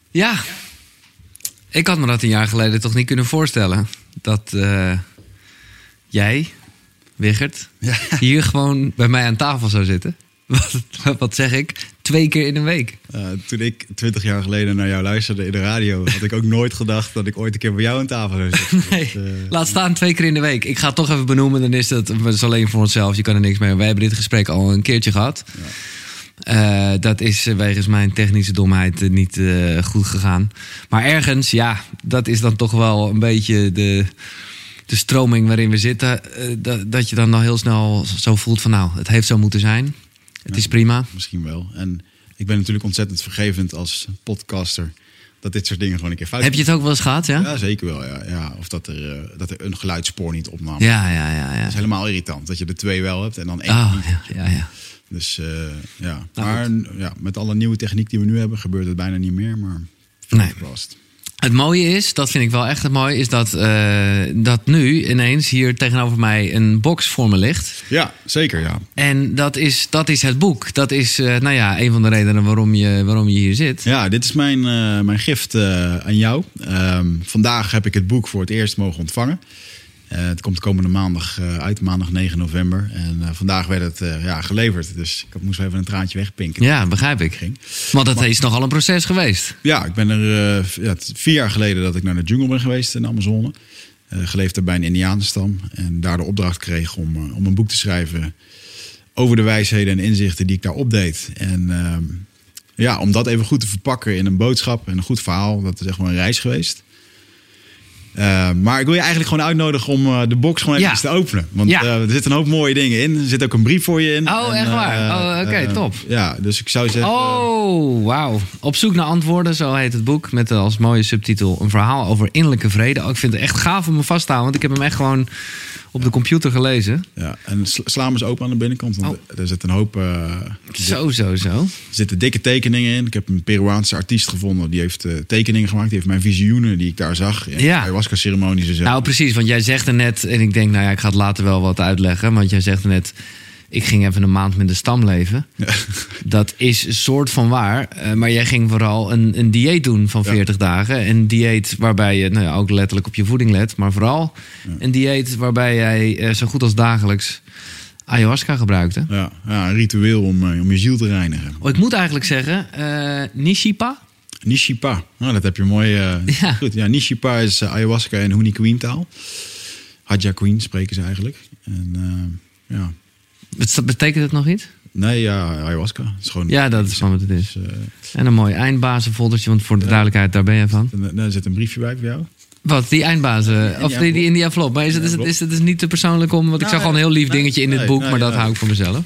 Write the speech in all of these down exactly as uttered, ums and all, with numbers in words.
Ja, ik had me dat een jaar geleden toch niet kunnen voorstellen. Dat uh, jij, Wichert, ja. hier gewoon bij mij aan tafel zou zitten. Wat, wat zeg ik? Twee keer in een week. Uh, toen ik twintig jaar geleden naar jou luisterde in de radio, had ik ook nooit gedacht dat ik ooit een keer bij jou aan tafel zou zitten. Nee, dus, uh, laat staan twee keer in de week. Ik ga het toch even benoemen, dan is dat, dat is alleen voor onszelf. Je kan er niks mee. Wij hebben dit gesprek al een keertje gehad. Ja. Uh, dat is wegens mijn technische domheid uh, niet uh, goed gegaan. Maar ergens, ja, dat is dan toch wel een beetje de, de stroming waarin we zitten. Uh, dat, dat je dan al heel snel zo voelt van nou, het heeft zo moeten zijn. Het is prima. Misschien wel. En ik ben natuurlijk ontzettend vergevend als podcaster dat dit soort dingen gewoon een keer fout. Heb je het ook wel eens gehad, ja? Ja, zeker wel. Ja. Ja. Of dat er, uh, dat er een geluidsspoor niet opnam. Ja, ja, ja, ja. Dat is helemaal irritant. Dat je er twee wel hebt en dan één oh, niet. Ja, ja, ja. Dus uh, ja. Nou, maar ja, met alle nieuwe techniek die we nu hebben, gebeurt het bijna niet meer. Maar nee. Vast. Het mooie is, dat vind ik wel echt het mooie, is dat, uh, dat nu ineens hier tegenover mij een box voor me ligt. Ja, zeker, ja. En dat is, dat is het boek. Dat is, uh, nou ja, een van de redenen waarom je, waarom je hier zit. Ja, dit is mijn, uh, mijn gift uh, aan jou. Um, vandaag heb ik het boek voor het eerst mogen ontvangen. Uh, het komt komende maandag uh, uit, maandag negen november. En uh, vandaag werd het uh, ja, geleverd. Dus ik moest even een traantje wegpinken. Ja, begrijp ik. Ging. Want dat maar, is nogal een proces geweest. Ja, ik ben er uh, ja, vier jaar geleden dat ik naar de jungle ben geweest in de Amazone. Uh, geleefd daar bij een Indianenstam. En daar de opdracht kreeg om, uh, om een boek te schrijven over de wijsheden en inzichten die ik daar opdeed. En uh, ja, om dat even goed te verpakken in een boodschap en een goed verhaal. Dat is echt wel een reis geweest. Uh, maar ik wil je eigenlijk gewoon uitnodigen om uh, de box gewoon even ja. te openen. Want ja. uh, er zitten een hoop mooie dingen in. Er zit ook een brief voor je in. Oh, en, echt waar? Uh, oh, oké, okay, uh, top. Ja, dus ik zou zeggen... Oh, wauw. Op zoek naar antwoorden, zo heet het boek. Met als mooie subtitel een verhaal over innerlijke vrede. Oh, ik vind het echt gaaf om me vast te houden. Want ik heb hem echt gewoon op de computer gelezen. Ja, en sla hem eens open aan de binnenkant. Want oh. er zit een hoop... Uh, zo, zo, zo. Er zitten dikke tekeningen in. Ik heb een Peruaanse artiest gevonden. Die heeft uh, tekeningen gemaakt. Die heeft mijn visioenen die ik daar zag. In ja. ayahuasca-ceremonies en zo. Nou, precies. Want jij zegt er net... En ik denk, nou ja, ik ga het later wel wat uitleggen. Want jij zegt er net... Ik ging even een maand met de stam leven. Ja. Dat is een soort van waar. Uh, maar jij ging vooral een, een dieet doen van veertig ja. dagen. Een dieet waarbij je nou ja, ook letterlijk op je voeding let. Maar vooral ja. een dieet waarbij jij uh, zo goed als dagelijks ayahuasca gebruikte. Ja, ja een ritueel om, uh, om je ziel te reinigen. Oh, ik moet eigenlijk zeggen, uh, Nishipa. Nishipa, nou, dat heb je mooi. Uh, ja. Goed. Ja, Nishipa is uh, ayahuasca en Huni Queen taal. Hadja Queen spreken ze eigenlijk. En uh, ja... Betekent het nog iets? Nee, ja, ayahuasca. Het is gewoon, ja, dat is gewoon wat het is. Dus, uh, en een mooi eindbazenfoldertje, want voor de ja, duidelijkheid, daar ben je van. Er zit een briefje bij voor jou. Wat, die eindbazen? Ja, of die, die in die envelop? Maar is het, is het, is het dus niet te persoonlijk om... Want ik zag al een heel lief dingetje in dit boek, maar dat hou ik voor mezelf.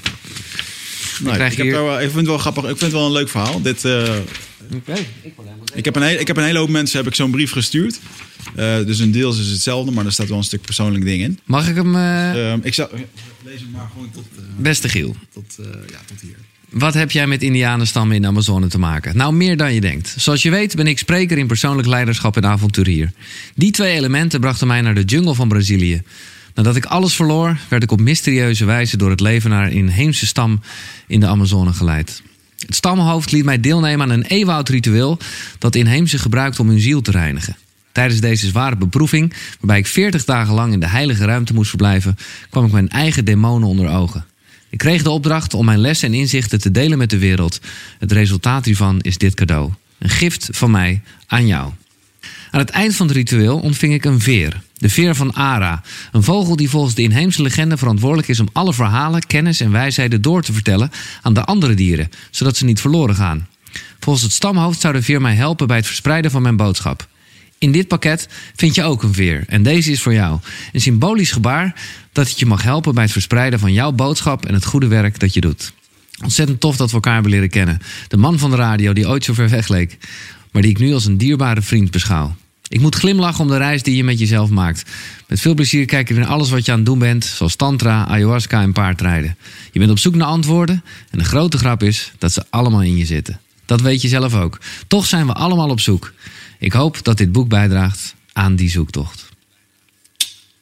Nee, ik, hier... wel, ik vind het wel grappig. Ik vind het wel een leuk verhaal. Dit... Uh, Okay. Ik, heb een hele, ik heb een hele hoop mensen heb ik zo'n brief gestuurd. Uh, dus een deels is hetzelfde, maar er staat wel een stuk persoonlijk ding in. Mag ik hem... Uh... Uh, ik zou, lees hem maar gewoon tot... Uh, Beste Giel. Tot, uh, ja, tot hier. Wat heb jij met Indianenstammen in de Amazone te maken? Nou, meer dan je denkt. Zoals je weet ben ik spreker in persoonlijk leiderschap en avonturier. Die twee elementen brachten mij naar de jungle van Brazilië. Nadat ik alles verloor, werd ik op mysterieuze wijze door het leven naar een inheemse stam in de Amazone geleid. Het stamhoofd liet mij deelnemen aan een eeuwoud ritueel dat inheemse gebruikte om hun ziel te reinigen. Tijdens deze zware beproeving, waarbij ik veertig dagen lang in de heilige ruimte moest verblijven, kwam ik mijn eigen demonen onder ogen. Ik kreeg de opdracht om mijn lessen en inzichten te delen met de wereld. Het resultaat hiervan is dit cadeau. Een gift van mij aan jou. Aan het eind van het ritueel ontving ik een veer. De veer van Ara. Een vogel die volgens de inheemse legende verantwoordelijk is om alle verhalen, kennis en wijsheden door te vertellen aan de andere dieren, zodat ze niet verloren gaan. Volgens het stamhoofd zou de veer mij helpen bij het verspreiden van mijn boodschap. In dit pakket vind je ook een veer en deze is voor jou. Een symbolisch gebaar dat het je mag helpen bij het verspreiden van jouw boodschap en het goede werk dat je doet. Ontzettend tof dat we elkaar hebben leren kennen. De man van de radio die ooit zo ver weg leek, maar die ik nu als een dierbare vriend beschouw. Ik moet glimlachen om de reis die je met jezelf maakt. Met veel plezier kijk je naar alles wat je aan het doen bent, zoals tantra, ayahuasca en paardrijden. Je bent op zoek naar antwoorden en de grote grap is dat ze allemaal in je zitten. Dat weet je zelf ook. Toch zijn we allemaal op zoek. Ik hoop dat dit boek bijdraagt aan die zoektocht.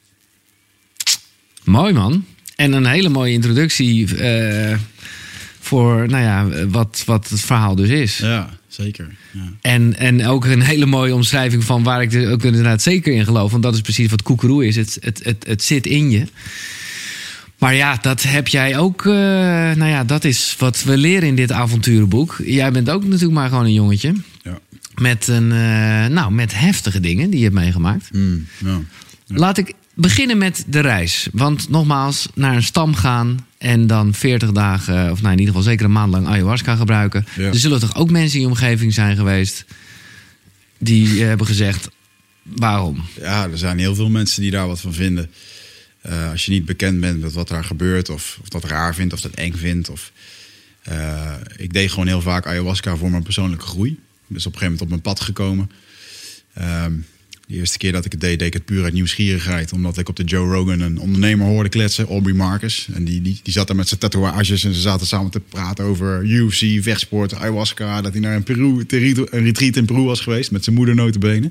Mooi man. En een hele mooie introductie uh, voor nou ja, wat, wat het verhaal dus is. Ja, zeker. Ja. En, en ook een hele mooie omschrijving van waar ik er ook inderdaad zeker in geloof. Want dat is precies wat koekeroe is. Het, het, het, het zit in je. Maar ja, dat heb jij ook. Uh, nou ja, dat is wat we leren in dit avonturenboek. Jij bent ook natuurlijk maar gewoon een jongetje. Ja. Met, een, uh, nou, met heftige dingen die je hebt meegemaakt. Mm, ja. Ja. Laat ik beginnen met de reis. Want nogmaals, naar een stam gaan en dan veertig dagen, of nou in ieder geval zeker een maand lang ayahuasca gebruiken. Ja. Er zullen toch ook mensen in je omgeving zijn geweest die hebben gezegd, waarom? Ja, er zijn heel veel mensen die daar wat van vinden. Uh, als je niet bekend bent met wat daar gebeurt, of, of dat raar vindt, of dat eng vindt. Of, uh, ik deed gewoon heel vaak ayahuasca voor mijn persoonlijke groei. Dus op een gegeven moment op mijn pad gekomen. Um, de eerste keer dat ik het deed, deed ik het puur uit nieuwsgierigheid. Omdat ik op de Joe Rogan een ondernemer hoorde kletsen, Aubrey Marcus. En die, die, die zat daar met zijn tatoeages en ze zaten samen te praten over U F C, vechtsport, ayahuasca. Dat hij naar een, Peru, een retreat in Peru was geweest met zijn moeder nota bene.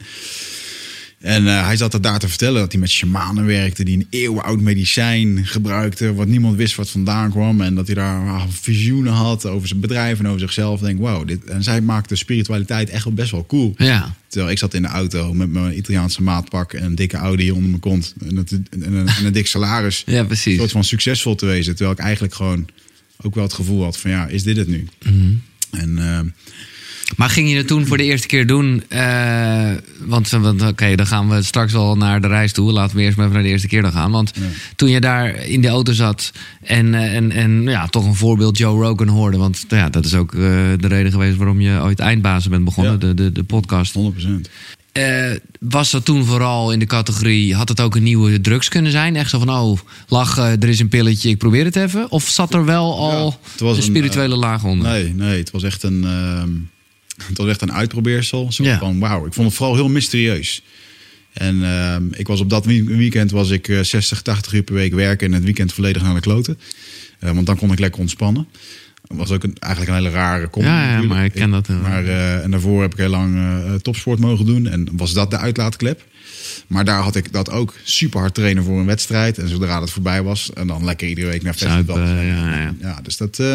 En uh, hij zat er daar te vertellen dat hij met shamanen werkte, die een eeuwenoud medicijn gebruikte, wat niemand wist wat vandaan kwam. En dat hij daar uh, visioenen had over zijn bedrijf en over zichzelf. Ik denk, wow, dit. En zij maakte spiritualiteit echt wel best wel cool. Ja. Terwijl ik zat in de auto met mijn Italiaanse maatpak en een dikke Audi onder mijn kont. En, het, en, een, en een dik salaris. Ja, precies. Een soort van succesvol te wezen. Terwijl ik eigenlijk gewoon ook wel het gevoel had van, ja, is dit het nu? Mm-hmm. En... Uh, Maar ging je het toen voor de eerste keer doen? Uh, want want oké, okay, dan gaan we straks wel naar de reis toe. Laten we eerst maar even naar de eerste keer dan gaan. Want ja. toen je daar in de auto zat en, en, en ja, toch een voorbeeld Joe Rogan hoorde. Want ja, dat is ook uh, de reden geweest waarom je ooit Eindbazen bent begonnen, ja. de, de, de podcast. honderd procent. Uh, was dat toen vooral in de categorie, had het ook een nieuwe drugs kunnen zijn? Echt zo van, oh, lach, uh, er is een pilletje, ik probeer het even. Of zat er wel al ja, een spirituele een, uh, laag onder? Nee, nee, het was echt een... Uh... Het was echt een uitprobeersel. Zo ja. van, wauw, ik vond het vooral heel mysterieus. En uh, ik was op dat weekend was ik uh, zestig, tachtig uur per week werken en het weekend volledig naar de kloten. Uh, want dan kon ik lekker ontspannen. Dat was ook een, eigenlijk een hele rare combi. Ja, ja, maar ik ken dat. Uh, maar, uh, en daarvoor heb ik heel lang uh, topsport mogen doen. En was dat de uitlaatklep. Maar daar had ik dat ook super hard trainen voor een wedstrijd. En zodra dat voorbij was, en dan lekker iedere week naar festival. Uh, ja, ja. ja, dus dat... Uh,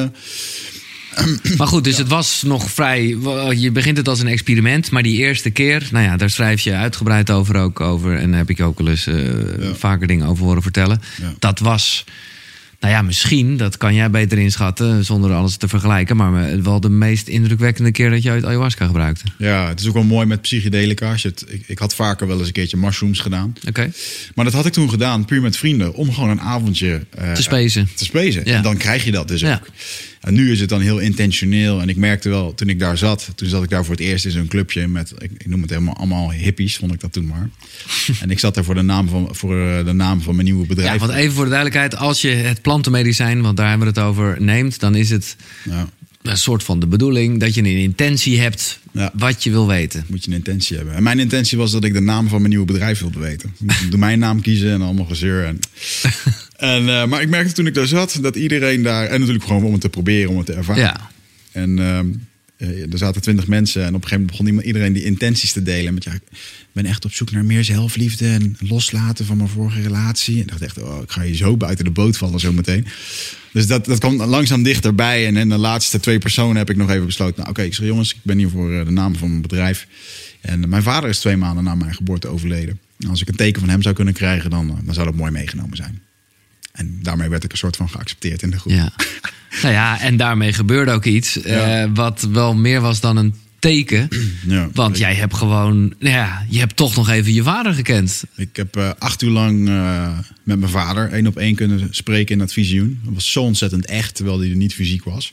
Maar goed, dus ja. het was nog vrij... Je begint het als een experiment, maar die eerste keer... Nou ja, daar schrijf je uitgebreid over ook over. En daar heb ik ook wel eens uh, ja. vaker dingen over horen vertellen. Ja. Dat was... Nou ja, misschien, dat kan jij beter inschatten... zonder alles te vergelijken... maar wel de meest indrukwekkende keer dat je uit ayahuasca gebruikte. Ja, het is ook wel mooi met psychedelica. Het, ik, ik had vaker wel eens een keertje mushrooms gedaan. Oké. Okay. Maar dat had ik toen gedaan, puur met vrienden... om gewoon een avondje... Uh, te spacen. Te spacen. Ja. En dan krijg je dat dus ja. ook. En nu is het dan heel intentioneel. En ik merkte wel, toen ik daar zat... toen zat ik daar voor het eerst in zo'n clubje... met, ik, ik noem het helemaal allemaal hippies, vond ik dat toen maar. En ik zat daar voor de naam van, voor de naam van mijn nieuwe bedrijf. Ja, want even voor de duidelijkheid... als je het plantenmedicijn, want daar hebben we het over, neemt... dan is het ja. een soort van de bedoeling... dat je een intentie hebt ja. wat je wil weten. Moet je een intentie hebben. En mijn intentie was dat ik de naam van mijn nieuwe bedrijf wilde weten. Ik moest door mijn naam kiezen en allemaal gezeur. En... En, uh, maar ik merkte toen ik daar zat dat iedereen daar... en natuurlijk gewoon om het te proberen, om het te ervaren. Ja. En uh, er zaten twintig mensen en op een gegeven moment begon iedereen die intenties te delen. Met ja, ik ben echt op zoek naar meer zelfliefde en loslaten van mijn vorige relatie. En ik dacht echt, oh, ik ga je zo buiten de boot vallen zo meteen. Dus dat, dat kwam langzaam dichterbij. En in de laatste twee personen heb ik nog even besloten... nou oké, okay, ik zeg jongens, ik ben hier voor de naam van mijn bedrijf. En mijn vader is twee maanden na mijn geboorte overleden. En als ik een teken van hem zou kunnen krijgen, dan, dan zou dat mooi meegenomen zijn. En daarmee werd ik een soort van geaccepteerd in de groep. Ja. Nou ja, en daarmee gebeurde ook iets ja. uh, wat wel meer was dan een teken. Ja, want jij hebt gewoon, nou ja, je hebt toch nog even je vader gekend. Ik heb uh, acht uur lang uh, met mijn vader één op één kunnen spreken in dat visioen. Dat was zo ontzettend echt, terwijl hij er niet fysiek was.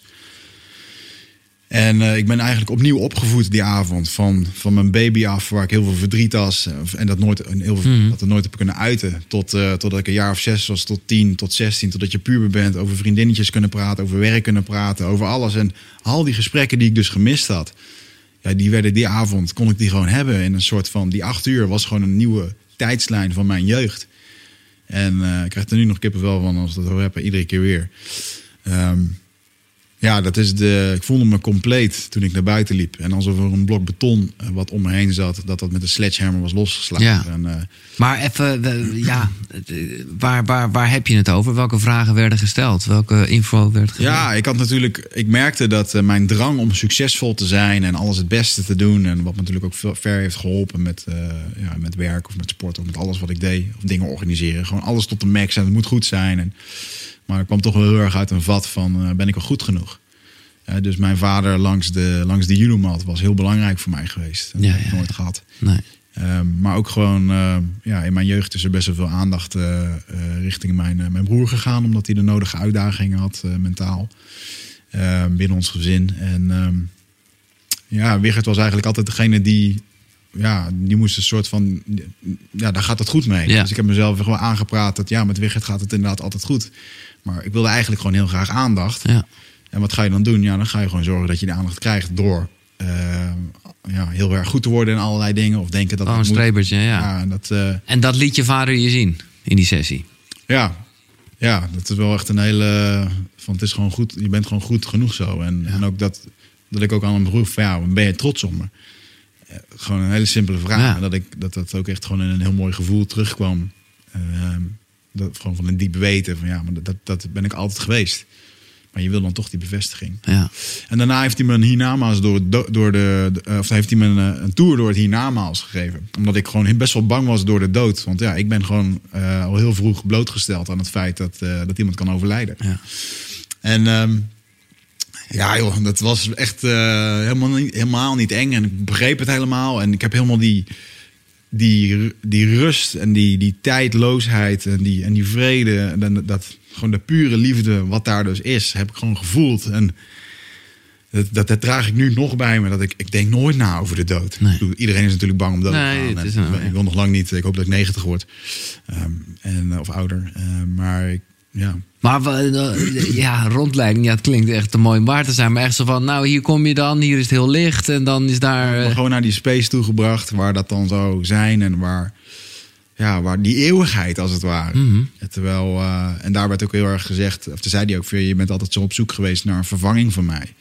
En uh, ik ben eigenlijk opnieuw opgevoed die avond. Van, van mijn baby af, waar ik heel veel verdriet was. En dat nooit, heel veel, mm. dat het nooit heb kunnen uiten. Tot, uh, totdat ik een jaar of zes was, tot tien, tot zestien. Totdat je puber bent. Over vriendinnetjes kunnen praten, over werk kunnen praten. Over alles. En al die gesprekken die ik dus gemist had. Ja, die werden die avond, kon ik die gewoon hebben. In een soort van, die acht uur was gewoon een nieuwe tijdslijn van mijn jeugd. En uh, ik krijg er nu nog kippenvel van als we dat hoor hebben. Iedere keer weer. Um, Ja, dat is de, ik voelde me compleet toen ik naar buiten liep. En alsof er een blok beton wat om me heen zat, dat dat met een sledgehammer was losgeslagen. Ja. En, uh, maar even, we, ja, waar, waar, waar heb je het over? Welke vragen werden gesteld? Welke info werd gegeven? Ja, ik had natuurlijk, ik merkte dat uh, mijn drang om succesvol te zijn en alles het beste te doen. En wat me natuurlijk ook veel, ver heeft geholpen met, uh, ja, met werk of met sport of met alles wat ik deed. Of dingen organiseren. Gewoon alles tot de max en het moet goed zijn. En, maar ik kwam toch wel heel erg uit een vat van, uh, ben ik wel goed genoeg? Uh, dus mijn vader langs de, langs de judomat was heel belangrijk voor mij geweest. Dat ja, heb ik ja, nooit ja. gehad. Nee. Uh, maar ook gewoon, uh, ja, in mijn jeugd is er best wel veel aandacht uh, uh, richting mijn, uh, mijn broer gegaan. Omdat hij de nodige uitdagingen had, uh, mentaal. Uh, binnen ons gezin. En um, ja, Wichert was eigenlijk altijd degene die... Ja, die moest een soort van... Ja, daar gaat het goed mee. Ja. Dus ik heb mezelf gewoon aangepraat dat ja, met Wichert gaat het inderdaad altijd goed. Maar ik wilde eigenlijk gewoon heel graag aandacht. Ja. En wat ga je dan doen? Ja, dan ga je gewoon zorgen dat je de aandacht krijgt door uh, ja, heel erg goed te worden in allerlei dingen. Of denken dat Oh, een het moet. strebertje, ja. Ja, en, dat, uh, en dat liet je vader je zien in die sessie? ja, ja, dat is wel echt een hele... Van het is gewoon goed, je bent gewoon goed genoeg zo. En, Ja. en ook dat, dat ik ook aan hem vroeg van ja, ben je trots op me? Uh, gewoon een hele simpele vraag. Ja. En dat, ik, dat dat ook echt gewoon in een heel mooi gevoel terugkwam. Uh, dat, gewoon van een diep weten van ja, maar dat, dat ben ik altijd geweest. Maar je wil dan toch die bevestiging. Ja. En daarna heeft hij me een hiernamaals door, door de, de of heeft hij me een, een tour door het hiernamaals gegeven. Omdat ik gewoon best wel bang was door de dood. Want ja, ik ben gewoon uh, al heel vroeg blootgesteld aan het feit dat, uh, dat iemand kan overlijden. Ja. En um, ja, joh, dat was echt uh, helemaal, niet, helemaal niet eng. En ik begreep het helemaal. En ik heb helemaal die, die, die rust en die, die tijdloosheid en die, en die vrede. En dat, gewoon de pure liefde wat daar dus is, heb ik gewoon gevoeld. En dat, dat, dat draag ik nu nog bij me. Dat ik, ik denk nooit na over de dood. Nee. Ik bedoel, iedereen is natuurlijk bang om dood Nee, te gaan. het is En een- ik wil nog lang niet. Ik hoop dat ik negentig word. Um, en, of ouder. Uh, maar ik, ja... Maar uh, ja, rondleiding, ja, het klinkt echt te mooi om waar te zijn. Maar echt zo van, nou, hier kom je dan, hier is het heel licht. En dan is daar... Ik ben gewoon naar die space toegebracht, waar dat dan zou zijn. En waar, ja, waar die eeuwigheid, als het ware. Mhm. Terwijl, uh, en daar werd ook heel erg gezegd, of toen zei hij ook, van, je bent altijd zo op zoek geweest naar een vervanging van mij.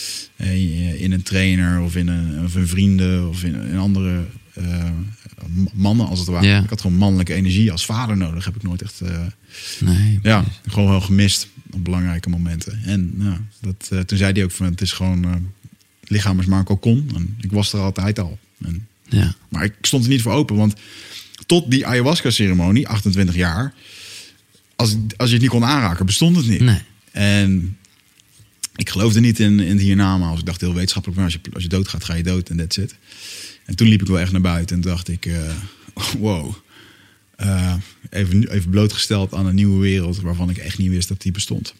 Uh, in een trainer of in een, of in vrienden of in een andere uh, mannen, als het ware. Ja. Ik had gewoon mannelijke energie als vader nodig. Heb ik nooit echt... Uh, Nee, ja, precies. gewoon wel gemist op belangrijke momenten. En nou, dat, uh, toen zei hij ook van het is gewoon... Uh, lichaam is maar een kokon. En ik was er altijd al. En, Ja. maar ik stond er niet voor open. Want tot die ayahuasca-ceremonie, achtentwintig jaar... Als, als je het niet kon aanraken, bestond het niet. Nee. En ik geloofde niet in, in het hiernamaals. Ik dacht heel wetenschappelijk, maar als je, als je doodgaat, ga je dood en that's it. En toen liep ik wel echt naar buiten en dacht ik... Uh, wow... Uh, even, even blootgesteld aan een nieuwe wereld waarvan ik echt niet wist dat die bestond.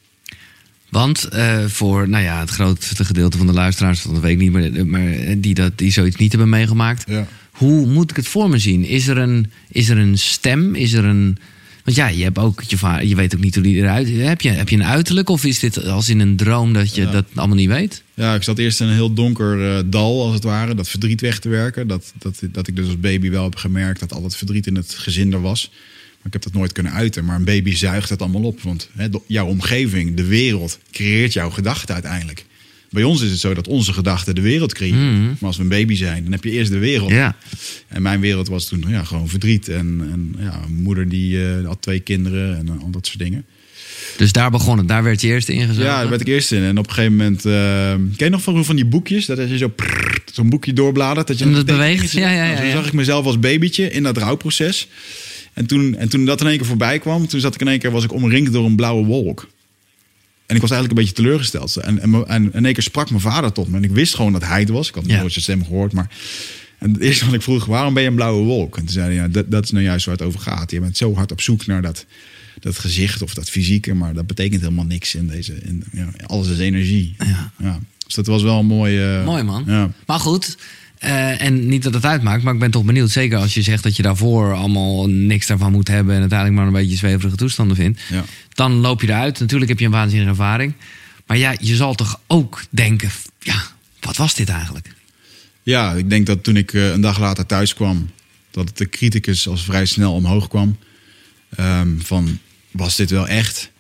Want uh, voor nou ja, het grootste gedeelte van de luisteraars, dat weet ik niet, maar, maar die, dat, die zoiets niet hebben meegemaakt. Ja. Hoe moet ik het voor me zien? Is er een, is er een stem? Is er een... Want ja, je hebt ook je vader, je weet ook niet hoe die eruit is. Heb je, heb je een uiterlijk of is dit als in een droom dat je Ja. dat allemaal niet weet? Ja, ik zat eerst in een heel donker uh, dal, als het ware. Dat verdriet weg te werken. Dat, dat, dat ik dus als baby wel heb gemerkt dat al dat verdriet in het gezin er was. Maar ik heb dat nooit kunnen uiten. Maar een baby zuigt het allemaal op. Want hè, jouw omgeving, de wereld, creëert jouw gedachten uiteindelijk. Bij ons is het zo dat onze gedachten de wereld creëren. Mhm. Maar als we een baby zijn, dan heb je eerst de wereld. Ja. En mijn wereld was toen ja, gewoon verdriet. En, en ja, een moeder die uh, had twee kinderen en uh, al dat soort dingen. Dus daar begon het. Daar werd je eerst ingezogen? Ja, daar werd ik eerst in. En op een gegeven moment... Uh, ken je nog van, van die boekjes? Dat als je zo prrr, zo'n boekje doorbladert. Dat je En dat een beweegt? tekening ziet. Ja, ja, ja, Nou, zo ja. zag ik mezelf als babytje in dat rouwproces. En toen, en toen dat in één keer voorbij kwam... Toen zat ik in één keer, was ik omringd door een blauwe wolk. En ik was eigenlijk een beetje teleurgesteld. En, en, en in één keer sprak mijn vader tot me. En ik wist gewoon dat hij het was. Ik had Ja. nooit zijn stem gehoord. Maar en het eerste wat ik vroeg, waarom ben je een blauwe wolk? En toen zei hij, ja, dat, dat is nou juist waar het over gaat. Je bent zo hard op zoek naar dat, dat gezicht of dat fysieke. Maar dat betekent helemaal niks in deze... In, ja, alles is energie. Ja. Ja. Dus dat was wel een mooi... Uh, Mooi man. Ja. Maar goed, uh, en niet dat het uitmaakt, maar ik ben toch benieuwd. Zeker als je zegt dat je daarvoor allemaal niks daarvan moet hebben... en uiteindelijk maar een beetje zweverige toestanden vindt. Ja. Dan loop je eruit. Natuurlijk heb je een waanzinnige ervaring. Maar ja, je zal toch ook denken... ja, wat was dit eigenlijk? Ja, ik denk dat toen ik uh, een dag later thuis kwam... dat de criticus als vrij snel omhoog kwam. Um, van, was dit wel echt?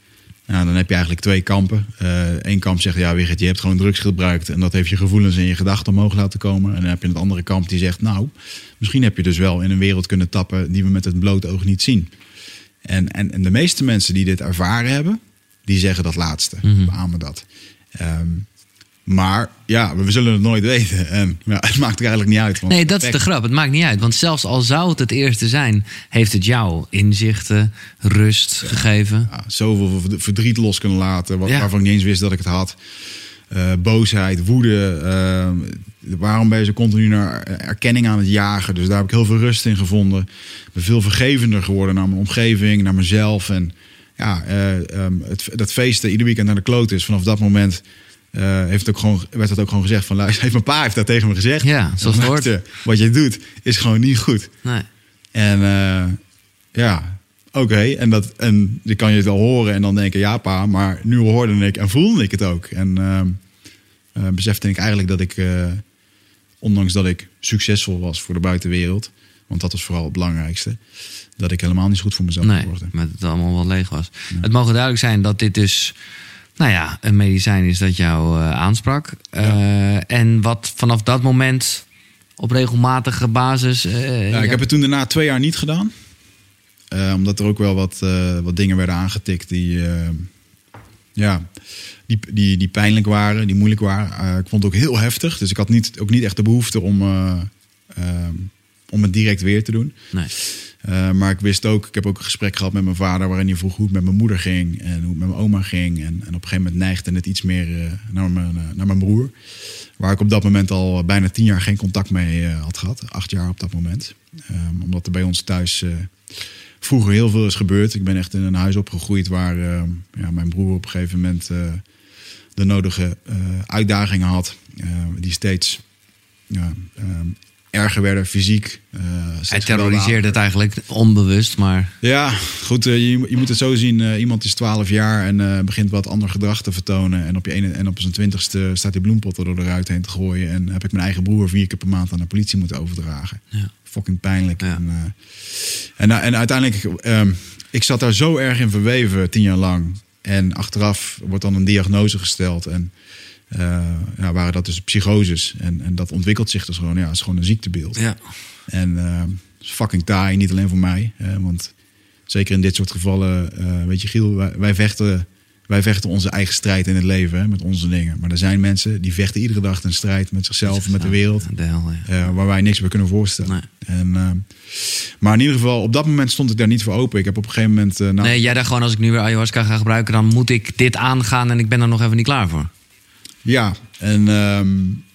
Nou, dan heb je eigenlijk twee kampen. Eén uh, kamp zegt, ja, Wigert, je hebt gewoon drugs gebruikt en dat heeft je gevoelens en je gedachten omhoog laten komen. En dan heb je het andere kamp die zegt, nou, misschien heb je dus wel in een wereld kunnen tappen die we met het blote oog niet zien. En, en, en de meeste mensen die dit ervaren hebben, die zeggen dat laatste, mm-hmm. beamen dat. Um, maar ja, we zullen het nooit weten. En ja, het maakt er eigenlijk niet uit. Want nee, dat is de grap. Het maakt niet uit. Want zelfs al zou het het eerste zijn, heeft het jou inzichten, rust ja, gegeven. Ja, zoveel verdriet los kunnen laten, wat, ja. waarvan ik niet eens wist dat ik het had. Uh, boosheid, woede. Uh, waarom ben je zo continu naar erkenning aan het jagen? Dus daar heb ik heel veel rust in gevonden. Ik ben veel vergevender geworden naar mijn omgeving, naar mezelf. En ja, uh, um, het, dat feesten ieder weekend naar de kloot is. Vanaf dat moment uh, heeft het ook gewoon, werd het ook gewoon gezegd van, luister, heeft mijn pa heeft dat tegen me gezegd. Ja, zoals het hoort. Wat je doet is gewoon niet goed. Nee. En uh, ja, oké. Okay. En dat en je kan je het al horen en dan denken, ja pa, maar nu hoorde ik en voelde ik het ook. En uh, uh, besefte ik eigenlijk dat ik, uh, ondanks dat ik succesvol was voor de buitenwereld, want dat was vooral het belangrijkste, dat ik helemaal niet zo goed voor mezelf nee, geworden. Maar het allemaal wel leeg was. Ja. Het mogen duidelijk zijn dat dit dus, nou ja, een medicijn is dat jou uh, aansprak. Ja. Uh, en wat vanaf dat moment op regelmatige basis... Uh, ja, ja. Ik heb het toen daarna twee jaar niet gedaan. Uh, omdat er ook wel wat, uh, wat dingen werden aangetikt die, uh, ja, die, die, die pijnlijk waren, die moeilijk waren. Uh, ik vond het ook heel heftig. Dus ik had niet, ook niet echt de behoefte om, uh, uh, om het direct weer te doen. Nee. Uh, maar ik wist ook, ik heb ook een gesprek gehad met mijn vader waarin hij vroeg hoe het met mijn moeder ging en hoe het met mijn oma ging. En, en op een gegeven moment neigde het iets meer uh, naar, mijn, uh, naar mijn broer. Waar ik op dat moment al bijna tien jaar geen contact mee uh, had gehad. Acht jaar op dat moment. Um, omdat er bij ons thuis uh, vroeger heel veel is gebeurd. Ik ben echt in een huis opgegroeid waar uh, ja, mijn broer op een gegeven moment uh, de nodige uh, uitdagingen had. Uh, die steeds ja, um, erger werden, fysiek. Uh, Hij terroriseerde het eigenlijk onbewust, maar... Ja, goed, uh, je, je moet het zo zien. Uh, iemand is twaalf jaar en uh, begint wat ander gedrag te vertonen. En op, je ene, en op zijn twintigste staat die bloempotten door de ruit heen te gooien. En heb ik mijn eigen broer vier keer per maand aan de politie moeten overdragen. Ja. Fucking pijnlijk. Ja. En, uh, en, uh, en uiteindelijk, uh, ik zat daar zo erg in verweven, tien jaar lang. En achteraf wordt dan een diagnose gesteld. En Uh, ja, waren dat dus psychoses. En, en dat ontwikkelt zich dus gewoon. Ja, het is gewoon een ziektebeeld. Ja. En uh, het is fucking taai, niet alleen voor mij. Uh, want zeker in dit soort gevallen, uh, weet je Giel, wij, wij, vechten, wij vechten onze eigen strijd in het leven, hè, met onze dingen. Maar er zijn mensen die vechten iedere dag een strijd met zichzelf en met de wereld. De hel, ja. uh, waar wij niks meer kunnen voorstellen. Nee. En, uh, maar in ieder geval, op dat moment stond ik daar niet voor open. Ik heb op een gegeven moment... Uh, nou, nee, jij dacht gewoon, als ik nu weer ayahuasca ga gebruiken, dan moet ik dit aangaan en ik ben er nog even niet klaar voor. Ja, en um,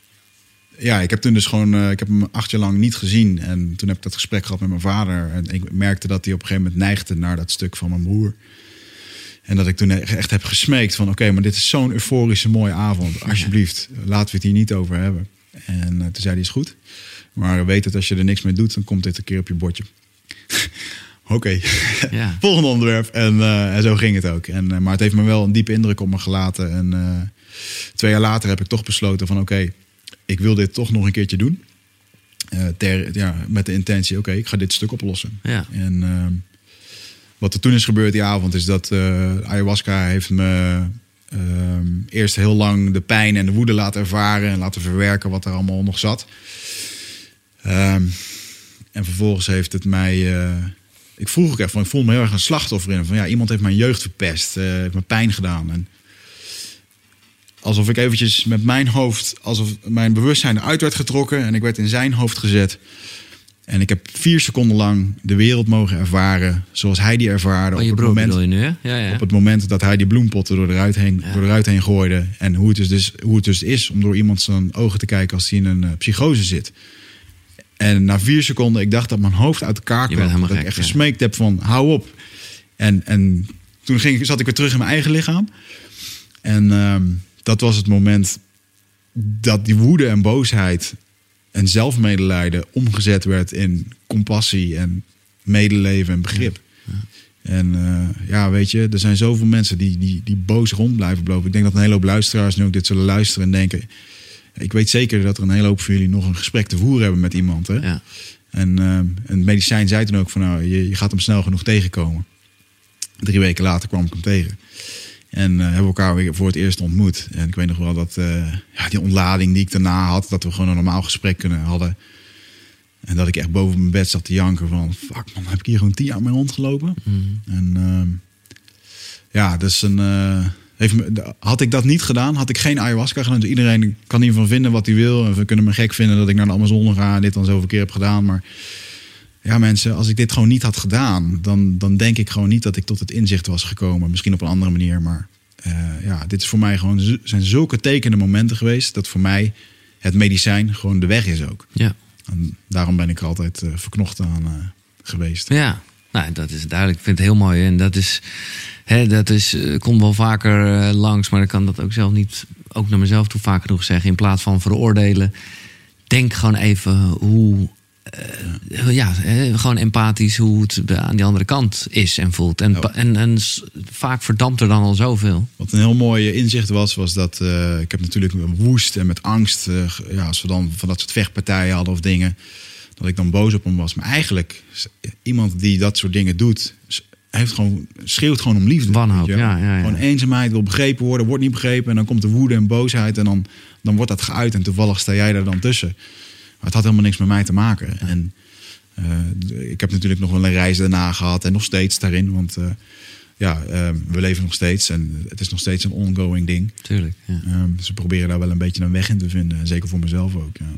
ja, ik heb toen dus gewoon, uh, ik heb hem acht jaar lang niet gezien. En toen heb ik dat gesprek gehad met mijn vader. En ik merkte dat hij op een gegeven moment neigde naar dat stuk van mijn broer. En dat ik toen echt heb gesmeekt van, oké, okay, maar dit is zo'n euforische mooie avond. Alsjeblieft, laten we het hier niet over hebben. En uh, toen zei hij, is goed. Maar weet het, als je er niks mee doet, dan komt dit een keer op je bordje. Oké, okay. Ja. Volgende onderwerp. En, uh, en zo ging het ook. En, uh, maar het heeft me wel een diepe indruk op me gelaten. En uh, twee jaar later heb ik toch besloten van oké, okay, ik wil dit toch nog een keertje doen. Uh, ter, ja, met de intentie, oké, okay, ik ga dit stuk oplossen. Ja. En uh, wat er toen is gebeurd die avond is dat uh, ayahuasca heeft me uh, eerst heel lang de pijn en de woede laten ervaren en laten verwerken wat er allemaal nog zat. Uh, en vervolgens heeft het mij... Uh, ik vroeg ook echt van, ik voel me heel erg een slachtoffer in. Van ja, iemand heeft mijn jeugd verpest, uh, heeft me pijn gedaan. En alsof ik eventjes met mijn hoofd, alsof mijn bewustzijn eruit werd getrokken en ik werd in zijn hoofd gezet. En ik heb vier seconden lang de wereld mogen ervaren zoals hij die ervaarde. Oh, je op, broer, het moment, je nu, hè? Ja, ja. op het moment dat hij die bloempotten door de ruit heen, ja. door de ruit heen gooide. En hoe het, dus, dus, hoe het dus is om door iemand zijn ogen te kijken als hij in een uh, psychose zit. En na vier seconden, ik dacht dat mijn hoofd uit elkaar kwam. Dat gek, ik echt ja. gesmeekt heb van, hou op. En, en toen ging, zat ik weer terug in mijn eigen lichaam. En uh, dat was het moment dat die woede en boosheid en zelfmedelijden omgezet werd in compassie en medeleven en begrip. Ja. Ja. En uh, ja, weet je, er zijn zoveel mensen die, die, die boos rond blijven lopen. Ik denk dat een hele hoop luisteraars nu ook dit zullen luisteren en denken... Ik weet zeker dat er een hele hoop van jullie nog een gesprek te voeren hebben met iemand. Hè? Ja. En uh, een medicijn zei toen ook van nou, je, je gaat hem snel genoeg tegenkomen. Drie weken later kwam ik hem tegen. En uh, hebben we elkaar weer voor het eerst ontmoet. En ik weet nog wel dat uh, ja, die ontlading die ik daarna had, dat we gewoon een normaal gesprek kunnen hadden. En dat ik echt boven mijn bed zat te janken van, fuck man, heb ik hier gewoon tien jaar mee rondgelopen? Mm. En uh, ja, dus een, uh, heeft me, had ik dat niet gedaan, had ik geen ayahuasca gedaan. Dus iedereen kan hiervan vinden wat hij wil. En we kunnen me gek vinden dat ik naar de Amazone ga en dit dan zoveel keer heb gedaan. Maar ja, mensen, als ik dit gewoon niet had gedaan, dan, dan denk ik gewoon niet dat ik tot het inzicht was gekomen. Misschien op een andere manier, maar uh, ja, dit is voor mij gewoon, zijn zulke tekende momenten geweest dat voor mij het medicijn gewoon de weg is ook. Ja. En daarom ben ik er altijd uh, verknocht aan uh, geweest. Ja, nou, dat is duidelijk. Ik vind het heel mooi. En dat is, hè, dat is uh, komt wel vaker uh, langs, maar ik kan dat ook zelf niet, ook naar mezelf toe vaker genoeg zeggen. In plaats van veroordelen, denk gewoon even hoe, uh, ja, hè, gewoon empathisch hoe het aan die andere kant is en voelt. En, ja. en, en vaak verdampt er dan al zoveel. Wat een heel mooi inzicht was, was dat uh, ik heb natuurlijk woest en met angst, uh, ja, als we dan van dat soort vechtpartijen hadden of dingen, dat ik dan boos op hem was. Maar eigenlijk, iemand die dat soort dingen doet, heeft gewoon, schreeuwt gewoon om liefde. Wanhoop, ja, ja, ja. Gewoon eenzaamheid, wil begrepen worden, wordt niet begrepen. En dan komt de woede en boosheid en dan, dan wordt dat geuit. En toevallig sta jij er dan tussen. Maar het had helemaal niks met mij te maken. Ja. En uh, ik heb natuurlijk nog wel een reis daarna gehad en nog steeds daarin. Want uh, ja, uh, we leven nog steeds en het is nog steeds een ongoing ding. Tuurlijk, ja. Uh, dus we proberen daar wel een beetje een weg in te vinden. En zeker voor mezelf ook, ja.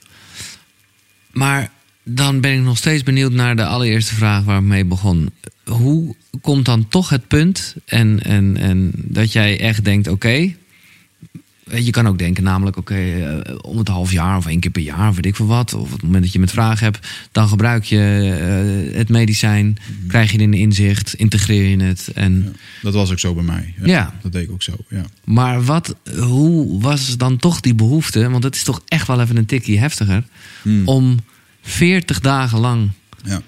Maar dan ben ik nog steeds benieuwd naar de allereerste vraag waar ik mee begon. Hoe komt dan toch het punt en, en, en dat jij echt denkt, oké, okay, je kan ook denken namelijk, oké, okay, uh, om het half jaar of één keer per jaar, of weet ik veel wat. Of op het moment dat je met vragen hebt, dan gebruik je uh, het medicijn, mm-hmm. krijg je een inzicht, integreer je het. En ja, dat was ook zo bij mij. Ja, ja. Dat deed ik ook zo, ja. Maar wat, hoe was dan toch die behoefte, want het is toch echt wel even een tikkie heftiger, mm. om veertig dagen lang... Ja.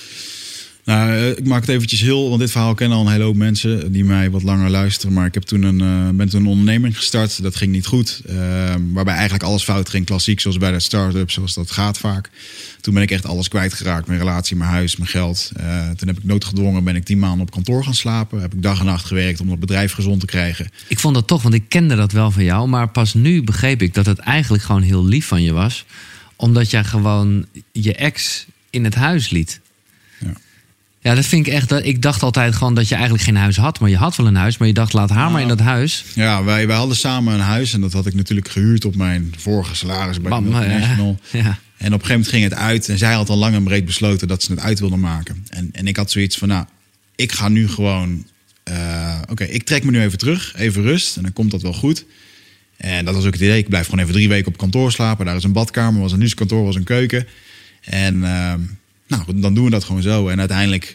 Nou, ik maak het eventjes heel, want dit verhaal kennen al een hele hoop mensen die mij wat langer luisteren. Maar ik heb toen een, uh, ben toen een onderneming gestart. Dat ging niet goed. Uh, waarbij eigenlijk alles fout ging. Klassiek, zoals bij de start-up, zoals dat gaat vaak. Toen ben ik echt alles kwijtgeraakt. Mijn relatie, mijn huis, mijn geld. Uh, toen heb ik noodgedwongen, ben ik tien maanden op kantoor gaan slapen. Heb ik dag en nacht gewerkt om het bedrijf gezond te krijgen. Ik vond dat toch, want ik kende dat wel van jou. Maar pas nu begreep ik dat het eigenlijk gewoon heel lief van je was. Omdat jij gewoon je ex in het huis liet. Ja. Ja, dat vind ik echt. Ik dacht altijd gewoon dat je eigenlijk geen huis had. Maar je had wel een huis. Maar je dacht, laat haar nou, maar in dat huis. Ja, wij, wij hadden samen een huis. En dat had ik natuurlijk gehuurd op mijn vorige salaris bij Bam, Multinational. Ja, ja. En op een gegeven moment ging het uit. En zij had al lang en breed besloten dat ze het uit wilde maken. En, en ik had zoiets van, nou, ik ga nu gewoon... Uh, Oké, okay, ik trek me nu even terug. Even rust. En dan komt dat wel goed. En dat was ook het idee. Ik blijf gewoon even drie weken op kantoor slapen. Daar is een badkamer, was een nieuwskantoor, was een keuken. En uh, nou, dan doen we dat gewoon zo. En uiteindelijk,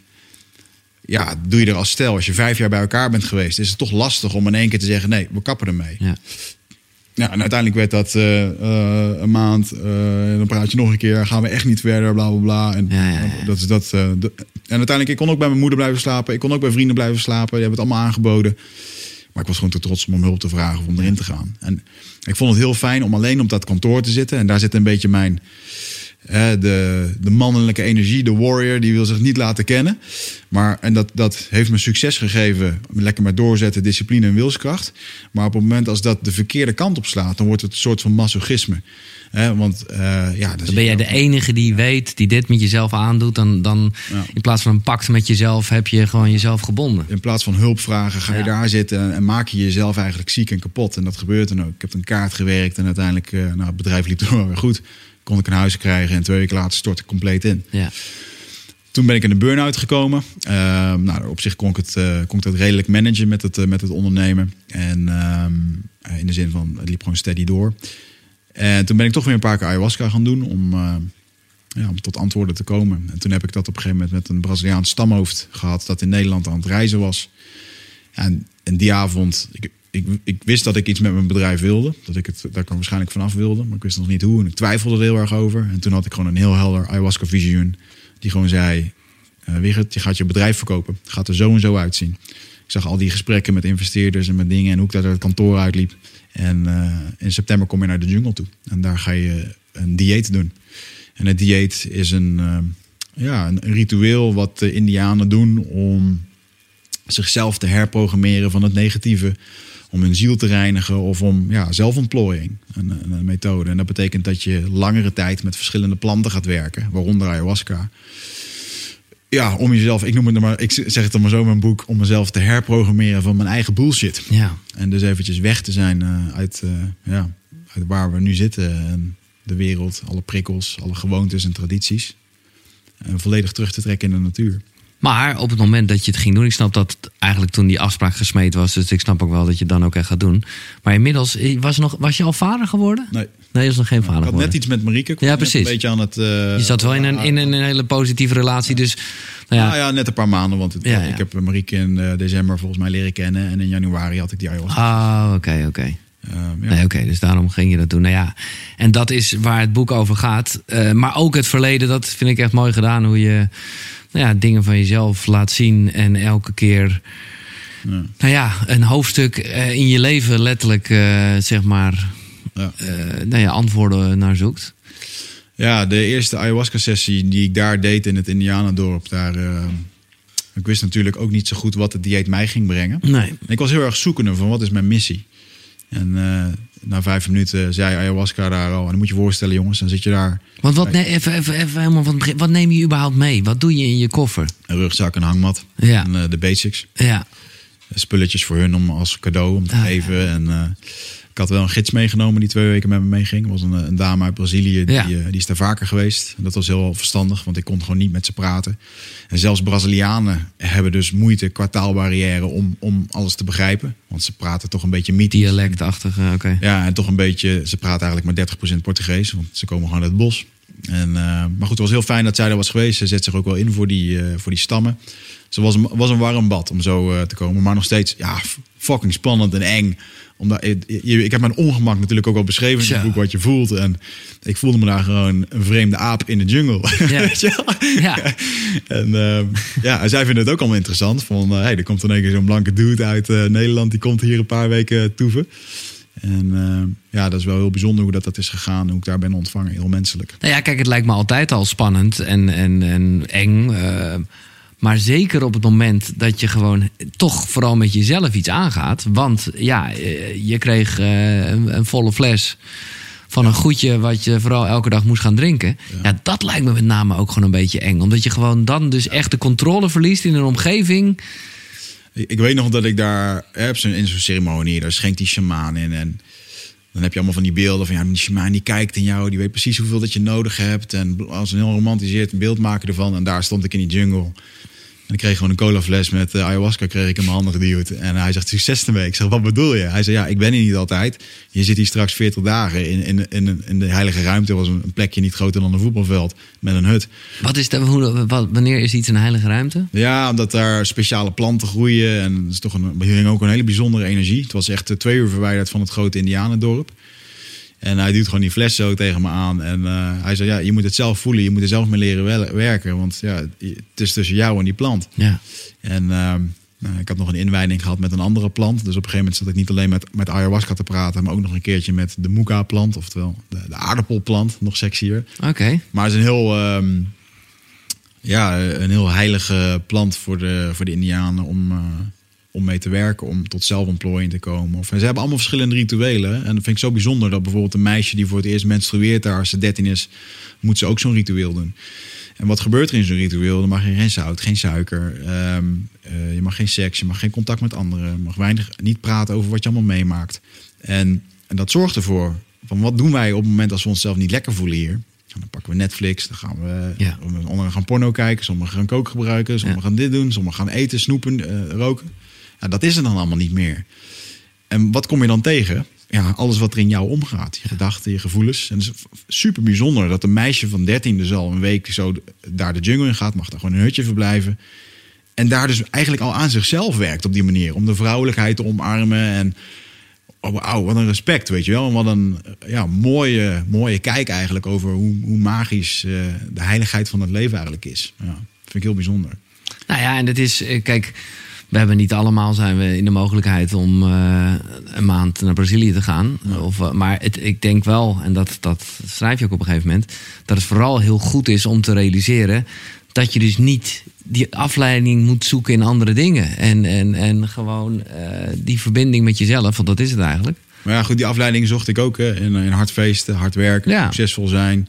ja, doe je er als stel. Als je vijf jaar bij elkaar bent geweest, is het toch lastig om in één keer te zeggen, nee, we kappen ermee. Ja. Ja, en uiteindelijk werd dat uh, uh, een maand. Uh, dan praat je nog een keer, gaan we echt niet verder, bla bla bla. En, ja, ja, ja. Dat is dat, uh, de, en uiteindelijk, ik kon ook bij mijn moeder blijven slapen. Ik kon ook bij vrienden blijven slapen. Die hebben het allemaal aangeboden. Maar ik was gewoon te trots om hulp te vragen of om erin te gaan. En ik vond het heel fijn om alleen op dat kantoor te zitten. En daar zit een beetje mijn... Hè, de, de mannelijke energie, de warrior, die wil zich niet laten kennen. Maar, en dat, dat heeft me succes gegeven. Lekker maar doorzetten, discipline en wilskracht. Maar op het moment als dat de verkeerde kant op slaat, dan wordt het een soort van masochisme. He, want, uh, ja, dan ben jij de enige die weet, die dit met jezelf aandoet. Dan, dan ja. In plaats van een pact met jezelf, heb je gewoon jezelf gebonden. In plaats van hulp vragen, ga je ja. daar zitten en, en maak je jezelf eigenlijk ziek en kapot. En dat gebeurt dan ook. Ik heb een kaart gewerkt en uiteindelijk, uh, nou, het bedrijf liep er weer goed. Kon ik een huis krijgen en twee weken later stortte ik compleet in. Ja. Toen ben ik in de burn-out gekomen. Uh, nou, op zich kon ik het, uh, kon ik het redelijk managen met het, uh, met het ondernemen. En uh, in de zin van, het liep gewoon steady door. En toen ben ik toch weer een paar keer ayahuasca gaan doen om, uh, ja, om tot antwoorden te komen. En toen heb ik dat op een gegeven moment met een Braziliaans stamhoofd gehad dat in Nederland aan het reizen was. En, en die avond, ik, ik, ik wist dat ik iets met mijn bedrijf wilde. Dat ik het, dat ik er waarschijnlijk vanaf wilde, maar ik wist nog niet hoe. En ik twijfelde er heel erg over. En toen had ik gewoon een heel helder ayahuasca visioen. Die gewoon zei, uh, Wigert, je gaat je bedrijf verkopen. Het gaat er zo en zo uitzien. Ik zag al die gesprekken met investeerders en met dingen en hoe ik daar het kantoor uitliep. En uh, in september kom je naar de jungle toe. En daar ga je een dieet doen. En het dieet is een, uh, ja, een ritueel wat de Indianen doen om zichzelf te herprogrammeren van het negatieve. Om hun ziel te reinigen of om ja, zelfontplooiing. Een, een, een methode. En dat betekent dat je langere tijd met verschillende planten gaat werken. Waaronder ayahuasca. Ja, om jezelf, ik noem het maar, ik zeg het dan maar zo in mijn boek, om mezelf te herprogrammeren van mijn eigen bullshit. Ja. En dus eventjes weg te zijn uh, uit, uh, ja, uit waar we nu zitten. En de wereld, alle prikkels, alle gewoontes en tradities. En volledig terug te trekken in de natuur. Maar op het moment dat je het ging doen, ik snap dat eigenlijk toen die afspraak gesmeed was, dus ik snap ook wel dat je het dan ook echt gaat doen. Maar inmiddels, was, nog, was je al vader geworden? Nee. Nee, je was nog geen vader geworden. Ik had net iets met Marieke. Ik ja, precies. Een beetje aan het, uh, je zat wel in een, in een hele positieve relatie, dus... Nou ja, nou ja net een paar maanden, want het, ja, ja. ik heb Marieke in uh, december volgens mij leren kennen en in januari had ik die ayahuasca. Ah, oké, okay, oké. Okay. Uh, ja. Nee, oké, okay, dus daarom ging je dat doen. Nou ja, en dat is waar het boek over gaat. Uh, maar ook het verleden, dat vind ik echt mooi gedaan. Hoe je nou ja, dingen van jezelf laat zien en elke keer... Ja. Nou ja, een hoofdstuk uh, in je leven letterlijk, uh, zeg maar, ja. Uh, nou ja, antwoorden naar zoekt. Ja, de eerste ayahuasca-sessie die ik daar deed in het Indianendorp, daar... Uh, ik wist natuurlijk ook niet zo goed wat het dieet mij ging brengen. Nee. En ik was heel erg zoekende van wat is mijn missie. En uh, na vijf minuten zei ayahuasca daar al. En dan moet je voorstellen, jongens, dan zit je daar. Want wat, nee, even, even, even helemaal van het begin. Wat neem je überhaupt mee? Wat doe je in je koffer? Een rugzak, een hangmat. Ja. En uh, de basics. Ja. Spulletjes voor hun om als cadeau om te ah, geven. Ja. En uh, ik had wel een gids meegenomen die twee weken met me meeging. Er was een, een dame uit Brazilië, die, ja. uh, die is daar vaker geweest. En dat was heel verstandig, want ik kon gewoon niet met ze praten. En zelfs Brazilianen hebben dus moeite qua taalbarrière om, om alles te begrijpen. Want ze praten toch een beetje mythisch. Dialectachtig, oké. Okay. Ja, en toch een beetje, ze praten eigenlijk maar dertig procent Portugees. Want ze komen gewoon uit het bos. En, uh, maar goed, het was heel fijn dat zij er was geweest. Ze zet zich ook wel in voor die, uh, voor die stammen. Ze was een, was een warm bad om zo uh, te komen. Maar nog steeds, ja, fucking spannend en eng. Omdat, ik, ik heb mijn ongemak natuurlijk ook al beschreven in het boek wat je voelt. En ik voelde me daar gewoon een vreemde aap in de jungle. Ja. Weet je wel? Ja. En uh, ja, zij vinden het ook allemaal interessant. Van, uh, hey, er komt in één keer zo'n blanke dude uit uh, Nederland. Die komt hier een paar weken toeven. En uh, ja, dat is wel heel bijzonder hoe dat, dat is gegaan. Hoe ik daar ben ontvangen. Heel menselijk. Nou ja, kijk, het lijkt me altijd al spannend en, en, en eng. Uh, maar zeker op het moment dat je gewoon toch vooral met jezelf iets aangaat. Want ja, je kreeg uh, een, een volle fles van een goedje wat je vooral elke dag moest gaan drinken. Ja. Ja, dat lijkt me met name ook gewoon een beetje eng. Omdat je gewoon dan dus echt de controle verliest in een omgeving. Ik weet nog dat ik daar heb in zo'n ceremonie, daar schenkt die shamaan in. En dan heb je allemaal van die beelden van ja, die shamaan die kijkt in jou, die weet precies hoeveel dat je nodig hebt. En als een heel romantiseerd beeld maken ervan. En daar stond ik in die jungle. En ik kreeg gewoon een colafles met uh, ayahuasca kreeg ik in mijn handen geduwd. En hij zegt, succes ermee. Ik zeg, wat bedoel je? Hij zei, ja, ik ben hier niet altijd. Je zit hier straks veertig dagen in, in, in, in de heilige ruimte. Was een plekje niet groter dan een voetbalveld met een hut. Wat is dat, hoe, wat, wanneer is iets een heilige ruimte? Ja, omdat daar speciale planten groeien. En het is toch een, er ook een hele bijzondere energie. Het was echt twee uur verwijderd van het grote Indianendorp. En hij duwt gewoon die fles zo tegen me aan. En uh, hij zei, ja, je moet het zelf voelen. Je moet er zelf mee leren werken. Want ja, het is tussen jou en die plant. Ja. En uh, nou, ik had nog een inwijding gehad met een andere plant. Dus op een gegeven moment zat ik niet alleen met, met ayahuasca te praten. Maar ook nog een keertje met de muka-plant. Oftewel de, de aardappelplant. Nog sexier. Oké. Okay. Maar het is een heel, um, ja, een heel heilige plant voor de, voor de Indianen om... Uh, om mee te werken, om tot zelfontplooiing te komen. Of, en ze hebben allemaal verschillende rituelen. En dat vind ik zo bijzonder dat bijvoorbeeld een meisje die voor het eerst menstrueert daar als ze dertien is, moet ze ook zo'n ritueel doen. En wat gebeurt er in zo'n ritueel? Dan mag je geen zout, geen suiker. Um, uh, je mag geen seks, je mag geen contact met anderen. Je mag weinig niet praten over wat je allemaal meemaakt. En, en dat zorgt ervoor, van wat doen wij op het moment als we onszelf niet lekker voelen hier? Dan pakken we Netflix, dan gaan we ja. Sommigen gaan porno kijken, sommigen gaan koken gebruiken, sommigen ja. gaan dit doen, sommigen gaan eten, snoepen, uh, roken. Ja, dat is er dan allemaal niet meer. En wat kom je dan tegen? Ja, alles wat er in jou omgaat. Je gedachten, je gevoelens. En het is super bijzonder dat een meisje van dertien dus al een week zo daar de jungle in gaat. Mag daar gewoon een hutje verblijven. En daar dus eigenlijk al aan zichzelf werkt op die manier. Om de vrouwelijkheid te omarmen. En oh, wow, wat een respect, weet je wel. En wat een ja, mooie, mooie kijk eigenlijk over hoe, hoe magisch uh, de heiligheid van het leven eigenlijk is. Ja, dat vind ik heel bijzonder. Nou ja, en het is, kijk... We hebben niet allemaal zijn we in de mogelijkheid om uh, een maand naar Brazilië te gaan. Ja. Of, uh, maar het, ik denk wel, en dat, dat schrijf je ook op een gegeven moment, dat het vooral heel goed is om te realiseren dat je dus niet die afleiding moet zoeken in andere dingen. En, en, en gewoon uh, die verbinding met jezelf, want dat is het eigenlijk. Maar ja, goed, die afleiding zocht ik ook hè, in, in hard feesten, hard werken, Ja. succesvol zijn.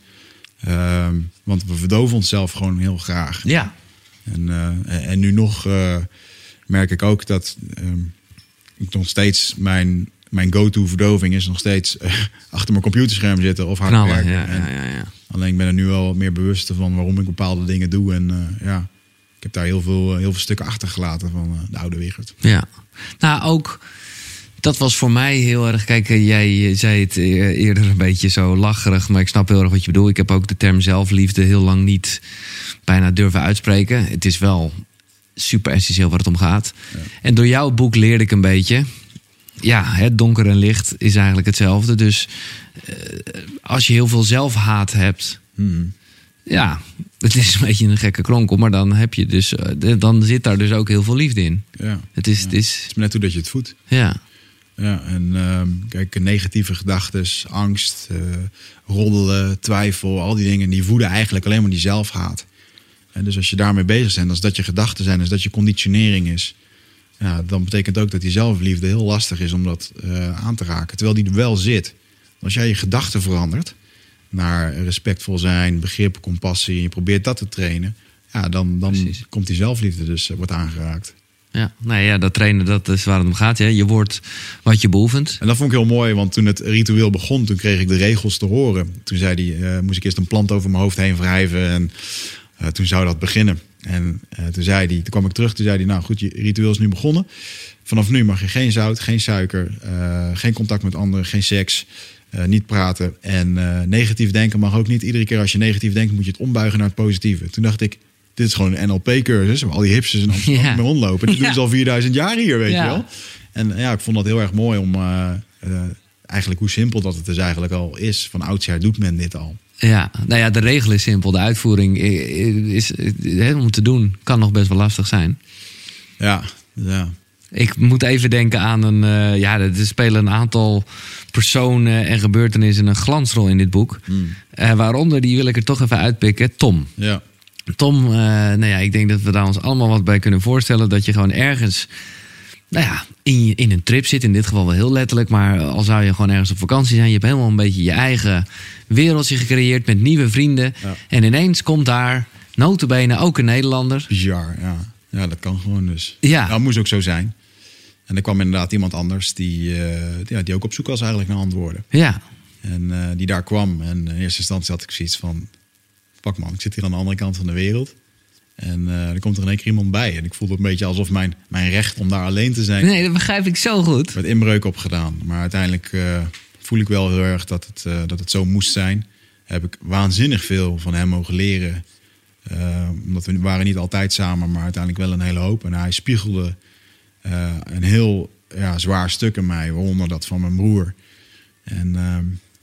Uh, want we verdoven onszelf gewoon heel graag. Ja. En, uh, en nu nog uh, merk ik ook dat um, ik nog steeds mijn, mijn go-to verdoving is nog steeds uh, achter mijn computerscherm zitten of hard Knallen, werken. ja, En ja, ja, ja. Alleen ik ben er nu wel wat meer bewust van waarom ik bepaalde dingen doe. En uh, ja, ik heb daar heel veel, heel veel stukken achtergelaten van uh, de oude Wichert. Ja. Nou, ook... Dat was voor mij heel erg... Kijk, jij zei het eerder een beetje zo lacherig... maar ik snap heel erg wat je bedoelt. Ik heb ook de term zelfliefde heel lang niet bijna durven uitspreken. Het is wel super essentieel waar het om gaat. Ja. En door jouw boek leerde ik een beetje... Ja, het donker en licht is eigenlijk hetzelfde. Dus uh, als je heel veel zelfhaat hebt... Hmm. Ja, het is een beetje een gekke kronkel... maar dan, heb je dus, uh, dan zit daar dus ook heel veel liefde in. Ja. Het is, ja. het is... Het is maar net hoe dat je het voedt. Ja. Ja, en uh, kijk, negatieve gedachten, angst, uh, roddelen, twijfel, al die dingen, die voeden eigenlijk alleen maar die zelfhaat. En dus als je daarmee bezig bent, als dat je gedachten zijn, als dat je conditionering is, ja, dan betekent ook dat die zelfliefde heel lastig is om dat uh, aan te raken. Terwijl die er wel zit. Als jij je gedachten verandert naar respectvol zijn, begrip, compassie, en je probeert dat te trainen, ja, dan, dan komt die zelfliefde dus uh, wordt aangeraakt. Ja, nou ja, dat trainen, dat is waar het om gaat. Ja. Je wordt wat je beoefent. En dat vond ik heel mooi, want toen het ritueel begon... toen kreeg ik de regels te horen. Toen zei hij, uh, moest ik eerst een plant over mijn hoofd heen wrijven... en uh, toen zou dat beginnen. En uh, toen zei hij, toen kwam ik terug, toen zei hij... nou goed, je ritueel is nu begonnen. Vanaf nu mag je geen zout, geen suiker... Uh, geen contact met anderen, geen seks... Uh, niet praten. En uh, negatief denken mag ook niet. Iedere keer als je negatief denkt, moet je het ombuigen naar het positieve. Toen dacht ik... Dit is gewoon een N L P-cursus, waar al die hipsters en Amsterdam ja. mee rondlopen. Dat doen ze al vierduizend jaar hier, weet ja. je wel. En ja, ik vond dat heel erg mooi om... Uh, uh, eigenlijk hoe simpel dat het dus eigenlijk al is. Van oudsher doet men dit al. Ja, nou ja, de regel is simpel. De uitvoering is, is om te doen kan nog best wel lastig zijn. Ja, ja. Ik moet even denken aan een... Uh, ja, er spelen een aantal personen en gebeurtenissen een glansrol in dit boek. Hmm. Uh, waaronder, die wil ik er toch even uitpikken, Tom. Ja. Tom, uh, nou ja, ik denk dat we daar ons allemaal wat bij kunnen voorstellen. Dat je gewoon ergens, nou ja, in, in een trip zit. In dit geval wel heel letterlijk. Maar al zou je gewoon ergens op vakantie zijn. Je hebt helemaal een beetje je eigen wereldje gecreëerd met nieuwe vrienden. Ja. En ineens komt daar, nota bene, ook een Nederlander. Bizar, ja. Ja, dat kan gewoon dus. Ja. Nou, het moest ook zo zijn. En er kwam inderdaad iemand anders die, uh, ja, die ook op zoek was eigenlijk naar antwoorden. Ja. En uh, die daar kwam. En in eerste instantie had ik zoiets van... Pak man, ik zit hier aan de andere kant van de wereld. En uh, er komt er in één keer iemand bij. En ik voelde het een beetje alsof mijn, mijn recht om daar alleen te zijn... Nee, dat begrijp ik zo goed. Werd inbreuk op gedaan. Maar uiteindelijk uh, voel ik wel heel erg dat het, uh, dat het zo moest zijn. Heb ik waanzinnig veel van hem mogen leren. Uh, omdat we waren niet altijd samen, maar uiteindelijk wel een hele hoop. En hij spiegelde uh, een heel ja, zwaar stuk in mij. Waaronder dat van mijn broer. En... Uh,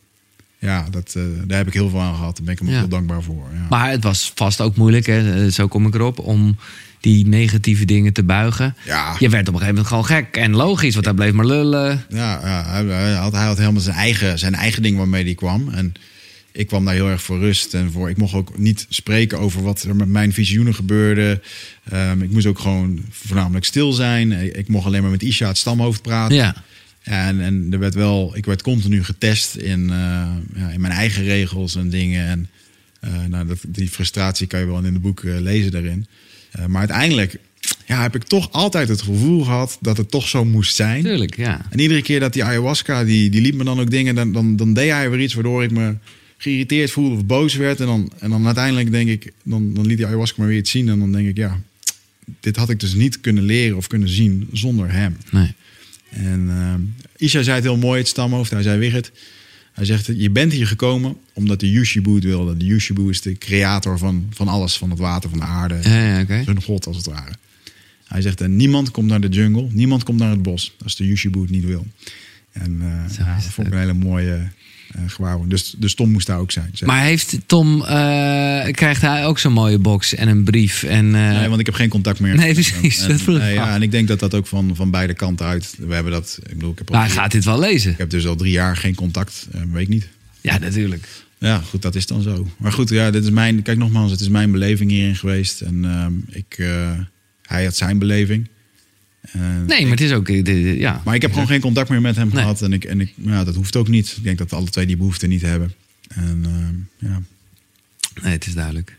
Ja, dat, uh, daar heb ik heel veel aan gehad. Daar ben ik hem ook ja. heel dankbaar voor. Ja. Maar het was vast ook moeilijk, hè? Zo kom ik erop, om die negatieve dingen te buigen. Ja. Je werd op een gegeven moment gewoon gek en logisch, want hij bleef maar lullen. Ja, ja hij, hij, had, hij had helemaal zijn eigen, zijn eigen ding waarmee hij kwam. En ik kwam daar heel erg voor rust. En voor, ik mocht ook niet spreken over wat er met mijn visioenen gebeurde. Um, ik moest ook gewoon voornamelijk stil zijn. Ik mocht alleen maar met Isha, het stamhoofd, praten. Ja. En, en er werd wel, ik werd continu getest in, uh, ja, in mijn eigen regels en dingen. En uh, nou, dat, die frustratie kan je wel in het boek uh, lezen daarin. Uh, maar uiteindelijk ja, heb ik toch altijd het gevoel gehad dat het toch zo moest zijn. Tuurlijk, ja. En iedere keer dat die ayahuasca, die, die liet me dan ook dingen, dan, dan, dan deed hij weer iets waardoor ik me geïrriteerd voelde of boos werd. En dan, en dan uiteindelijk denk ik, dan, dan liet die ayahuasca maar weer iets zien. En dan denk ik, ja, dit had ik dus niet kunnen leren of kunnen zien zonder hem. Nee. En uh, Isha zei het heel mooi, het stamhoofd. Hij zei, Wichert, hij zegt, je bent hier gekomen omdat de Yushibu het wilde. De Yushibu is de creator van, van alles, van het water, van de aarde. Ja, ja, okay. Hun god als het ware. Hij zegt, en niemand komt naar de jungle, niemand komt naar het bos als de Yushibu het niet wil. En uh, ja, dat vond ik een hele mooie uh, gewaarwording. Dus, dus Tom moest daar ook zijn. Zeg. Maar heeft Tom, uh, krijgt hij ook zo'n mooie box en een brief? En, uh... Nee, want ik heb geen contact meer. Nee, precies. En, dat en, ja, en ik denk dat dat ook van, van beide kanten uit. We hebben dat. Ik bedoel, ik heb maar hij gaat dit wel lezen. Ik heb dus al drie jaar geen contact. Uh, weet ik niet. Ja, natuurlijk. Ja, goed, dat is dan zo. Maar goed, ja, dit is mijn, kijk nogmaals, het is mijn beleving hierin geweest. En uh, ik, uh, hij had zijn beleving. En nee, ik, maar het is ook... Ja. Maar ik heb gewoon geen contact meer met hem nee. gehad. En, ik, en ik, ja, dat hoeft ook niet. Ik denk dat alle twee die behoefte niet hebben. En uh, ja... Nee, het is duidelijk.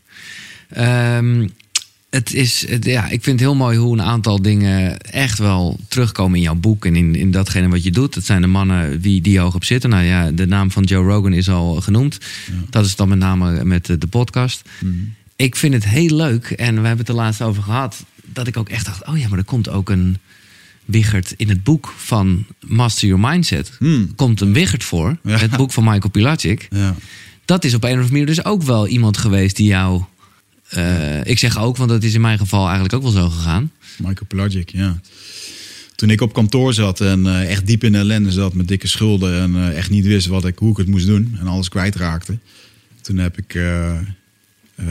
Um, het is, het, ja, ik vind het heel mooi hoe een aantal dingen echt wel terugkomen in jouw boek en in, in datgene wat je doet. Het zijn de mannen die, die hoog op zitten. Nou ja, de naam van Joe Rogan is al genoemd. Ja. Dat is dan met name met de, de podcast. Mm. Ik vind het heel leuk, en we hebben het er laatst over gehad, dat ik ook echt dacht, oh ja, maar er komt ook een Wichert in het boek van Master Your Mindset. Mm. Komt een Wichert voor, ja. Het boek van Michael Pilatschik. Ja. Dat is op een of andere manier dus ook wel iemand geweest die jou... Uh, ik zeg ook, want dat is in mijn geval eigenlijk ook wel zo gegaan. Michael Pilatschik, ja. Toen ik op kantoor zat en uh, echt diep in de ellende zat met dikke schulden... en uh, echt niet wist wat ik, hoe ik het moest doen en alles kwijtraakte... toen heb ik, uh, uh,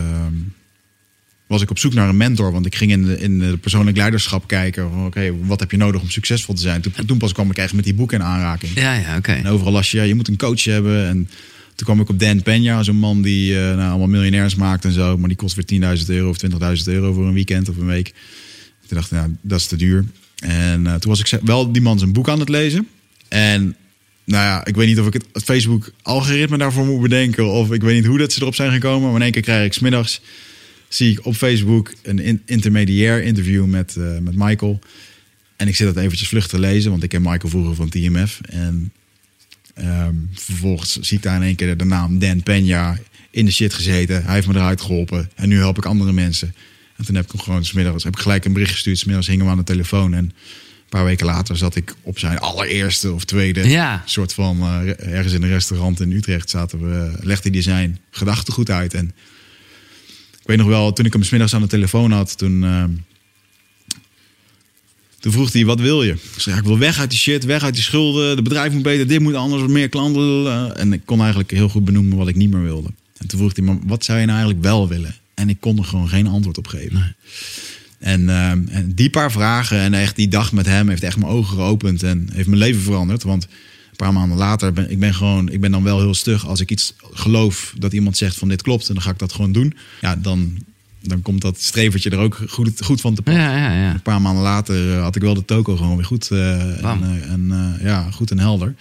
was ik op zoek naar een mentor. Want ik ging in de, in de persoonlijk leiderschap kijken... oké, okay, wat heb je nodig om succesvol te zijn? Toen, toen pas kwam ik echt met die boeken in aanraking. Ja, ja, oké. Okay. En overal las je, ja, je moet een coach hebben... en toen kwam ik op Dan Peña, zo'n man die uh, nou, allemaal miljonairs maakt en zo. Maar die kost weer tienduizend euro of twintigduizend euro voor een weekend of een week. Toen dacht ik, nou, dat is te duur. En uh, toen was ik wel die man zijn boek aan het lezen. En nou ja, ik weet niet of ik het, het Facebook-algoritme daarvoor moet bedenken. Of ik weet niet hoe dat ze erop zijn gekomen. Maar in één keer krijg ik 's middags, zie ik op Facebook een in, intermediair interview met, uh, met Michael. En ik zit dat eventjes vlug te lezen, want ik ken Michael vroeger van T M F. En... Um, vervolgens zie ik daar in één keer de naam Dan Peña in de shit gezeten. Hij heeft me eruit geholpen. En nu help ik andere mensen. En toen heb ik hem gewoon 's middags, heb ik gelijk een bericht gestuurd. 's Middags hingen we aan de telefoon. En een paar weken later zat ik op zijn allereerste of tweede ja. soort van uh, ergens in een restaurant in Utrecht zaten we, legde hij zijn gedachtegoed uit. En ik weet nog wel, toen ik hem 's middags aan de telefoon had, toen... Uh, Toen vroeg hij, wat wil je? Ik zei, ik wil weg uit die shit, weg uit die schulden. De bedrijf moet beter, dit moet anders, meer klanten. En ik kon eigenlijk heel goed benoemen wat ik niet meer wilde. En toen vroeg hij, maar wat zou je nou eigenlijk wel willen? En ik kon er gewoon geen antwoord op geven. Nee. En, uh, en die paar vragen en echt die dag met hem heeft echt mijn ogen geopend. En heeft mijn leven veranderd. Want een paar maanden later, ben ik ben gewoon, ik ben dan wel heel stug. Als ik iets geloof dat iemand zegt van dit klopt, en dan ga ik dat gewoon doen. Ja, dan... Dan komt dat strevertje er ook goed, goed van te pakken. Ja, ja, ja. Een paar maanden later had ik wel de toko gewoon weer goed. Uh, en, uh, en, uh, ja, goed en helder.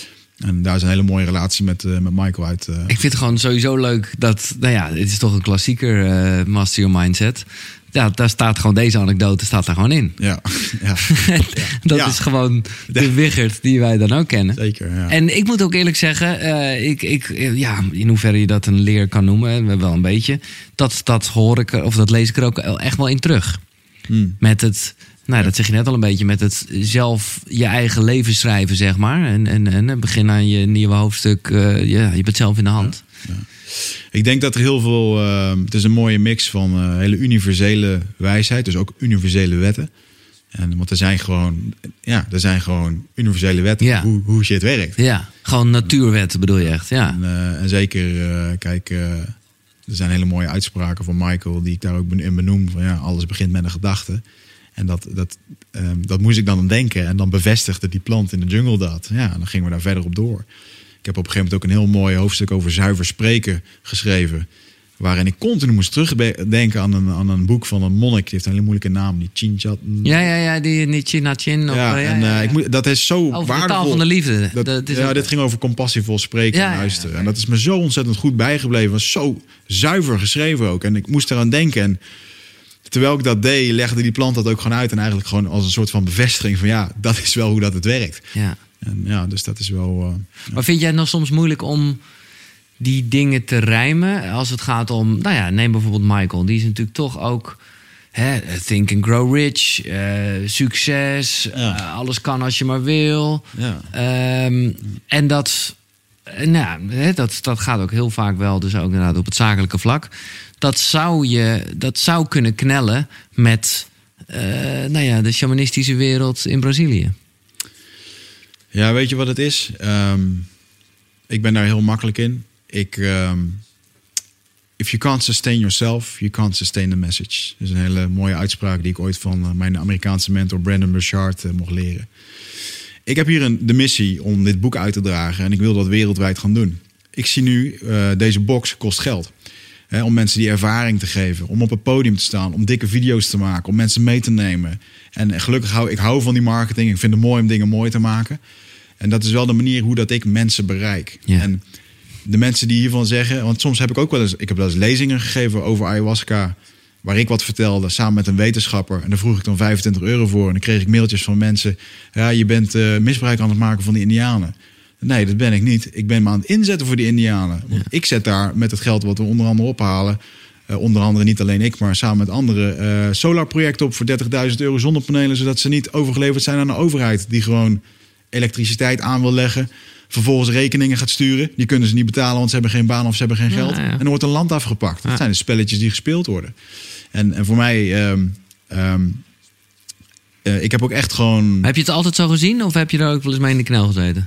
En daar is een hele mooie relatie met, uh, met Michael uit. Uh. Ik vind het gewoon sowieso leuk dat... Nou ja, het is toch een klassieker, uh, Master Your Mindset. Ja, daar staat gewoon deze anekdote staat daar gewoon in. Ja, ja. Dat ja. is gewoon de Wichert die wij dan ook kennen. Zeker, ja. En ik moet ook eerlijk zeggen, uh, ik, ik, ja, in hoeverre je dat een leer kan noemen, wel een beetje. Dat, dat hoor ik, of dat lees ik er ook echt wel in terug. Hmm. Met het, nou ja. dat zeg je net al een beetje, met het zelf je eigen leven schrijven, zeg maar. En, en, en begin aan je nieuwe hoofdstuk, uh, ja, je bent zelf in de hand. Ja, ja. Ik denk dat er heel veel... Uh, het is een mooie mix van uh, hele universele wijsheid. Dus ook universele wetten. En, want er zijn gewoon... Ja, er zijn gewoon universele wetten. Ja. Hoe, hoe shit werkt. Ja, gewoon natuurwetten bedoel je echt. Ja. En, uh, en zeker, uh, kijk... Uh, er zijn hele mooie uitspraken van Michael... die ik daar ook in benoem. Van, ja, alles begint met een gedachte. En dat, dat, uh, dat moest ik dan aan denken. En dan bevestigde die plant in de jungle dat. Ja, dan gingen we daar verder op door. Ik heb op een gegeven moment ook een heel mooi hoofdstuk over zuiver spreken geschreven. Waarin ik continu moest terugdenken aan een, aan een boek van een monnik. Die heeft een hele moeilijke naam. Die Chinchat. Ja, ja, ja, die Nichinachin. Ja, ja, en uh, ja, ja. Ik moet, dat is zo over waardevol. De taal van de liefde. Dat, dat is ja, ook... dit ging over compassievol spreken ja, en luisteren. Ja, ja, ja. En dat is me zo ontzettend goed bijgebleven. Het was zo zuiver geschreven ook. En ik moest eraan denken. En terwijl ik dat deed, legde die plant dat ook gewoon uit. En eigenlijk gewoon als een soort van bevestiging van ja, dat is wel hoe dat het werkt. Ja. En ja, dus dat is wel... Uh, maar ja. Vind jij het nog soms moeilijk om die dingen te rijmen? Als het gaat om... Nou ja, neem bijvoorbeeld Michael. Die is natuurlijk toch ook... Hè, think and grow rich. Uh, succes. Ja. Uh, alles kan als je maar wil. Ja. Um, en dat... Nou, hè, dat, dat gaat ook heel vaak wel dus ook inderdaad op het zakelijke vlak. Dat zou, je, dat zou kunnen knellen met uh, nou ja, de shamanistische wereld in Brazilië. Ja, weet je wat het is? Um, ik ben daar heel makkelijk in. Ik, um, if you can't sustain yourself, you can't sustain the message. Dat is een hele mooie uitspraak die ik ooit van uh, mijn Amerikaanse mentor Brandon Burchard uh, mocht leren. Ik heb hier een, de missie om dit boek uit te dragen en ik wil dat wereldwijd gaan doen. ik zie nu, uh, deze box kost geld. Hè, om mensen die ervaring te geven. Om op het podium te staan. Om dikke video's te maken. Om mensen mee te nemen. En gelukkig hou ik hou van die marketing. Ik vind het mooi om dingen mooi te maken. En dat is wel de manier hoe dat ik mensen bereik. Ja. En de mensen die hiervan zeggen... Want soms heb ik ook wel eens... Ik heb wel eens lezingen gegeven over ayahuasca... waar ik wat vertelde, samen met een wetenschapper. En daar vroeg ik dan vijfentwintig euro voor. En dan kreeg ik mailtjes van mensen... Ja, je bent uh, misbruik aan het maken van de Indianen. Nee, dat ben ik niet. Ik ben me aan het inzetten voor die Indianen. Want ja. ik zet daar met het geld wat we onder andere ophalen... Uh, onder andere niet alleen ik, maar samen met andere... Uh, solarprojecten op voor dertigduizend euro zonnepanelen... zodat ze niet overgeleverd zijn aan de overheid... die gewoon elektriciteit aan wil leggen... vervolgens rekeningen gaat sturen. Die kunnen ze niet betalen, want ze hebben geen baan of ze hebben geen geld. Ja, ja. En er wordt een land afgepakt. Ja. Dat zijn de spelletjes die gespeeld worden. En, en voor mij... Um, um, uh, ik heb ook echt gewoon... Heb je het altijd zo gezien? Of heb je er ook wel eens mee in de knel gezeten?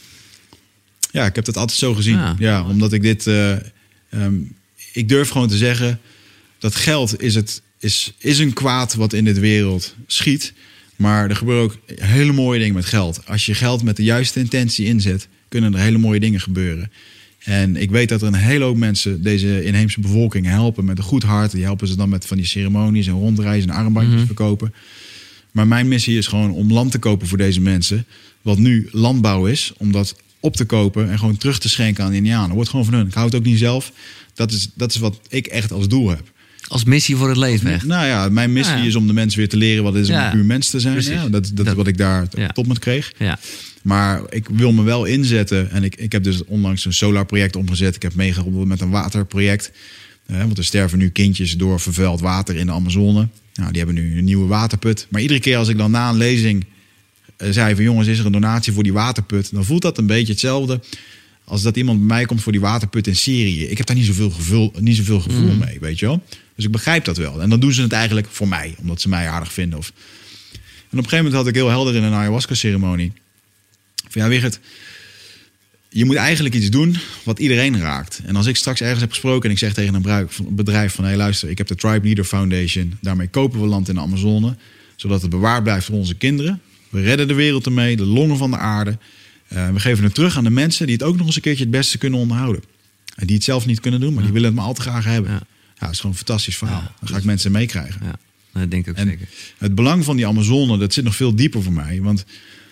Ja, ik heb het altijd zo gezien. Ja, ja omdat ik dit... Uh, um, ik durf gewoon te zeggen... dat geld is, het, is, is een kwaad wat in dit wereld schiet... Maar er gebeuren ook hele mooie dingen met geld. Als je geld met de juiste intentie inzet... kunnen er hele mooie dingen gebeuren. En ik weet dat er een hele hoop mensen... deze inheemse bevolking helpen met een goed hart. Die helpen ze dan met van die ceremonies en rondreizen... en armbandjes mm-hmm. verkopen. Maar mijn missie is gewoon om land te kopen voor deze mensen. Wat nu landbouw is. Om dat op te kopen en gewoon terug te schenken aan de Indianen. Wordt gewoon van hun. Ik hou het ook niet zelf. Dat is, dat is wat ik echt als doel heb. Als missie voor het leven, echt? Nou ja, mijn missie ja, ja. is om de mensen weer te leren wat het is ja. om een puur mens te zijn. Ja, dat dat, dat is wat ik daar ja. tot me kreeg. Ja. Maar ik wil me wel inzetten. En ik, ik heb dus onlangs een solarproject omgezet. Ik heb meegeholpen met een waterproject. Eh, want er sterven nu kindjes door vervuild water in de Amazone. Nou, die hebben nu een nieuwe waterput. Maar iedere keer als ik dan na een lezing uh, zei van... jongens, is er een donatie voor die waterput? Dan voelt dat een beetje hetzelfde... als dat iemand bij mij komt voor die waterput in Syrië. Ik heb daar niet zoveel gevoel, niet zoveel gevoel mm. mee, weet je wel. Dus ik begrijp dat wel. En dan doen ze het eigenlijk voor mij, omdat ze mij aardig vinden. Of... En op een gegeven moment had ik heel helder in een ayahuasca-ceremonie... van ja, Wigert, je moet eigenlijk iets doen wat iedereen raakt. En als ik straks ergens heb gesproken en ik zeg tegen een bedrijf van... hé, hey, luister, ik heb de Tribe Leader Foundation. Daarmee kopen we land in de Amazone, zodat het bewaard blijft voor onze kinderen. We redden de wereld ermee, de longen van de aarde... Uh, we geven het terug aan de mensen die het ook nog eens een keertje het beste kunnen onderhouden. En die het zelf niet kunnen doen, maar ja. die willen het maar al te graag hebben. Ja, ja dat is gewoon een fantastisch verhaal. Ja, Dan ga ik mensen meekrijgen. Ja, dat denk ik ook en zeker. Het belang van die Amazone, dat zit nog veel dieper voor mij. Want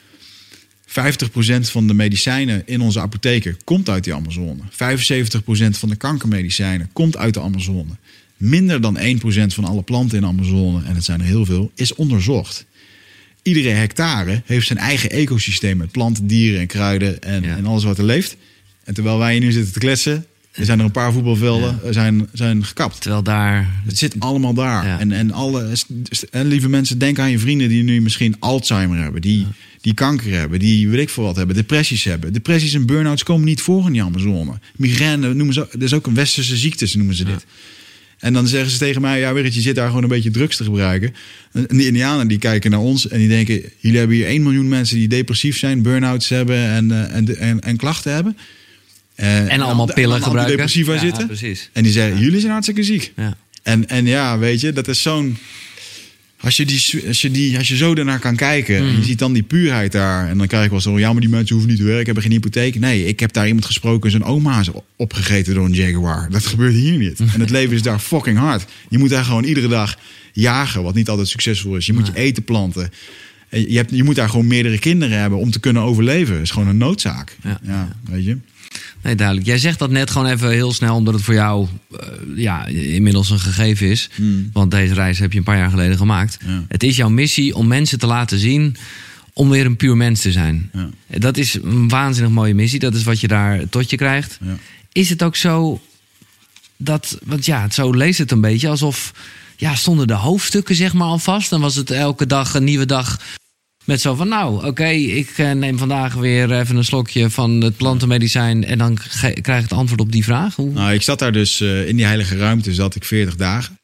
vijftig procent van de medicijnen in onze apotheken komt uit die Amazone. vijfenzeventig procent van de kankermedicijnen komt uit de Amazone. Minder dan één procent van alle planten in de Amazone, en het zijn er heel veel, is onderzocht. Iedere hectare heeft zijn eigen ecosysteem met planten, dieren en kruiden en, ja. en alles wat er leeft. En terwijl wij hier nu zitten te kletsen, er zijn er een paar voetbalvelden ja. zijn, zijn gekapt. Terwijl daar... Het zit allemaal daar. Ja. En, en, alle, en lieve mensen, denk aan je vrienden die nu misschien Alzheimer hebben, die, ja. die kanker hebben, die weet ik veel wat hebben, depressies hebben. Depressies en burn-outs komen niet voor in die Amazone. Migraine, noemen ze, dat is ook een westerse ziekte, noemen ze dit. Ja. En dan zeggen ze tegen mij, ja, Wigert, je zit daar gewoon een beetje drugs te gebruiken. En die Indianen die kijken naar ons en die denken... jullie hebben hier één miljoen mensen die depressief zijn, burn-outs hebben en, en, en, en klachten hebben. En, en allemaal en, pillen en gebruiken. Depressiva ja, zitten. Precies. En die zeggen, jullie zijn hartstikke ziek. Ja. En, en ja, weet je, dat is zo'n... Als je, die, als, je die, als je zo daarnaar kan kijken, mm. en je ziet dan die puurheid daar... en dan krijg ik wel zo, ja, maar die mensen hoeven niet te werken... hebben geen hypotheek. Nee, ik heb daar iemand gesproken... zijn oma is opgegeten door een jaguar. Dat gebeurt hier niet. En het leven is daar fucking hard. Je moet daar gewoon iedere dag jagen... wat niet altijd succesvol is. Je moet nee. je eten planten. Je, hebt, je moet daar gewoon meerdere kinderen hebben... om te kunnen overleven. Dat is gewoon een noodzaak. Ja, ja weet je. Nee, duidelijk. Jij zegt dat net gewoon even heel snel... omdat het voor jou uh, ja, inmiddels een gegeven is. Hmm. Want deze reis heb je een paar jaar geleden gemaakt. Ja. Het is jouw missie om mensen te laten zien... om weer een puur mens te zijn. Ja. Dat is een waanzinnig mooie missie. Dat is wat je daar tot je krijgt. Ja. Is het ook zo dat... want ja, zo leest het een beetje alsof... ja, stonden de hoofdstukken zeg maar al vast. Dan was het elke dag een nieuwe dag... met zo van, nou, oké, okay, ik neem vandaag weer even een slokje van het plantenmedicijn... en dan ge- krijg ik het antwoord op die vraag. Hoe... Nou, ik zat daar dus uh, in die heilige ruimte, zat ik veertig dagen.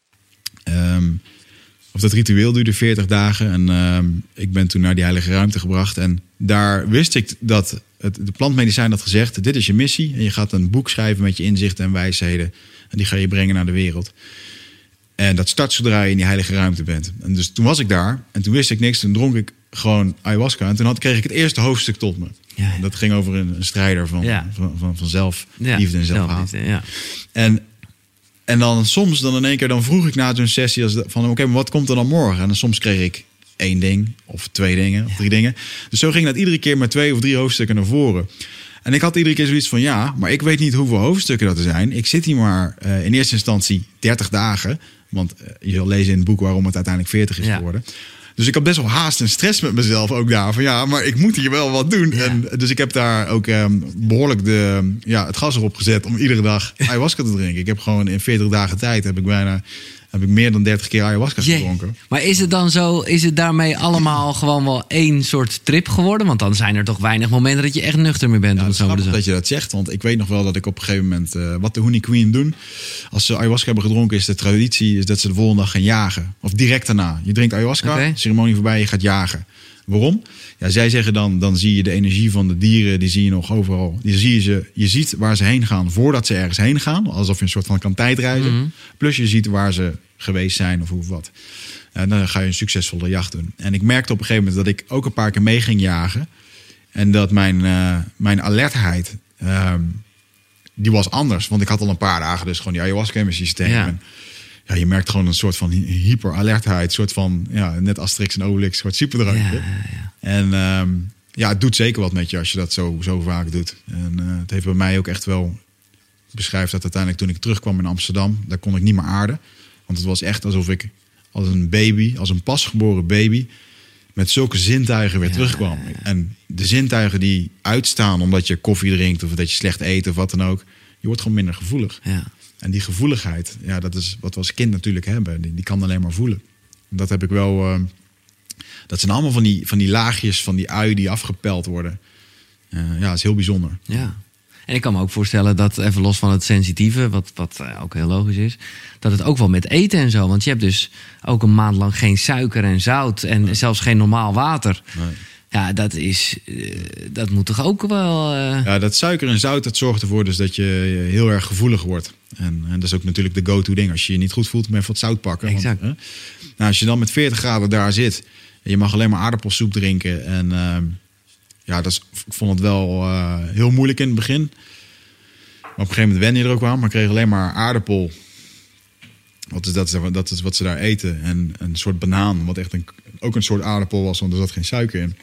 Um, of dat ritueel duurde veertig dagen. En um, ik ben toen naar die heilige ruimte gebracht. En daar wist ik dat het, de plantmedicijn had gezegd... dit is je missie en je gaat een boek schrijven met je inzichten en wijsheden. En die ga je brengen naar de wereld. En dat start zodra je in die heilige ruimte bent. En dus toen was ik daar en toen wist ik niks. Toen dronk ik gewoon ayahuasca. En toen had, kreeg ik het eerste hoofdstuk tot me. Ja, ja. En dat ging over een, een strijder van, ja. van, van, van zelfliefde ja, en zelfhaat. Ja. En, en dan soms, dan in één keer, dan vroeg ik na zo'n sessie als de, van oké, okay, maar wat komt er dan morgen? En dan soms kreeg ik één ding of twee dingen of drie dingen. Dus zo ging dat iedere keer met twee of drie hoofdstukken naar voren. En ik had iedere keer zoiets van ja, maar ik weet niet hoeveel hoofdstukken dat er zijn. Ik zit hier maar uh, in eerste instantie dertig dagen. Want uh, je zal lezen in het boek waarom het uiteindelijk veertig is ja. geworden. Dus ik had best wel haast en stress met mezelf ook daar. Van ja, maar ik moet hier wel wat doen. Ja. En, dus ik heb daar ook um, behoorlijk de, ja, het gas erop gezet om iedere dag ayahuasca te drinken. Ik heb gewoon in veertig dagen tijd heb ik bijna... heb ik meer dan dertig keer ayahuasca gedronken. Jee. Maar is het dan zo, is het daarmee allemaal gewoon wel één soort trip geworden? Want dan zijn er toch weinig momenten dat je echt nuchter meer bent. Ja, om het het zo is te dat je dat zegt. Want ik weet nog wel dat ik op een gegeven moment... Uh, wat de Honey Queen doen. Als ze ayahuasca hebben gedronken is de traditie... is dat ze de volgende dag gaan jagen. Of direct daarna. Je drinkt ayahuasca, okay. Ceremonie voorbij, je gaat jagen. Waarom? Ja, zij zeggen dan, dan zie je de energie van de dieren, die zie je nog overal. Die zie je, ze, je ziet waar ze heen gaan voordat ze ergens heen gaan. Alsof je een soort van kan tijdreizen. Mm-hmm. Plus je ziet waar ze geweest zijn of hoe of wat. En dan ga je een succesvolle jacht doen. En ik merkte op een gegeven moment dat ik ook een paar keer mee ging jagen. En dat mijn, uh, mijn alertheid, uh, die was anders. Want ik had al een paar dagen dus gewoon die ayahuasca in mijn systeem. Ja. En, ja, je merkt gewoon een soort van hyperalertheid. Een soort van, ja, net Asterix en Obelix, een soort superdrankje. Ja, ja, ja. En um, ja, het doet zeker wat met je als je dat zo, zo vaak doet. En uh, het heeft bij mij ook echt wel... beschrijft dat uiteindelijk toen ik terugkwam in Amsterdam... daar kon ik niet meer aarden. Want het was echt alsof ik als een baby, als een pasgeboren baby... met zulke zintuigen weer ja, terugkwam. Ja, ja. En de zintuigen die uitstaan omdat je koffie drinkt... of dat je slecht eet of wat dan ook... je wordt gewoon minder gevoelig. Ja. En die gevoeligheid, ja, dat is wat we als kind natuurlijk hebben. Die, die kan alleen maar voelen. Dat heb ik wel... Uh, dat zijn allemaal van die, van die laagjes van die ui die afgepeld worden. Uh, ja, dat is heel bijzonder. Ja. En ik kan me ook voorstellen dat, even los van het sensitieve... wat, wat uh, ook heel logisch is... dat het ook wel met eten en zo... want je hebt dus ook een maand lang geen suiker en zout... en nee. zelfs geen normaal water... Nee. Ja, dat is, uh, dat moet toch ook wel... Uh... Ja, dat suiker en zout, dat zorgt ervoor dus dat je heel erg gevoelig wordt. En, en dat is ook natuurlijk de go-to ding. Als je je niet goed voelt, moet je even wat zout pakken. Exact. Want, uh, nou, als je dan met veertig graden daar zit... en je mag alleen maar aardappelsoep drinken... en uh, ja, dat is, ik vond het wel uh, heel moeilijk in het begin. Maar op een gegeven moment wen je er ook aan. Maar ik kreeg alleen maar aardappel. Wat is dat, dat is wat ze daar eten. En een soort banaan, wat echt een, ook een soort aardappel was... want er zat geen suiker in.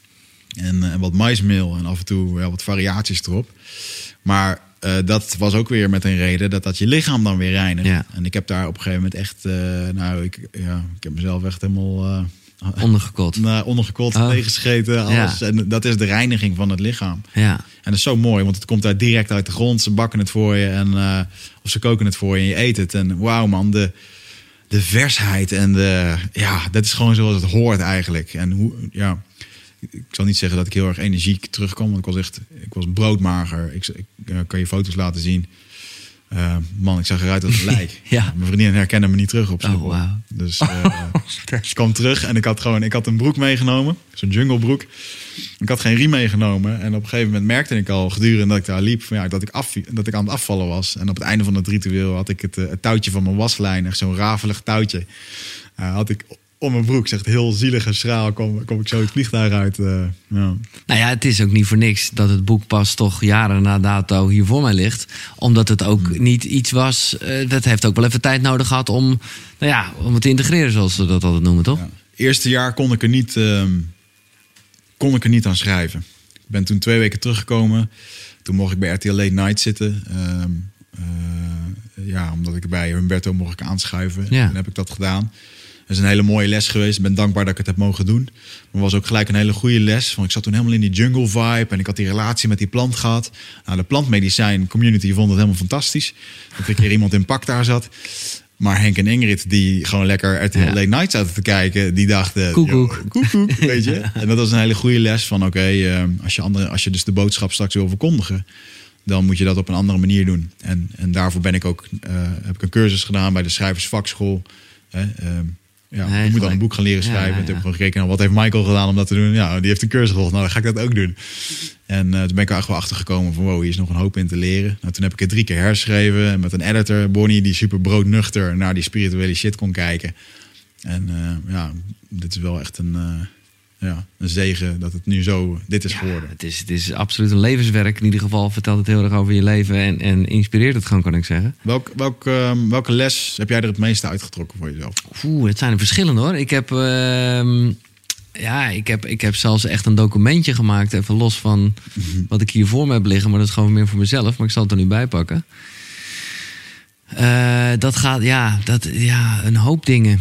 En, en wat maismeel en af en toe ja, wat variaties erop. Maar uh, dat was ook weer met een reden dat dat je lichaam dan weer reinigt. Ja. En ik heb daar op een gegeven moment echt... Uh, nou, ik, ja, ik heb mezelf echt helemaal... Uh, ondergekot. Nou, ondergekot, oh. tegengescheten, alles. Ja. En dat is de reiniging van het lichaam. Ja. En dat is zo mooi, want het komt daar direct uit de grond. Ze bakken het voor je en uh, of ze koken het voor je en je eet het. En wauw man, de, de versheid en de... Ja, dat is gewoon zoals het hoort eigenlijk. En hoe... Ja, ik zal niet zeggen dat ik heel erg energiek terugkwam, want ik was echt, ik was broodmager. Ik, ik uh, kan je foto's laten zien. Uh, man, ik zag eruit als een lijk. Ja. Mijn vriendin herkende me niet terug op Schiphol. Oh, wow. Dus uh, ik kwam terug en ik had gewoon, ik had een broek meegenomen, zo'n junglebroek. Ik had geen riem meegenomen en op een gegeven moment merkte ik al gedurende dat ik daar liep, van, ja, dat ik af, dat ik aan het afvallen was. En op het einde van het ritueel had ik het, uh, het touwtje van mijn waslijn, echt zo'n rafelig touwtje, uh, had ik om mijn broek, zegt heel zielig en schraal, kom, kom ik zo het vliegtuig uit. Uh, ja. Nou ja, het is ook niet voor niks dat het boek pas toch jaren na dato hier voor mij ligt. Omdat het ook hmm. niet iets was, uh, dat heeft ook wel even tijd nodig gehad om, nou ja, om het te integreren, zoals ze dat altijd noemen, toch? Ja. Eerste jaar kon ik er niet, uh, kon ik er niet aan schrijven. Ik ben toen twee weken teruggekomen. Toen mocht ik bij R T L Late Night zitten. Uh, uh, ja, omdat ik bij Humberto mocht ik aanschuiven. Ja. En heb ik dat gedaan. Dat is een hele mooie les geweest. Ik ben dankbaar dat ik het heb mogen doen. Maar het was ook gelijk een hele goede les. Want ik zat toen helemaal in die jungle vibe. En ik had die relatie met die plant gehad. Nou, de plantmedicijn community vond het helemaal fantastisch. Dat er een keer iemand in pak daar zat. Maar Henk en Ingrid, die gewoon lekker R T L ja. Late Night zaten te kijken. Die dachten, koekoek. koekoek, weet je. En dat was een hele goede les van oké, okay, uh, als je andere, als je dus de boodschap straks wil verkondigen, dan moet je dat op een andere manier doen. En, en daarvoor ben ik ook, uh, heb ik een cursus gedaan bij de Schrijversvakschool. Hè, uh, ja, Nee, je moet dan gelijk. een boek gaan leren schrijven. Ja, ja, En toen heb ja. ik gewoon gekeken, nou, wat heeft Michael gedaan om dat te doen? Ja, die heeft een cursus gevolgd. Nou, dan ga ik dat ook doen. En uh, toen ben ik er echt wel achter gekomen van, wow, hier is nog een hoop in te leren. Nou, toen heb ik het drie keer herschreven. En met een editor, Bonnie, die super broodnuchter naar die spirituele shit kon kijken. En uh, ja, dit is wel echt een, uh, ja, een zegen dat het nu zo dit is Ja, geworden. het is, het is absoluut een levenswerk. In ieder geval vertelt het heel erg over je leven en, en inspireert het gewoon, kan ik zeggen. Welk, welk, um, welke les heb jij er het meeste uitgetrokken voor jezelf? Oeh, het zijn er verschillende hoor. Ik heb, uh, ja, ik, heb, ik heb zelfs echt een documentje gemaakt, even los van wat ik hier voor me heb liggen. Maar dat is gewoon meer voor mezelf, maar ik zal het er nu bij pakken. Uh, dat gaat, ja, dat, ja, een hoop dingen.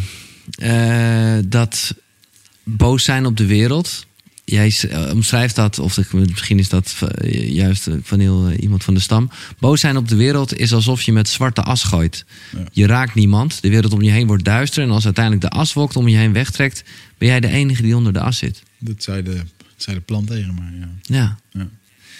Uh, dat boos zijn op de wereld. Jij omschrijft dat, of misschien is dat juist van heel iemand van de stam. Boos zijn op de wereld is alsof je met zwarte as gooit. Ja. Je raakt niemand, de wereld om je heen wordt duister. En als uiteindelijk de aswolk om je heen wegtrekt, ben jij de enige die onder de as zit. Dat zei de, dat zei de plant tegen mij, ja. Ja. ja.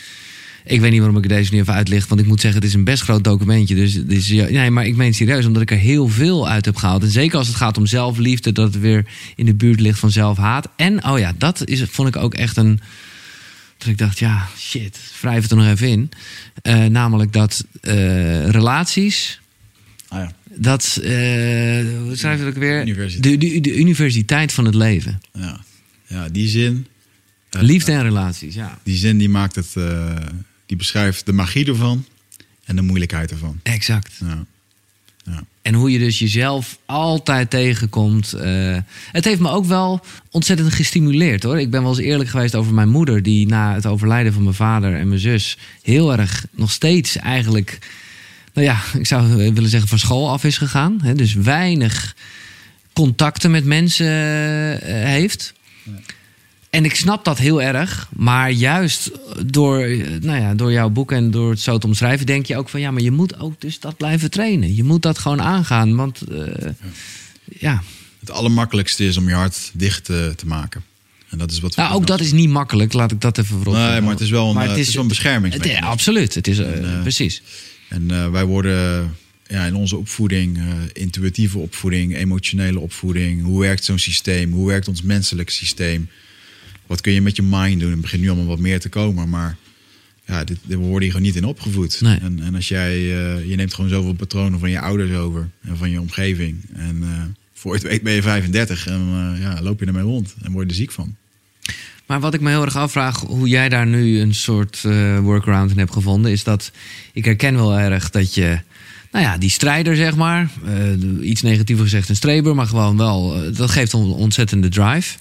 Ik weet niet waarom ik deze nu even uitlicht. Want ik moet zeggen, het is een best groot documentje. Dus, dus nee, maar ik meen het serieus, omdat ik er heel veel uit heb gehaald. En zeker als het gaat om zelfliefde, dat het weer in de buurt ligt van zelfhaat. En, oh ja, dat is, vond ik ook echt een... Dat ik dacht, ja, shit, wrijf het er nog even in. Uh, namelijk dat uh, relaties... Ah ja. Dat, uh, hoe schrijf je dat ook weer? Universiteit. De, de, de universiteit van het leven. Ja, ja die zin... Uh, Liefde en relaties, ja. Die zin die maakt het... Uh, die beschrijft de magie ervan en de moeilijkheid ervan. Exact. Ja. Ja. En hoe je dus jezelf altijd tegenkomt. Uh, het heeft me ook wel ontzettend gestimuleerd, hoor. Ik ben wel eens eerlijk geweest over mijn moeder... die na het overlijden van mijn vader en mijn zus... heel erg nog steeds eigenlijk... nou ja, ik zou willen zeggen van school af is gegaan. Hè, dus weinig contacten met mensen uh, heeft... Ja. En ik snap dat heel erg, maar juist door, nou ja, door jouw boek en door het zo te omschrijven... denk je ook van, ja, maar je moet ook dus dat blijven trainen. Je moet dat gewoon aangaan, want uh, ja. ja. Het allermakkelijkste is om je hart dicht te, te maken. En dat is wat we nou, ook dat is niet makkelijk, laat ik dat even voorop zeggen. Nee, maar het is wel een, maar het is, het is wel een beschermingsmechanisme. Ja, absoluut, het is, uh, en, uh, precies. En uh, wij worden... Ja, in onze opvoeding, uh, intuïtieve opvoeding, emotionele opvoeding... hoe werkt zo'n systeem, hoe werkt ons menselijk systeem... Wat kun je met je mind doen? Het begint nu allemaal wat meer te komen. Maar ja, dit, dit, we worden hier gewoon niet in opgevoed. Nee. En, en als jij, uh, je neemt gewoon zoveel patronen van je ouders over. En van je omgeving. En uh, voor je het weet ben je vijfendertig. En uh, ja, loop je ermee rond. En word je er ziek van. Maar wat ik me heel erg afvraag, hoe jij daar nu een soort uh, workaround in hebt gevonden... is dat ik herken wel erg dat je... Nou ja, die strijder, zeg maar. Uh, iets negatiever gezegd een streber. Maar gewoon wel, uh, dat geeft een ontzettende drive...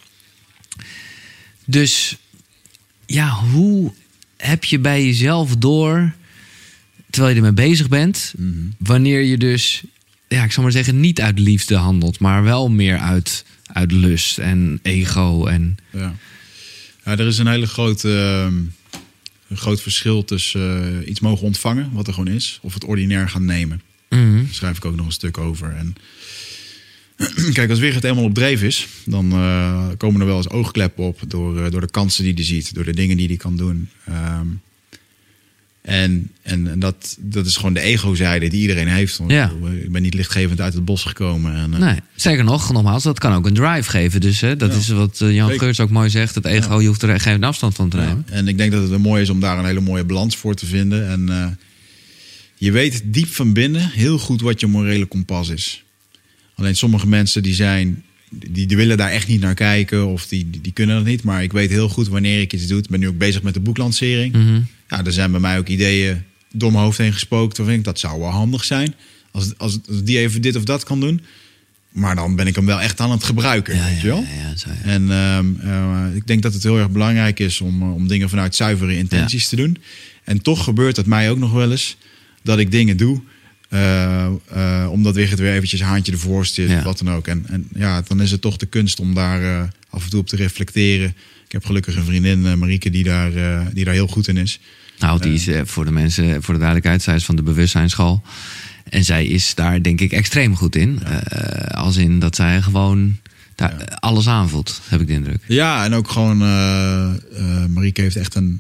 Dus ja, hoe heb je bij jezelf door, terwijl je ermee bezig bent, mm-hmm. wanneer je dus, ja, ik zal maar zeggen, niet uit liefde handelt, maar wel meer uit, uit lust en ego. En... Ja. Ja, er is een hele grote, uh, een groot verschil tussen uh, iets mogen ontvangen, wat er gewoon is, of het ordinair gaan nemen. Mm-hmm. Daar schrijf ik ook nog een stuk over. En kijk, als Wigert eenmaal op dreef is, dan uh, komen er wel eens oogkleppen op door, uh, door de kansen die hij ziet, door de dingen die hij kan doen. Um, en en, en dat, dat is gewoon de ego-zijde die iedereen heeft. Want ja. Ik ben niet lichtgevend uit het bos gekomen. En, uh, nee, zeker nog, nogmaals, dat kan ook een drive geven. Dus hè, dat ja. is wat uh, Jan Geurts ook mooi zegt. Het ego, ja. je hoeft er geen afstand van te nemen. Ja. En ik denk dat het mooi is om daar een hele mooie balans voor te vinden. En uh, je weet diep van binnen heel goed wat je morele kompas is. Alleen sommige mensen die zijn, die, die willen daar echt niet naar kijken of die, die, die kunnen dat niet. Maar ik weet heel goed wanneer ik iets doe. Ik ben nu ook bezig met de boeklancering. Mm-hmm. Ja, er zijn bij mij ook ideeën door mijn hoofd heen gespookt. Of ik, dat zou wel handig zijn als, als, als die even dit of dat kan doen. Maar dan ben ik hem wel echt aan het gebruiken. Ja, weet je wel? Ja, ja, zo, ja. En uh, uh, ik denk dat het heel erg belangrijk is om, uh, om dingen vanuit zuivere intenties ja. te doen. En toch gebeurt het mij ook nog wel eens dat ik dingen doe. Uh, uh, omdat Wigert weer eventjes haantje ervoor zit, ja. wat dan ook. En, en ja, dan is het toch de kunst om daar uh, af en toe op te reflecteren. Ik heb gelukkig een vriendin, uh, Marieke, die daar, uh, die daar heel goed in is. Nou, die is uh, voor de mensen, voor de duidelijkheid, zij is van de bewustzijnsschool. En zij is daar denk ik extreem goed in. Ja. Uh, als in dat zij gewoon daar ja. alles aanvoelt, heb ik de indruk. Ja, en ook gewoon, uh, uh, Marieke heeft echt een,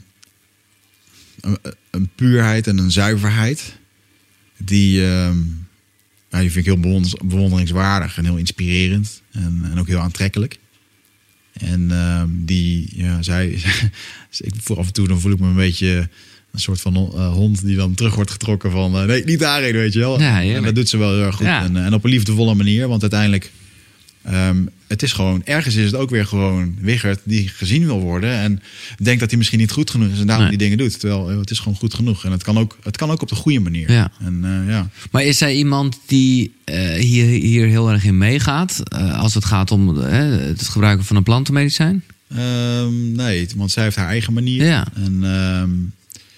een, een puurheid en een zuiverheid. Die, uh, Ja, die vind ik heel bewonder- bewonderingswaardig en heel inspirerend. En, en ook heel aantrekkelijk. En uh, die, ja, zij... ik voel af en toe, dan voel ik me een beetje... een soort van uh, hond die dan terug wordt getrokken van... Uh, nee, niet daarheen, weet je wel. Ja, en dat doet ze wel heel erg goed. Ja. En, uh, en op een liefdevolle manier. Want uiteindelijk... Um, het is gewoon... Ergens is het ook weer gewoon Wichert die gezien wil worden. En denkt dat hij misschien niet goed genoeg is. En daarom nee. die dingen doet. Terwijl uh, het is gewoon goed genoeg. En het kan ook, het kan ook op de goede manier. Ja. En, uh, ja. Maar is zij iemand die uh, hier, hier heel erg in meegaat? Uh, als het gaat om uh, het gebruiken van een plantenmedicijn? Um, nee, want zij heeft haar eigen manier. Ja. En... Um,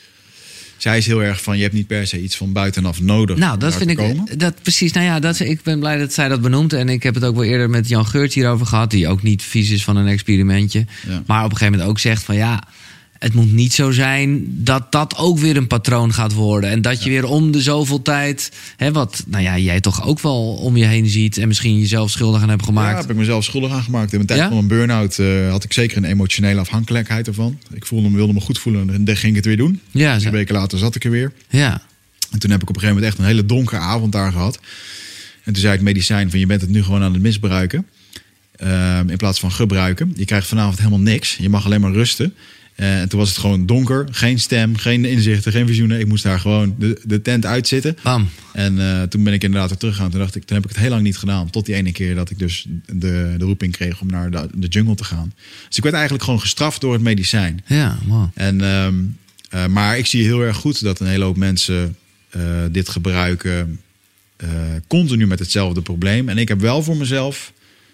zij is heel erg van, je hebt niet per se iets van buitenaf nodig. Nou, dat vind ik, dat precies. Nou ja, dat, ik ben blij dat zij dat benoemt. En ik heb het ook wel eerder met Jan Geurts hierover gehad. Die ook niet vies is van een experimentje. Ja. Maar op een gegeven moment ook zegt van ja... Het moet niet zo zijn dat dat ook weer een patroon gaat worden. En dat je ja. weer om de zoveel tijd... Hè, wat nou ja, jij toch ook wel om je heen ziet... en misschien jezelf schuldig aan hebt gemaakt. Ja, heb ik mezelf schuldig aan gemaakt. In mijn tijd ja? van een burn-out uh, had ik zeker een emotionele afhankelijkheid ervan. Ik voelde, wilde me goed voelen en dan ging ik het weer doen. Ja, Twee weken later zat ik er weer. Ja. En toen heb ik op een gegeven moment echt een hele donkere avond daar gehad. En toen zei het medicijn van je bent het nu gewoon aan het misbruiken. Uh, in plaats van gebruiken. Je krijgt vanavond helemaal niks. Je mag alleen maar rusten. Uh, en toen was het gewoon donker, geen stem, geen inzichten, geen visioenen. Ik moest daar gewoon de, de tent uitzitten. Bam. En uh, toen ben ik inderdaad weer teruggegaan. Toen dacht ik, toen heb ik het heel lang niet gedaan. Tot die ene keer dat ik dus de, de roeping kreeg om naar de, de jungle te gaan. Dus ik werd eigenlijk gewoon gestraft door het medicijn. Ja, wow. En, um, uh, maar ik zie heel erg goed dat een hele hoop mensen uh, dit gebruiken. Uh, continu met hetzelfde probleem. En ik heb wel voor mezelf,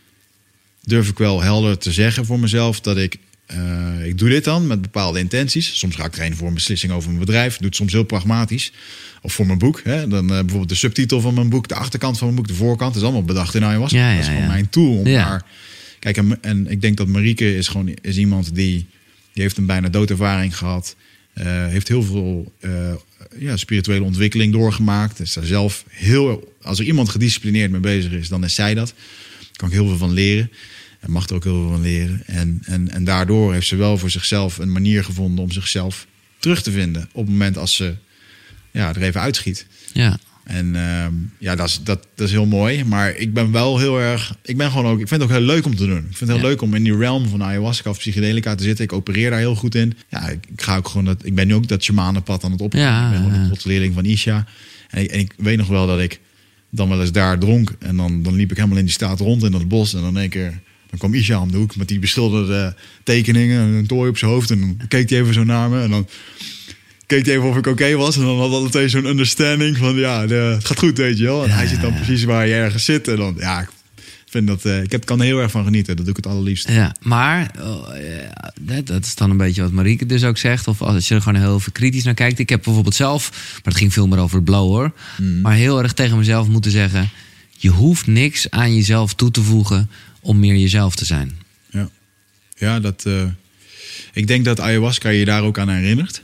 durf ik wel helder te zeggen voor mezelf, dat ik... Uh, ik doe dit dan met bepaalde intenties. Soms ga ik trainen voor een beslissing over mijn bedrijf. Ik doe het soms heel pragmatisch. Of voor mijn boek. Hè. Dan uh, bijvoorbeeld de subtitel van mijn boek, de achterkant van mijn boek, de voorkant. Dat is allemaal bedacht in ayahuasca. Ja, ja, dat is gewoon ja. mijn tool. Om ja. daar... Kijk, en, en ik denk dat Marieke is gewoon is iemand die, die heeft een bijna doodervaring gehad. Uh, heeft heel veel uh, ja, spirituele ontwikkeling doorgemaakt. Is daar zelf heel... Als er iemand gedisciplineerd mee bezig is, dan is zij dat. Daar kan ik heel veel van leren. En mag er ook heel veel van leren. En, en, en daardoor heeft ze wel voor zichzelf een manier gevonden om zichzelf terug te vinden. Op het moment als ze ja, er even uitschiet. Ja. En um, ja, dat is, dat, dat is heel mooi. Maar ik ben wel heel erg... Ik ben gewoon ook... Ik vind het ook heel leuk om te doen. Ik vind het heel ja. leuk om in die realm van ayahuasca of psychedelica te zitten. Ik opereer daar heel goed in. Ja, ik, ik ga ook gewoon... Dat, ik ben nu ook dat shamanenpad aan het opgaan. Ja, ik ben gewoon ja. een grote leerling van Isha. En ik, en ik weet nog wel dat ik dan wel eens daar dronk. En dan, dan liep ik helemaal in die staat rond in dat bos. En dan in één keer... Dan kwam Isha om de hoek met die beschilderde tekeningen en een tooi op zijn hoofd. En dan keek hij even zo naar me. En dan keek hij even of ik oké okay was. En dan had hij meteen zo'n understanding van ja, de, het gaat goed, weet je wel. En ja, hij zit dan ja. precies waar je ergens zit. En dan ja, ik vind dat uh, ik heb, kan er heel erg van genieten. Dat doe ik het allerliefst. Ja, maar oh, ja, dat is dan een beetje wat Marieke dus ook zegt. Of als je er gewoon heel veel kritisch naar kijkt. Ik heb bijvoorbeeld zelf, maar het ging veel meer over het blower. Mm. Maar heel erg tegen mezelf moeten zeggen: je hoeft niks aan jezelf toe te voegen om meer jezelf te zijn. Ja, ja dat, uh, ik denk dat ayahuasca je daar ook aan herinnert.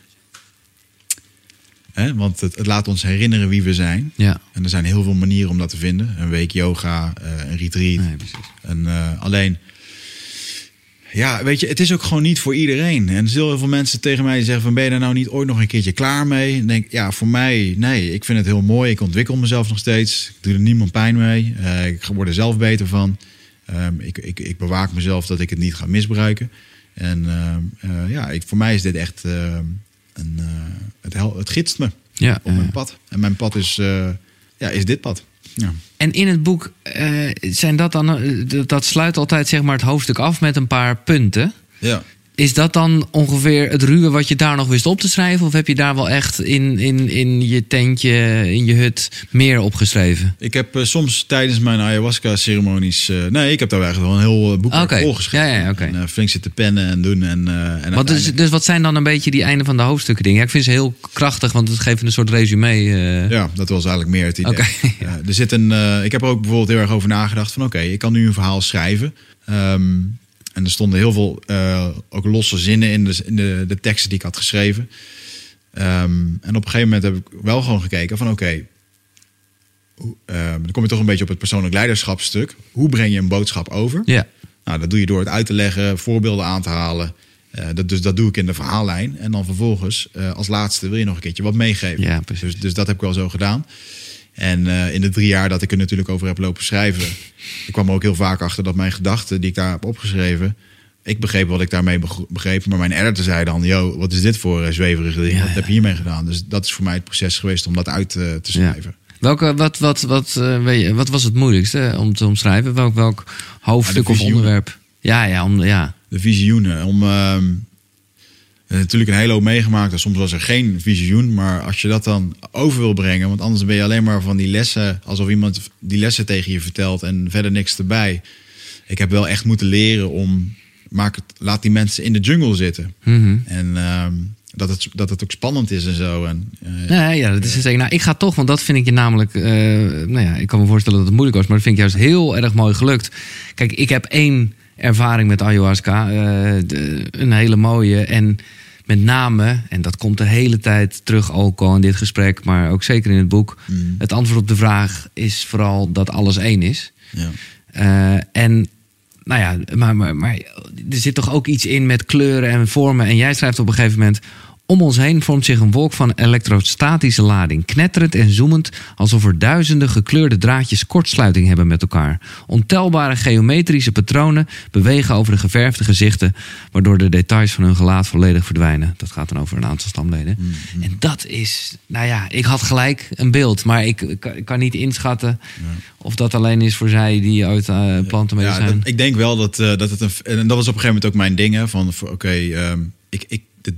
Hè? Want het, het laat ons herinneren wie we zijn. Ja. En er zijn heel veel manieren om dat te vinden. Een week yoga, uh, een retreat. Nee, precies. En, uh, alleen, ja, weet je, het is ook gewoon niet voor iedereen. En er zullen heel veel mensen tegen mij zeggen van, ben je daar nou niet ooit nog een keertje klaar mee? En denk, ja, voor mij, nee, ik vind het heel mooi. Ik ontwikkel mezelf nog steeds. Ik doe er niemand pijn mee. Uh, ik word er zelf beter van. Um, ik, ik, ik bewaak mezelf dat ik het niet ga misbruiken. En uh, uh, ja, ik, voor mij is dit echt uh, een, uh, het, hel, het gidst me ja, op mijn uh, pad. En mijn pad is, uh, ja, is dit pad. Ja. En in het boek uh, zijn dat dan, uh, dat sluit altijd zeg maar het hoofdstuk af met een paar punten. Ja. Is dat dan ongeveer het ruwe wat je daar nog wist op te schrijven? Of heb je daar wel echt in, in, in je tentje, in je hut, meer opgeschreven? Ik heb uh, soms tijdens mijn ayahuasca-ceremonies... Uh, nee, ik heb daar eigenlijk wel een heel boek okay. volgeschreven. Ja, ja, okay. En uh, flink zitten pennen en doen. En, uh, en wat dus, dus wat zijn dan een beetje die einde van de hoofdstukken dingen? Ja, ik vind ze heel krachtig, want het geeft een soort resume. Uh... Ja, dat was eigenlijk meer het idee. Okay. uh, er zit een, uh, ik heb er ook bijvoorbeeld heel erg over nagedacht van... oké, okay, ik kan nu een verhaal schrijven... Um, En er stonden heel veel uh, ook losse zinnen in, de, in de, de teksten die ik had geschreven. Um, en op een gegeven moment heb ik wel gewoon gekeken van oké... Okay, uh, dan kom je toch een beetje op het persoonlijk leiderschapsstuk. Hoe breng je een boodschap over? Ja. Nou, dat doe je door het uit te leggen, voorbeelden aan te halen. Uh, dat, dus dat doe ik in de verhaallijn. En dan vervolgens, uh, als laatste, wil je nog een keertje wat meegeven. Ja, precies. Dus, dus dat heb ik wel zo gedaan. En uh, in de drie jaar dat ik er natuurlijk over heb lopen schrijven... ik kwam er ook heel vaak achter dat mijn gedachten die ik daar heb opgeschreven... ik begreep wat ik daarmee begreep. Maar mijn editor zei dan... yo, wat is dit voor uh, zweverige ding? Ja, wat heb je hiermee gedaan? Dus dat is voor mij het proces geweest om dat uit uh, te schrijven. Ja. Welke, wat, wat, wat, uh, weet je, wat was het moeilijkste om te omschrijven? Welk, welk hoofdstuk ja, of onderwerp? Ja, ja, om, ja. De visioenen. Om... Uh, natuurlijk een hele hoop meegemaakt. En soms was er geen visioen. Maar als je dat dan over wil brengen... want anders ben je alleen maar van die lessen... alsof iemand die lessen tegen je vertelt... en verder niks erbij. Ik heb wel echt moeten leren om... maak het, laat die mensen in de jungle zitten. Mm-hmm. En uh, dat, het, dat het ook spannend is en zo. En, uh, ja, ja, dat is zeker. Nou, ik ga toch, want dat vind ik je namelijk... Uh, nou ja, ik kan me voorstellen dat het moeilijk was... maar dat vind ik juist heel erg mooi gelukt. Kijk, ik heb één ervaring met ayahuasca. Uh, de, een hele mooie en... Met name, en dat komt de hele tijd terug ook al in dit gesprek... maar ook zeker in het boek... Mm. het antwoord op de vraag is vooral dat alles één is. Ja. Uh, en, nou ja, maar, maar, maar er zit toch ook iets in met kleuren en vormen... en jij schrijft op een gegeven moment... Om ons heen vormt zich een wolk van elektrostatische lading. Knetterend en zoemend, alsof er duizenden gekleurde draadjes kortsluiting hebben met elkaar. Ontelbare geometrische patronen bewegen over de geverfde gezichten... waardoor de details van hun gelaat volledig verdwijnen. Dat gaat dan over een aantal stamleden. Mm-hmm. En dat is, nou ja, ik had gelijk een beeld... maar ik, ik kan niet inschatten ja. of dat alleen is voor zij die uit uh, plantenmedicijn... Ja, dat, ik denk wel dat, uh, dat het een... En dat was op een gegeven moment ook mijn ding, hè, van oké, okay, um, ik... ik de,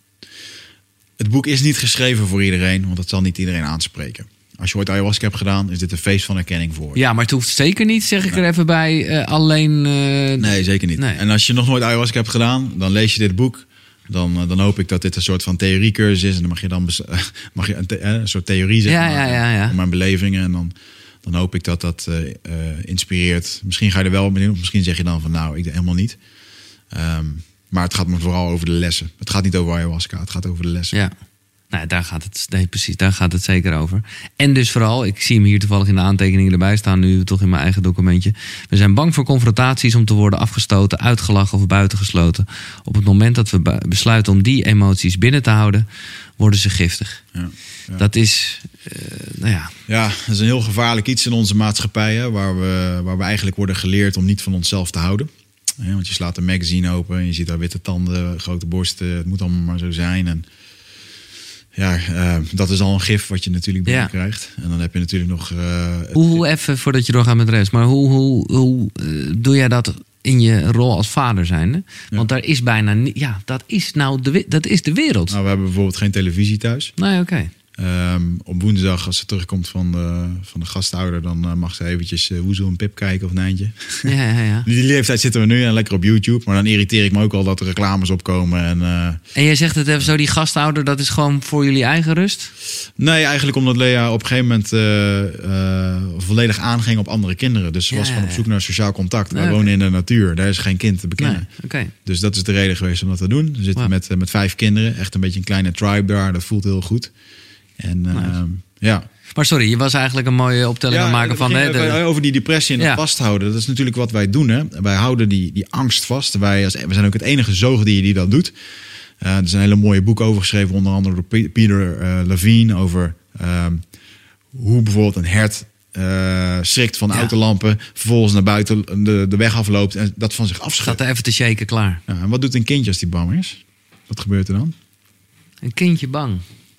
Het boek is niet geschreven voor iedereen, want het zal niet iedereen aanspreken. Als je ooit ayahuasca hebt gedaan, is dit een feest van erkenning voor je. Ja, maar het hoeft zeker niet, zeg ik nee. er even bij, uh, alleen... Uh, nee, zeker niet. Nee. En als je nog nooit ayahuasca hebt gedaan, dan lees je dit boek. Dan, uh, dan hoop ik dat dit een soort van theoriecursus is. En dan mag je dan bes- uh, mag je een, the- uh, een soort theorie zeggen ja, ja, ja, ja. van mijn belevingen. En dan, dan hoop ik dat dat uh, uh, inspireert. Misschien ga je er wel op of misschien zeg je dan van nou, ik helemaal niet. Um, Maar het gaat me vooral over de lessen. Het gaat niet over ayahuasca, het gaat over de lessen. Ja, nou, daar gaat het, nee, precies, daar gaat het zeker over. En dus vooral, ik zie hem hier toevallig in de aantekeningen erbij staan... nu toch in mijn eigen documentje. We zijn bang voor confrontaties om te worden afgestoten... uitgelachen of buitengesloten. Op het moment dat we besluiten om die emoties binnen te houden... worden ze giftig. Ja, ja. Dat is, uh, nou ja... Ja, dat is een heel gevaarlijk iets in onze maatschappij... Hè, waar, we, waar we eigenlijk worden geleerd om niet van onszelf te houden... Ja, want je slaat een magazine open en je ziet daar witte tanden, grote borsten. Het moet allemaal maar zo zijn. En ja, uh, dat is al een gif wat je natuurlijk binnenkrijgt. Ja. En dan heb je natuurlijk nog... Uh, hoe, hoe even, voordat je doorgaat met de rest. Maar hoe, hoe, hoe uh, doe jij dat in je rol als vader zijnde? Ja. Want daar is bijna... niet. Ja, dat is nou de, dat is de wereld. Nou, we hebben bijvoorbeeld geen televisie thuis. Nee, oké. Okay. Um, op woensdag, als ze terugkomt van de, van de gasthouder... dan uh, mag ze eventjes uh, Woezel en Pip kijken of Nijntje. Ja, ja, ja. Die leeftijd zitten we nu en lekker op YouTube. Maar dan irriteer ik me ook al dat er reclames opkomen. En, uh, en jij zegt het even zo, die gasthouder... dat is gewoon voor jullie eigen rust? Nee, eigenlijk omdat Lea op een gegeven moment... Uh, uh, volledig aanging op andere kinderen. Dus ze ja, was gewoon op zoek naar sociaal contact. Wij okay. wonen in de natuur, daar is geen kind te bekennen. Nee, okay. Dus dat is de reden geweest om dat te doen. We zitten wow. met, uh, met vijf kinderen. Echt een beetje een kleine tribe daar. Dat voelt heel goed. En uh, nice. ja. Maar sorry, je was eigenlijk een mooie optelling aan ja, het maken van... Hè, de... Over die depressie en het ja. vasthouden. Dat is natuurlijk wat wij doen. Hè. Wij houden die, die angst vast. Wij, als, we zijn ook het enige zoogdier die dat doet. Uh, er is een hele mooie boek over geschreven. Onder andere door P- Peter uh, Levine. Over uh, hoe bijvoorbeeld een hert uh, schrikt van ja. autolampen. Vervolgens naar buiten de, de weg afloopt. En dat van zich afschudt. Gaat er even te shaken, klaar. Ja, en wat doet een kindje als die bang is? Wat gebeurt er dan? Een kindje bang?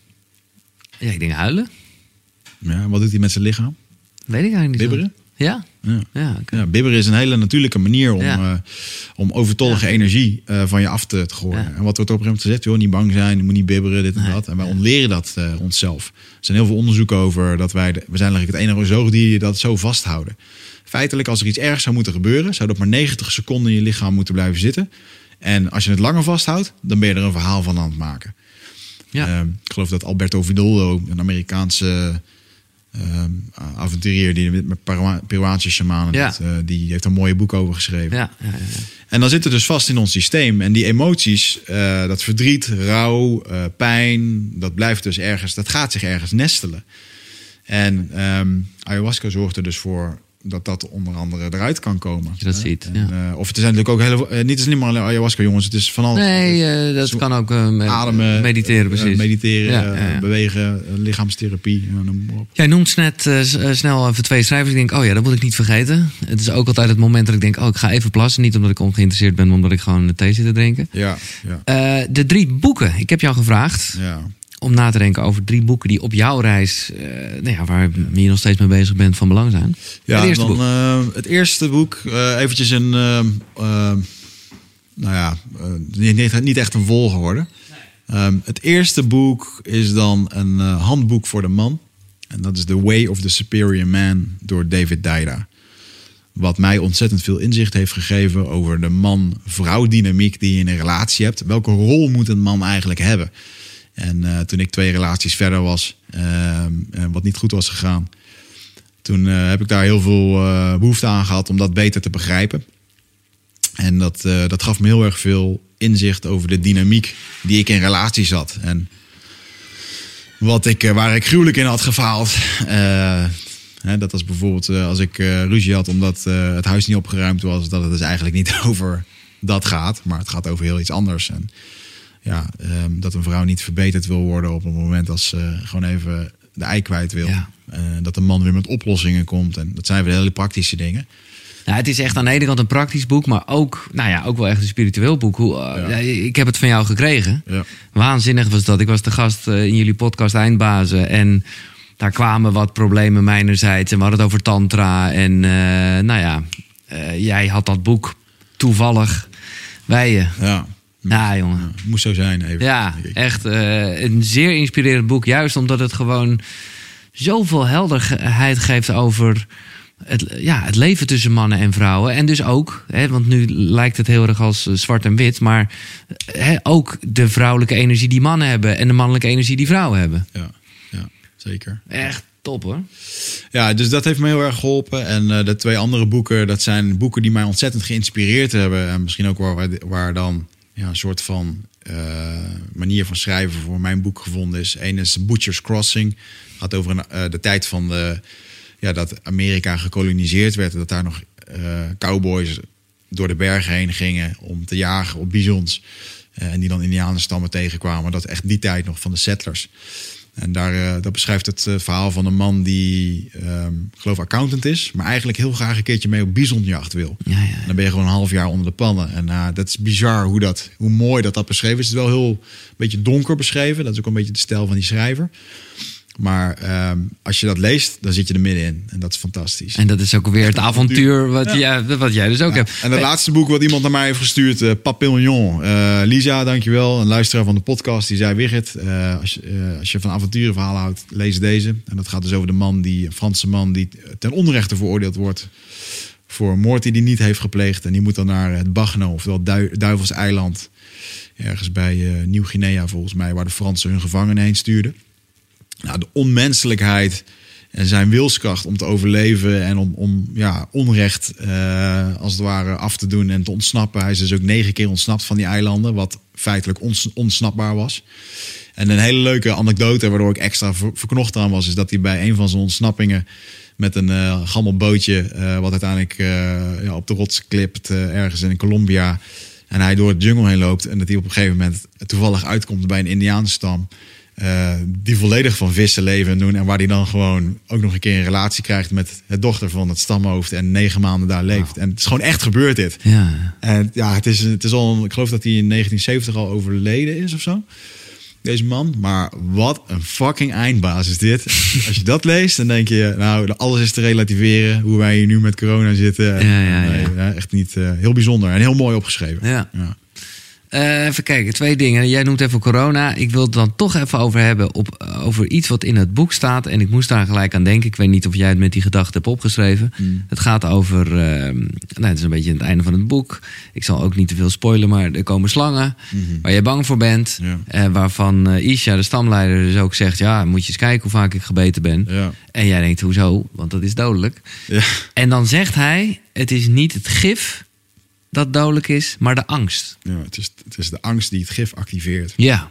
Ja, ik denk huilen. Ja, wat doet hij met zijn lichaam? Weet ik eigenlijk niet. Bibberen? Zo. Ja? Ja. Ja, okay. ja, bibberen is een hele natuurlijke manier om, ja. uh, om overtollige ja. energie uh, van je af te, te gooien. Ja. En wat wordt op een gegeven moment gezegd? Joh, niet bang zijn, je moet niet bibberen, dit en nee. dat. En wij ja. ontleren dat uh, onszelf. Er zijn heel veel onderzoeken over dat wij... De, we zijn eigenlijk het enige zoogdier die dat zo vasthouden. Feitelijk, als er iets ergs zou moeten gebeuren... zou dat maar negentig seconden in je lichaam moeten blijven zitten. En als je het langer vasthoudt, dan ben je er een verhaal van aan het maken. Ja. Uh, ik geloof dat Alberto Villoldo, een Amerikaanse uh, avonturier die met Peruaanse shamanen, ja. dat, uh, die heeft een mooie boek over geschreven. Ja, ja, ja, ja. En dan zit het dus vast in ons systeem. En die emoties, uh, dat verdriet, rouw, uh, pijn, dat blijft dus ergens, dat gaat zich ergens nestelen. En um, ayahuasca zorgt er dus voor, dat dat onder andere eruit kan komen. Dat je dat hè? ziet, en, ja. uh, of het zijn natuurlijk ook hele... Uh, niet, het is niet maar alleen ayahuasca, jongens. Het is van alles. Nee, uh, dat zo, kan ook uh, me- ademen, mediteren, precies. Uh, mediteren, ja, ja, ja. bewegen, uh, lichaamstherapie. Uh, noem maar op. Jij noemt net uh, snel even twee schrijvers. Ik denk, oh ja, dat moet ik niet vergeten. Het is ook altijd het moment dat ik denk, oh, ik ga even plassen. Niet omdat ik ongeïnteresseerd ben, maar omdat ik gewoon thee zit te drinken. Ja, ja. Uh, de drie boeken. Ik heb jou gevraagd Ja. om na te denken over drie boeken die op jouw reis, uh, nou ja, waar je nog steeds mee bezig bent, van belang zijn. Ja, het eerste dan, boek. Uh, het eerste boek, uh, eventjes een, uh, uh, nou ja, uh, niet, niet echt een volgorde. Um, het eerste boek is dan een uh, handboek voor de man. En dat is The Way of the Superior Man door David Deida. Wat mij ontzettend veel inzicht heeft gegeven over de man-vrouw dynamiek die je in een relatie hebt. Welke rol moet een man eigenlijk hebben? En uh, toen ik twee relaties verder was, uh, wat niet goed was gegaan, toen uh, heb ik daar heel veel uh, behoefte aan gehad om dat beter te begrijpen. En dat, uh, dat gaf me heel erg veel inzicht over de dynamiek die ik in relaties had. En wat ik, uh, waar ik gruwelijk in had gefaald. Uh, hè, dat was bijvoorbeeld uh, als ik uh, ruzie had omdat uh, het huis niet opgeruimd was. Dat het dus eigenlijk niet over dat gaat, maar het gaat over heel iets anders. En ja, um, dat een vrouw niet verbeterd wil worden op een moment als ze gewoon even de ei kwijt wil. Ja. Uh, dat de man weer met oplossingen komt. En dat zijn weer hele praktische dingen. Nou, het is echt aan de ene kant een praktisch boek, maar ook, nou ja, ook wel echt een spiritueel boek. Hoe, uh, ja. Ik heb het van jou gekregen. Ja. Waanzinnig was dat. Ik was de gast uh, in jullie podcast Eindbazen en daar kwamen wat problemen mijnerzijds. En we hadden het over tantra. En uh, nou ja, uh, jij had dat boek toevallig bij je. Ja. Ja, jongen. Ja, moest zo zijn even. Ja, echt uh, een zeer inspirerend boek. Juist omdat het gewoon zoveel helderheid geeft over het, ja, het leven tussen mannen en vrouwen. En dus ook, hè, want nu lijkt het heel erg als zwart en wit, maar hè, ook de vrouwelijke energie die mannen hebben en de mannelijke energie die vrouwen hebben. Ja, ja, zeker. Echt top, hoor. Ja, dus dat heeft me heel erg geholpen. En uh, de twee andere boeken, dat zijn boeken die mij ontzettend geïnspireerd hebben. En misschien ook waar, waar dan ja, een soort van uh, manier van schrijven voor mijn boek gevonden is. Eén is Butcher's Crossing. Het gaat over een, uh, de tijd van de, ja, dat Amerika gekoloniseerd werd. Dat daar nog uh, cowboys door de bergen heen gingen om te jagen op bisons. Uh, en die dan indianenstammen tegenkwamen. Dat echt die tijd nog van de settlers. En daar, uh, dat beschrijft het uh, verhaal van een man die, um, ik geloof accountant is, maar eigenlijk heel graag een keertje mee op bisonjacht wil. Ja, ja, ja. En dan ben je gewoon een half jaar onder de pannen. En uh, dat is bizar hoe, dat, hoe mooi dat dat beschreven is. Het is wel heel een beetje donker beschreven. Dat is ook een beetje de stijl van die schrijver. Maar um, als je dat leest, dan zit je er middenin. En dat is fantastisch. En dat is ook weer het avontuur wat, ja. Ja, wat jij dus ook ja. hebt. En het hey. laatste boek wat iemand naar mij heeft gestuurd, uh, Papillon. Uh, Lisa, dankjewel. Een luisteraar van de podcast. Die zei, Wigert, uh, als, je, uh, als je van avonturenverhalen houdt, lees deze. En dat gaat dus over de man, die, een Franse man, die ten onrechte veroordeeld wordt voor een moord die hij niet heeft gepleegd. En die moet dan naar het Bagno, oftewel du- Duivelseiland. Ergens bij uh, Nieuw-Guinea volgens mij, waar de Fransen hun gevangenen heen stuurden. Nou, de onmenselijkheid en zijn wilskracht om te overleven en om, om ja, onrecht uh, als het ware af te doen en te ontsnappen. Hij is dus ook negen keer ontsnapt van die eilanden, wat feitelijk ons, ontsnapbaar was. En een hele leuke anekdote waardoor ik extra ver, verknocht aan was, is dat hij bij een van zijn ontsnappingen met een uh, gammel bootje, uh, wat uiteindelijk uh, ja, op de rots klipt, uh, ergens in Colombia, en hij door het jungle heen loopt en dat hij op een gegeven moment toevallig uitkomt bij een Indianenstam. Uh, die volledig van vissen leven en doen. En waar die dan gewoon ook nog een keer een relatie krijgt met het dochter van het stamhoofd. En negen maanden daar leeft. Wow. En het is gewoon echt gebeurd dit. Ja. En ja, het is, het is al, ik geloof dat hij in negentien zeventig al overleden is of zo. Deze man. Maar wat een fucking eindbaas is dit. Als je dat leest, dan denk je, nou, alles is te relativeren. Hoe wij hier nu met corona zitten. Ja, ja, ja. Nee, ja, echt niet uh, heel bijzonder en heel mooi opgeschreven. Ja. Ja. Uh, even kijken, twee dingen. Jij noemt even corona. Ik wil het dan toch even over hebben op, over iets wat in het boek staat. En ik moest daar gelijk aan denken. Ik weet niet of jij het met die gedachte hebt opgeschreven. Mm. Het gaat over, uh, nou, het is een beetje het einde van het boek. Ik zal ook niet te veel spoilen, maar er komen slangen mm-hmm. waar je bang voor bent. Ja. Uh, waarvan uh, Isha, de stamleider, dus ook zegt, ja, moet je eens kijken hoe vaak ik gebeten ben. Ja. En jij denkt, hoezo? Want dat is dodelijk. Ja. En dan zegt hij, het is niet het gif dat dodelijk is, maar de angst. Ja, het is, het is de angst die het gif activeert. Ja.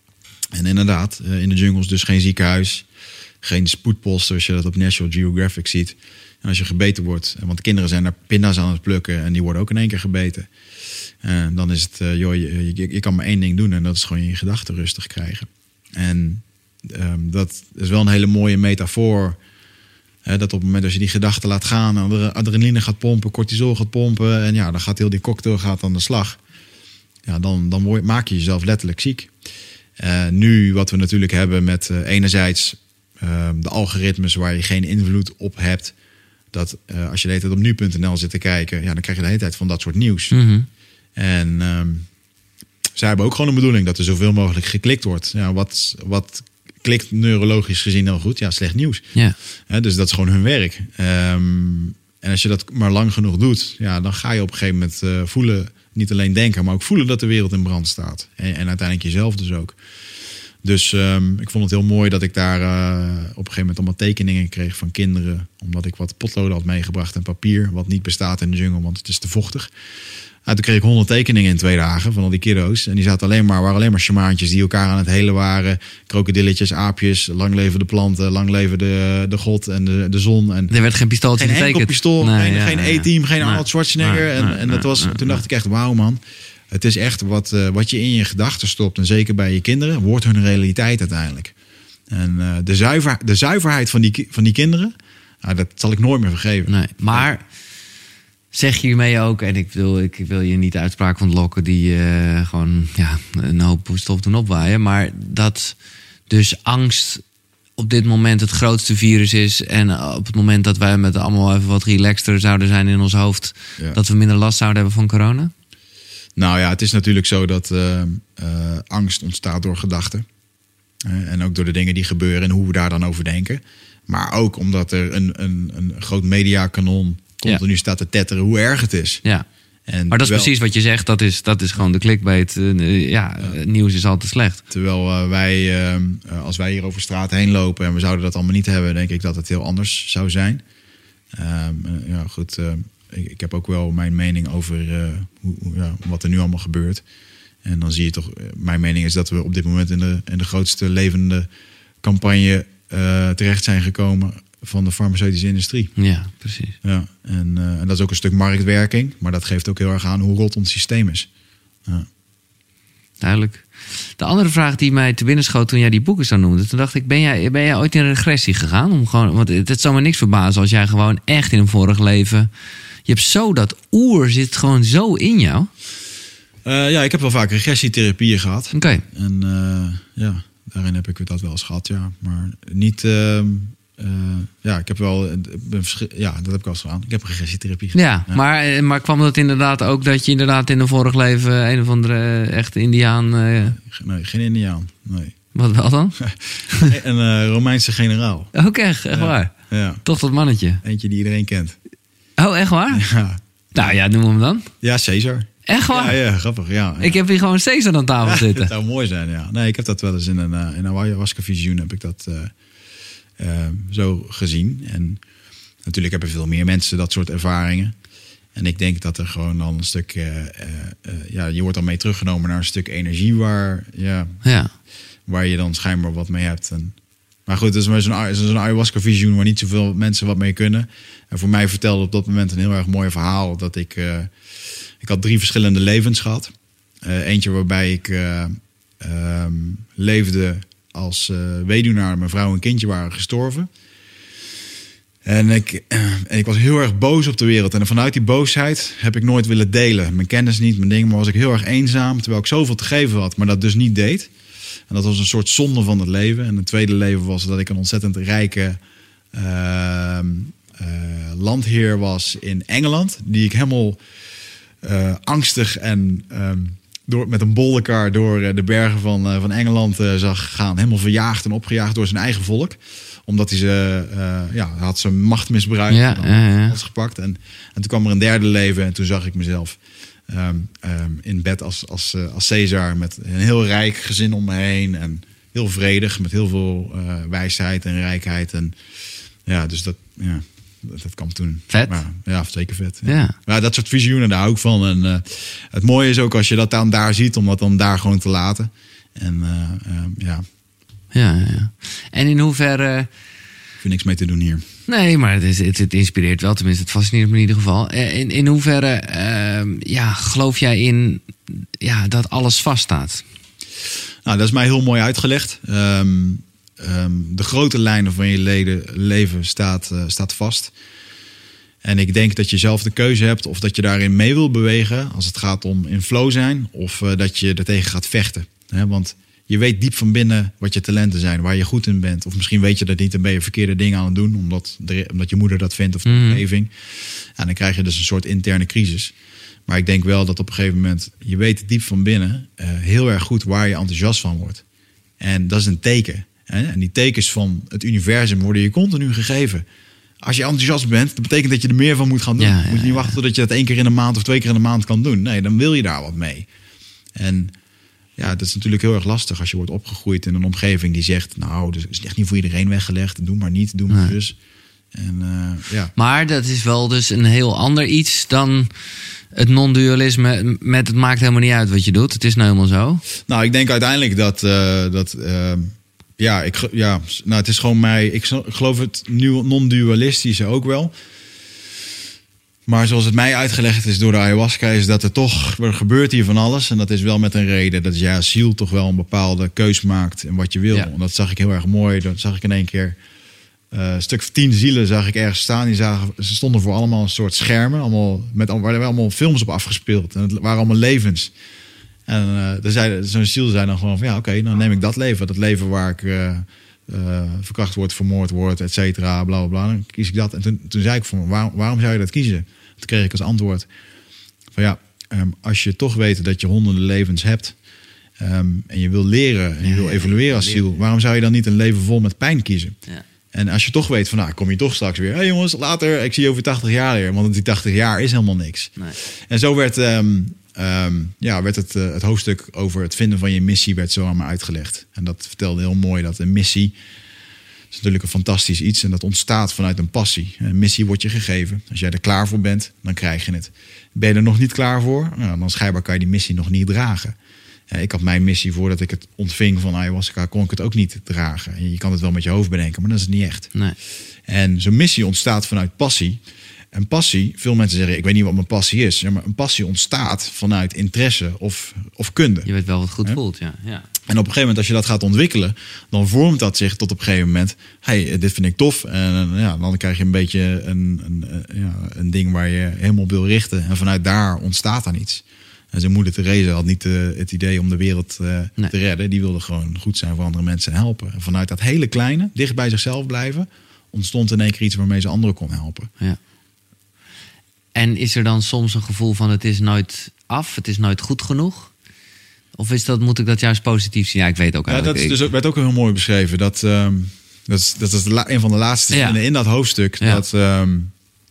En inderdaad, in de jungles dus geen ziekenhuis, geen spoedpost, zoals je dat op National Geographic ziet. En als je gebeten wordt, want de kinderen zijn naar pinda's aan het plukken en die worden ook in één keer gebeten. En dan is het, uh, joh, je, je, je kan maar één ding doen en dat is gewoon je gedachten rustig krijgen. En um, dat is wel een hele mooie metafoor. Hè, dat op het moment dat je die gedachten laat gaan, adrenaline gaat pompen, cortisol gaat pompen. En ja, dan gaat heel die cocktail gaat aan de slag. Ja, dan, dan word, maak je jezelf letterlijk ziek. Uh, nu wat we natuurlijk hebben met uh, enerzijds uh, de algoritmes waar je geen invloed op hebt. Dat uh, als je de hele tijd op nu punt n l zit te kijken, ja, dan krijg je de hele tijd van dat soort nieuws. Mm-hmm. En um, zij hebben ook gewoon een bedoeling dat er zoveel mogelijk geklikt wordt. Ja, wat, wat klikt neurologisch gezien heel goed? Ja, slecht nieuws. Yeah. Ja, dus dat is gewoon hun werk. Um, en als je dat maar lang genoeg doet, ja, dan ga je op een gegeven moment uh, voelen, niet alleen denken, maar ook voelen dat de wereld in brand staat. En, en uiteindelijk jezelf dus ook. Dus um, ik vond het heel mooi dat ik daar uh, op een gegeven moment allemaal tekeningen kreeg van kinderen. Omdat ik wat potloden had meegebracht en papier, wat niet bestaat in de jungle, want het is te vochtig. En toen kreeg ik honderd tekeningen in twee dagen van al die kiddo's. En die zaten alleen maar, waren alleen maar shamaantjes die elkaar aan het helen waren. Krokodilletjes, aapjes, lang leven de planten, lang leven de, de god en de, de zon. En er werd geen pistooltje geen getekend. Geen pistool, nee, geen, ja, geen ja, E-team, geen nee, Arnold Schwarzenegger. Nee, en nee, en dat was, nee, toen dacht nee. ik echt, wauw man. Het is echt wat, uh, wat je in je gedachten stopt. En zeker bij je kinderen, wordt hun realiteit uiteindelijk. En uh, de, zuiver, de zuiverheid van die, van die kinderen, uh, dat zal ik nooit meer vergeven. Nee, maar zeg je hiermee ook, en ik wil, ik wil je niet de uitspraak van lokken die uh, gewoon ja, een hoop stof doen opwaaien, maar dat dus angst op dit moment het grootste virus is en op het moment dat wij met allemaal even wat relaxter zouden zijn in ons hoofd, ja. dat we minder last zouden hebben van corona? Nou ja, het is natuurlijk zo dat uh, uh, angst ontstaat door gedachten. Uh, en ook door de dingen die gebeuren en hoe we daar dan over denken. Maar ook omdat er een, een, een groot mediakanon continu ja. staat te tetteren hoe erg het is. Ja. En maar dat is terwijl, precies wat je zegt. Dat is, dat is gewoon de clickbait. Uh, ja, ja, nieuws is altijd slecht. Terwijl uh, wij, uh, als wij hier over straat heen lopen en we zouden dat allemaal niet hebben, denk ik dat het heel anders zou zijn. Uh, uh, ja, goed. Uh, ik, ik heb ook wel mijn mening over uh, hoe, ja, wat er nu allemaal gebeurt. En dan zie je toch, mijn mening is dat we op dit moment in de, in de grootste levende campagne uh, terecht zijn gekomen van de farmaceutische industrie. Ja, precies. Ja, en, uh, en dat is ook een stuk marktwerking, maar dat geeft ook heel erg aan hoe rot ons systeem is. Ja. Duidelijk. De andere vraag die mij te binnen schoot toen jij die boeken zo noemde, toen dacht ik, ben jij, ben jij ooit in regressie gegaan? Om gewoon, want het, het zou me niks verbazen als jij gewoon echt in een vorig leven, je hebt zo dat oer zit gewoon zo in jou. Uh, ja, ik heb wel vaak regressietherapieën gehad. Oké. Okay. En uh, ja, daarin heb ik dat wel eens gehad, ja. Maar niet... Uh, uh, ja, ik heb wel... Ja, dat heb ik wel eens gedaan. Ik heb regressietherapie gedaan. Ja, ja. Maar, maar kwam dat inderdaad ook dat je inderdaad in een vorig leven een of andere echte Indiaan... Uh... Nee, geen Indiaan, nee. Wat wel dan? Een uh, Romeinse generaal. Ook echt, echt ja. waar? Ja. Toch dat mannetje? Eentje die iedereen kent. Oh, echt waar? Ja. Nou ja, noem hem dan. Ja, Caesar. Echt waar? Ja, ja grappig. Ja, ja. Ik heb hier gewoon Caesar aan tafel ja, zitten. Dat zou mooi zijn, ja. Nee, ik heb dat wel eens in een, uh, in een ayahuasca-visioen heb ik dat uh, uh, zo gezien. En natuurlijk hebben veel meer mensen dat soort ervaringen. En ik denk dat er gewoon dan een stuk... Uh, uh, uh, ja, je wordt dan mee teruggenomen naar een stuk energie waar, ja, ja. waar je dan schijnbaar wat mee hebt. En, maar goed, het is maar zo'n, zo'n ayahuasca-visioen waar niet zoveel mensen wat mee kunnen. En voor mij vertelde op dat moment een heel erg mooi verhaal dat ik... Uh, Ik had drie verschillende levens gehad. Uh, eentje waarbij ik uh, um, leefde als uh, weduwnaar. Mijn vrouw en kindje waren gestorven. En ik, uh, en ik was heel erg boos op de wereld. En vanuit die boosheid heb ik nooit willen delen. Mijn kennis niet, mijn dingen. Maar was ik heel erg eenzaam. Terwijl ik zoveel te geven had, maar dat dus niet deed. En dat was een soort zonde van het leven. En het tweede leven was dat ik een ontzettend rijke... Uh, uh, landheer was in Engeland. Die ik helemaal... Uh, angstig en um, door, met een bollenkar door uh, de bergen van, uh, van Engeland uh, zag gaan. Helemaal verjaagd en opgejaagd door zijn eigen volk. Omdat hij ze, uh, ja, had zijn macht misbruikt. Ja, en ja, ja. had gepakt. En, en toen kwam er een derde leven en toen zag ik mezelf um, um, in bed als, als, uh, als Caesar. Met een heel rijk gezin om me heen. En heel vredig, met heel veel uh, wijsheid en rijkheid. En ja, dus dat... Ja. Dat kwam toen. Vet. Maar, ja, zeker vet. Ja. Ja. Ja, dat soort visioenen, daar hou ik van. En uh, het mooie is ook als je dat dan daar ziet, om dat dan daar gewoon te laten. En uh, uh, ja. Ja, ja. En in hoeverre... Ik vind niks mee te doen hier. Nee, maar het, is, het, het inspireert wel. Tenminste, het fascineert me in ieder geval. In, in hoeverre uh, ja, geloof jij in ja, dat alles vaststaat? Nou, dat is mij heel mooi uitgelegd. Um, um, de grote lijnen van je leden, leven staat, uh, staat vast. En ik denk dat je zelf de keuze hebt of dat je daarin mee wil bewegen als het gaat om in flow zijn of uh, dat je er tegen gaat vechten. He, want je weet diep van binnen wat je talenten zijn, waar je goed in bent. Of misschien weet je dat niet en ben je verkeerde dingen aan het doen omdat, de, omdat je moeder dat vindt of de Mm. omgeving. En dan krijg je dus een soort interne crisis. Maar ik denk wel dat op een gegeven moment, je weet diep van binnen uh, heel erg goed waar je enthousiast van wordt. En dat is een teken. Hè? En die tekens van het universum worden je continu gegeven. Als je enthousiast bent, dat betekent dat je er meer van moet gaan doen. Ja, ja, moet je niet ja. wachten tot je dat één keer in een maand of twee keer in een maand kan doen. Nee, dan wil je daar wat mee. En ja, dat is natuurlijk heel erg lastig als je wordt opgegroeid in een omgeving die zegt, nou, dat is echt niet voor iedereen weggelegd. Doe maar niet, doe maar Nee. dus. En uh, ja. Maar dat is wel dus een heel ander iets dan het non-dualisme met het maakt helemaal niet uit wat je doet. Het is nou helemaal zo. Nou, ik denk uiteindelijk dat... Uh, dat uh, ja, ik, ja, nou, het is gewoon mij... Ik geloof het non-dualistische ook wel. Maar zoals het mij uitgelegd is door de ayahuasca, is dat er toch... Er gebeurt hier van alles en dat is wel met een reden. Dat jij als ziel toch wel een bepaalde keus maakt in wat je wil. Ja. En dat zag ik heel erg mooi. Dat zag ik in één keer... Uh, een stuk tien zielen zag ik ergens staan. Die zagen, ze stonden voor allemaal een soort schermen. Allemaal met, waar er allemaal films op afgespeeld. En het waren allemaal levens. En uh, zei, zo'n ziel zei dan gewoon van... ja, oké, okay, dan neem ik dat leven. Dat leven waar ik uh, uh, verkracht word, vermoord word, et cetera, bla, bla, bla. Dan kies ik dat. En toen, toen zei ik van, waar, waarom zou je dat kiezen? Toen kreeg ik als antwoord van ja... Um, als je toch weet dat je honderden levens hebt... Um, en je wil leren en je ja, wil ja, evolueren als ziel... waarom zou je dan niet een leven vol met pijn kiezen? Ja. En als je toch weet van, nou, kom je toch straks weer. Hé hey jongens, later, ik zie je over tachtig jaar weer. Want die tachtig jaar is helemaal niks. Nee. En zo werd, um, um, ja, werd het, uh, het hoofdstuk over het vinden van je missie werd zo aan me uitgelegd. En dat vertelde heel mooi dat een missie is natuurlijk een fantastisch iets. En dat ontstaat vanuit een passie. Een missie wordt je gegeven. Als jij er klaar voor bent, dan krijg je het. Ben je er nog niet klaar voor? Nou, dan schijnbaar kan je die missie nog niet dragen. Ik had mijn missie voordat ik het ontving van ayahuasca, kon ik het ook niet dragen. En je kan het wel met je hoofd bedenken, maar dat is het niet echt. Nee. En zo'n missie ontstaat vanuit passie. En passie, veel mensen zeggen, ik weet niet wat mijn passie is. Maar een passie ontstaat vanuit interesse of, of kunde. Je weet wel wat goed He? voelt, ja. ja. En op een gegeven moment, als je dat gaat ontwikkelen, dan vormt dat zich tot op een gegeven moment. Hey, dit vind ik tof. En ja, dan krijg je een beetje een, een, ja, een ding waar je helemaal op wil richten. En vanuit daar ontstaat dan iets. En zijn moeder Therese had niet uh, het idee om de wereld uh, nee. te redden. Die wilde gewoon goed zijn voor andere mensen en helpen. En vanuit dat hele kleine, dicht bij zichzelf blijven, ontstond in één keer iets waarmee ze anderen kon helpen. Ja. En is er dan soms een gevoel van het is nooit af, het is nooit goed genoeg? Of is dat, moet ik dat juist positief zien? Ja, ik weet ook eigenlijk. Ja, dat is dus, werd ook heel mooi beschreven. Dat, um, dat is, dat is de la, een van de laatste zinnen ja. in dat hoofdstuk. Ja. Dat, um,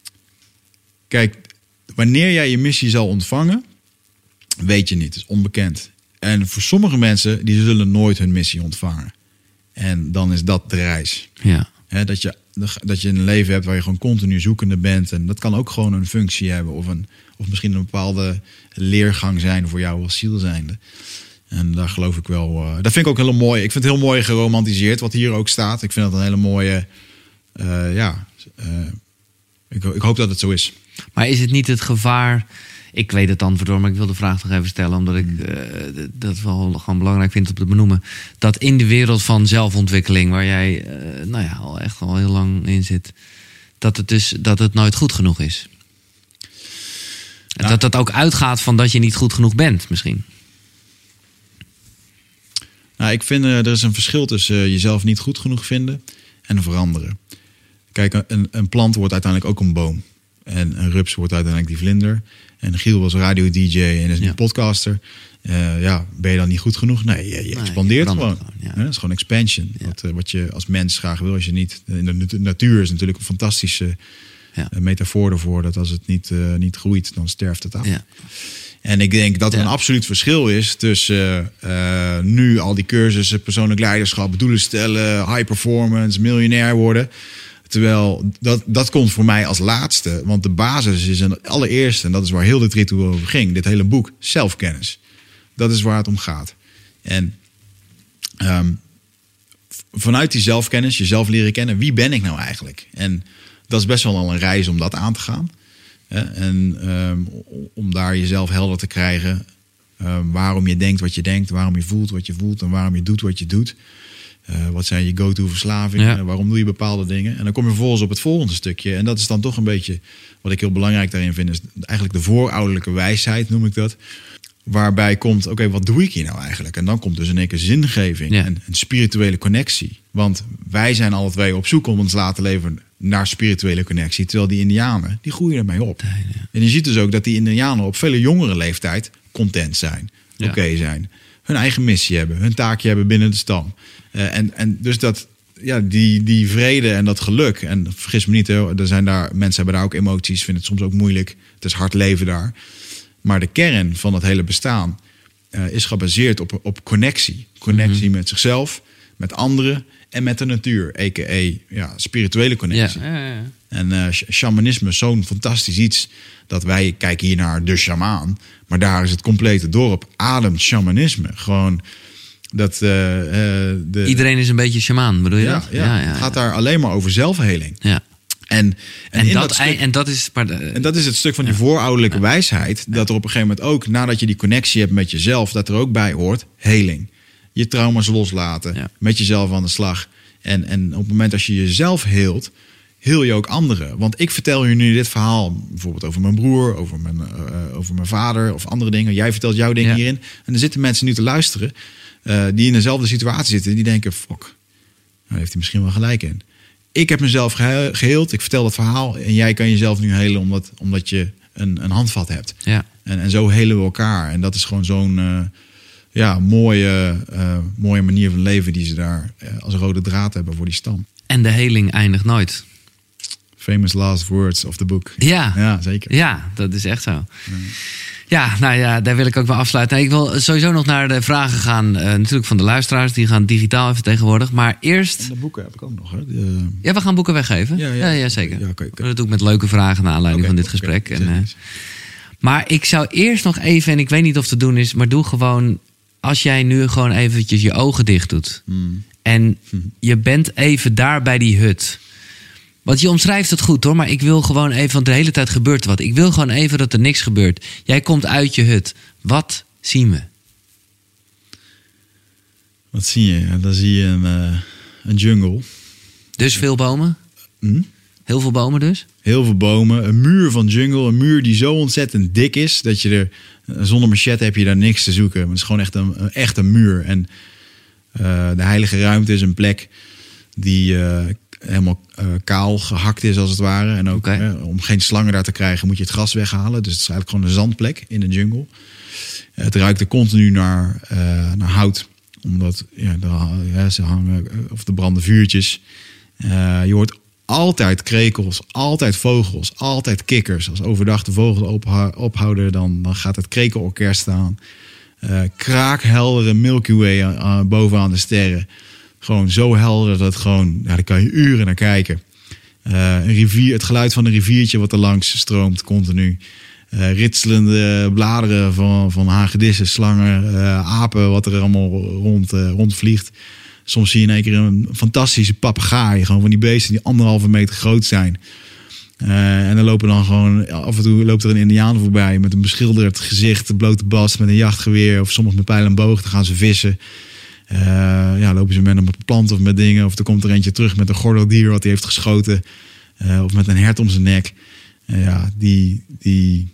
kijk, wanneer jij je missie zal ontvangen, weet je niet, het is onbekend. En voor sommige mensen, die zullen nooit hun missie ontvangen. En dan is dat de reis. Ja. He, dat, je, dat je een leven hebt waar je gewoon continu zoekende bent. En dat kan ook gewoon een functie hebben. Of, een, of misschien een bepaalde leergang zijn voor jou als ziel zijnde. En daar geloof ik wel... Uh, dat vind ik ook heel mooi. Ik vind het heel mooi geromantiseerd wat hier ook staat. Ik vind dat een hele mooie... Uh, ja, uh, ik, ik hoop dat het zo is. Maar is het niet het gevaar... Ik weet het antwoord door, maar ik wil de vraag nog even stellen, omdat ik uh, dat wel gewoon belangrijk vind om te benoemen. Dat in de wereld van zelfontwikkeling, waar jij uh, nou ja, al echt al heel lang in zit, dat het dus dat het nooit goed genoeg is. Ja. Dat dat ook uitgaat van dat je niet goed genoeg bent, misschien. Nou, ik vind uh, er is een verschil tussen uh, jezelf niet goed genoeg vinden en veranderen. Kijk, een, een plant wordt uiteindelijk ook een boom. En een rups wordt uiteindelijk die vlinder. En Giel was radio-d j en is nu ja. podcaster. Uh, ja, ben je dan niet goed genoeg? Nee, je, je nee, expandeert je gewoon. gewoon ja. Dat is gewoon expansion. Ja. Wat, uh, wat je als mens graag wil, als je niet... In de natuur is natuurlijk een fantastische ja. uh, metafoor ervoor. Dat als het niet, uh, niet groeit, dan sterft het af. Ja. En ik denk dat er ja. een absoluut verschil is tussen uh, nu al die cursussen, persoonlijk leiderschap, doelen stellen, high performance, miljonair worden. Terwijl dat, dat komt voor mij als laatste. Want de basis is een allereerste, en dat is waar heel dit ritueel over ging. Dit hele boek, zelfkennis. Dat is waar het om gaat. En um, vanuit die zelfkennis, jezelf leren kennen. Wie ben ik nou eigenlijk? En dat is best wel al een reis om dat aan te gaan. Hè? En um, om daar jezelf helder te krijgen. Um, waarom je denkt wat je denkt. Waarom je voelt wat je voelt. En waarom je doet wat je doet. Uh, wat zijn je go-to verslavingen? Ja. Waarom doe je bepaalde dingen? En dan kom je vervolgens op het volgende stukje. En dat is dan toch een beetje, wat ik heel belangrijk daarin vind, is eigenlijk de voorouderlijke wijsheid, noem ik dat. Waarbij komt, oké, okay, wat doe ik hier nou eigenlijk? En dan komt dus in één keer zingeving ja. en een spirituele connectie. Want wij zijn alle twee op zoek om ons laten leven naar spirituele connectie. Terwijl die Indianen, die groeien ermee op. Ja, ja. En je ziet dus ook dat die Indianen op veel jongere leeftijd content zijn. Ja. Oké okay zijn. Hun eigen missie hebben. Hun taakje hebben binnen de stam. Uh, en, en dus dat, ja, die, die vrede en dat geluk. En vergis me niet, hè, er zijn daar, mensen hebben daar ook emoties. Vinden het soms ook moeilijk. Het is hard leven daar. Maar de kern van het hele bestaan uh, is gebaseerd op, op connectie. Connectie mm-hmm. met zichzelf, met anderen en met de natuur. A K A ja, spirituele connectie. Ja, ja, ja. En uh, shamanisme is zo'n fantastisch iets. Dat wij kijken hier naar de shamaan. Maar daar is het complete dorp ademt shamanisme. Gewoon dat... Uh, uh, de... Iedereen is een beetje shamaan, bedoel je ja, dat? Ja, ja, ja, het gaat daar alleen maar over zelfheling. Ja. En, en, en, in dat, dat stuk, en, dat is, maar de, en dat is het stuk van die ja. voorouderlijke ja. wijsheid. Dat er op een gegeven moment ook, nadat je die connectie hebt met jezelf, dat er ook bij hoort heling. Je trauma's loslaten, ja. met jezelf aan de slag. En, en op het moment als je jezelf heelt, heel je ook anderen. Want ik vertel je nu dit verhaal, bijvoorbeeld over mijn broer, over mijn, uh, over mijn vader of andere dingen. Jij vertelt jouw dingen ja. hierin. En er zitten mensen nu te luisteren uh, die in dezelfde situatie zitten. Die denken, fuck, nou heeft hij misschien wel gelijk in. Ik heb mezelf gehe- geheeld, ik vertel dat verhaal. En jij kan jezelf nu helen omdat, omdat je een, een handvat hebt. Ja. En, en zo helen we elkaar. En dat is gewoon zo'n uh, ja, mooie, uh, mooie manier van leven die ze daar uh, als rode draad hebben voor die stam. En de heling eindigt nooit. Famous last words of the book. Ja, ja zeker. Ja, dat is echt zo. Ja. Ja, nou ja, daar wil ik ook wel afsluiten. Ik wil sowieso nog naar de vragen gaan, uh, natuurlijk van de luisteraars. Die gaan digitaal even tegenwoordig. Maar eerst... En de boeken heb ik ook nog. Hè? De... Ja, we gaan boeken weggeven. Ja, ja, ja, ja zeker. Ja, okay, okay. Dat doe ik met leuke vragen naar aanleiding okay, van dit gesprek. Okay, en, uh, maar ik zou eerst nog even, en ik weet niet of het te doen is, maar doe gewoon, als jij nu gewoon eventjes je ogen dicht doet. Hmm. En hmm. je bent even daar bij die hut. Want je omschrijft het goed hoor, maar ik wil gewoon even, want de hele tijd gebeurt wat. Ik wil gewoon even dat er niks gebeurt. Jij komt uit je hut. Wat zien we? Wat zie je? Ja, dan zie je een, uh, een jungle. Dus veel bomen? Hm? Heel veel bomen dus? Heel veel bomen. Een muur van jungle. Een muur die zo ontzettend dik is, dat je er, zonder machette heb je daar niks te zoeken. Maar het is gewoon echt een, echt een muur. En uh, de heilige ruimte is een plek die... Uh, helemaal uh, kaal gehakt is als het ware. En ook okay. eh, om geen slangen daar te krijgen moet je het gras weghalen. Dus het is eigenlijk gewoon een zandplek in de jungle. Uh, het ruikt er continu naar, uh, naar hout. Omdat ja, de, ja, ze hangen, of de branden vuurtjes. Uh, je hoort altijd krekels, altijd vogels, altijd kikkers. Als overdag de vogels opha- ophouden, dan, dan gaat het krekelorkest staan. Uh, kraakheldere Milky Way uh, bovenaan de sterren. Gewoon zo helder dat het gewoon, ja, daar kan je uren naar kijken. Uh, een rivier, het geluid van een riviertje wat er langs stroomt continu. Uh, ritselende bladeren van, van hagedissen, slangen, uh, apen, wat er allemaal rond, uh, rondvliegt. Soms zie je in één keer een fantastische papegaai. Gewoon van die beesten die anderhalve meter groot zijn. Uh, en dan lopen dan gewoon, af en toe loopt er een Indiaan voorbij met een beschilderd gezicht, een blote bast met een jachtgeweer. Of soms met pijl en boog, dan gaan ze vissen. Uh, ja, lopen ze met een plant of met dingen. Of er komt er eentje terug met een gordeldier wat hij heeft geschoten. Uh, of met een hert om zijn nek. Uh, ja, die, die,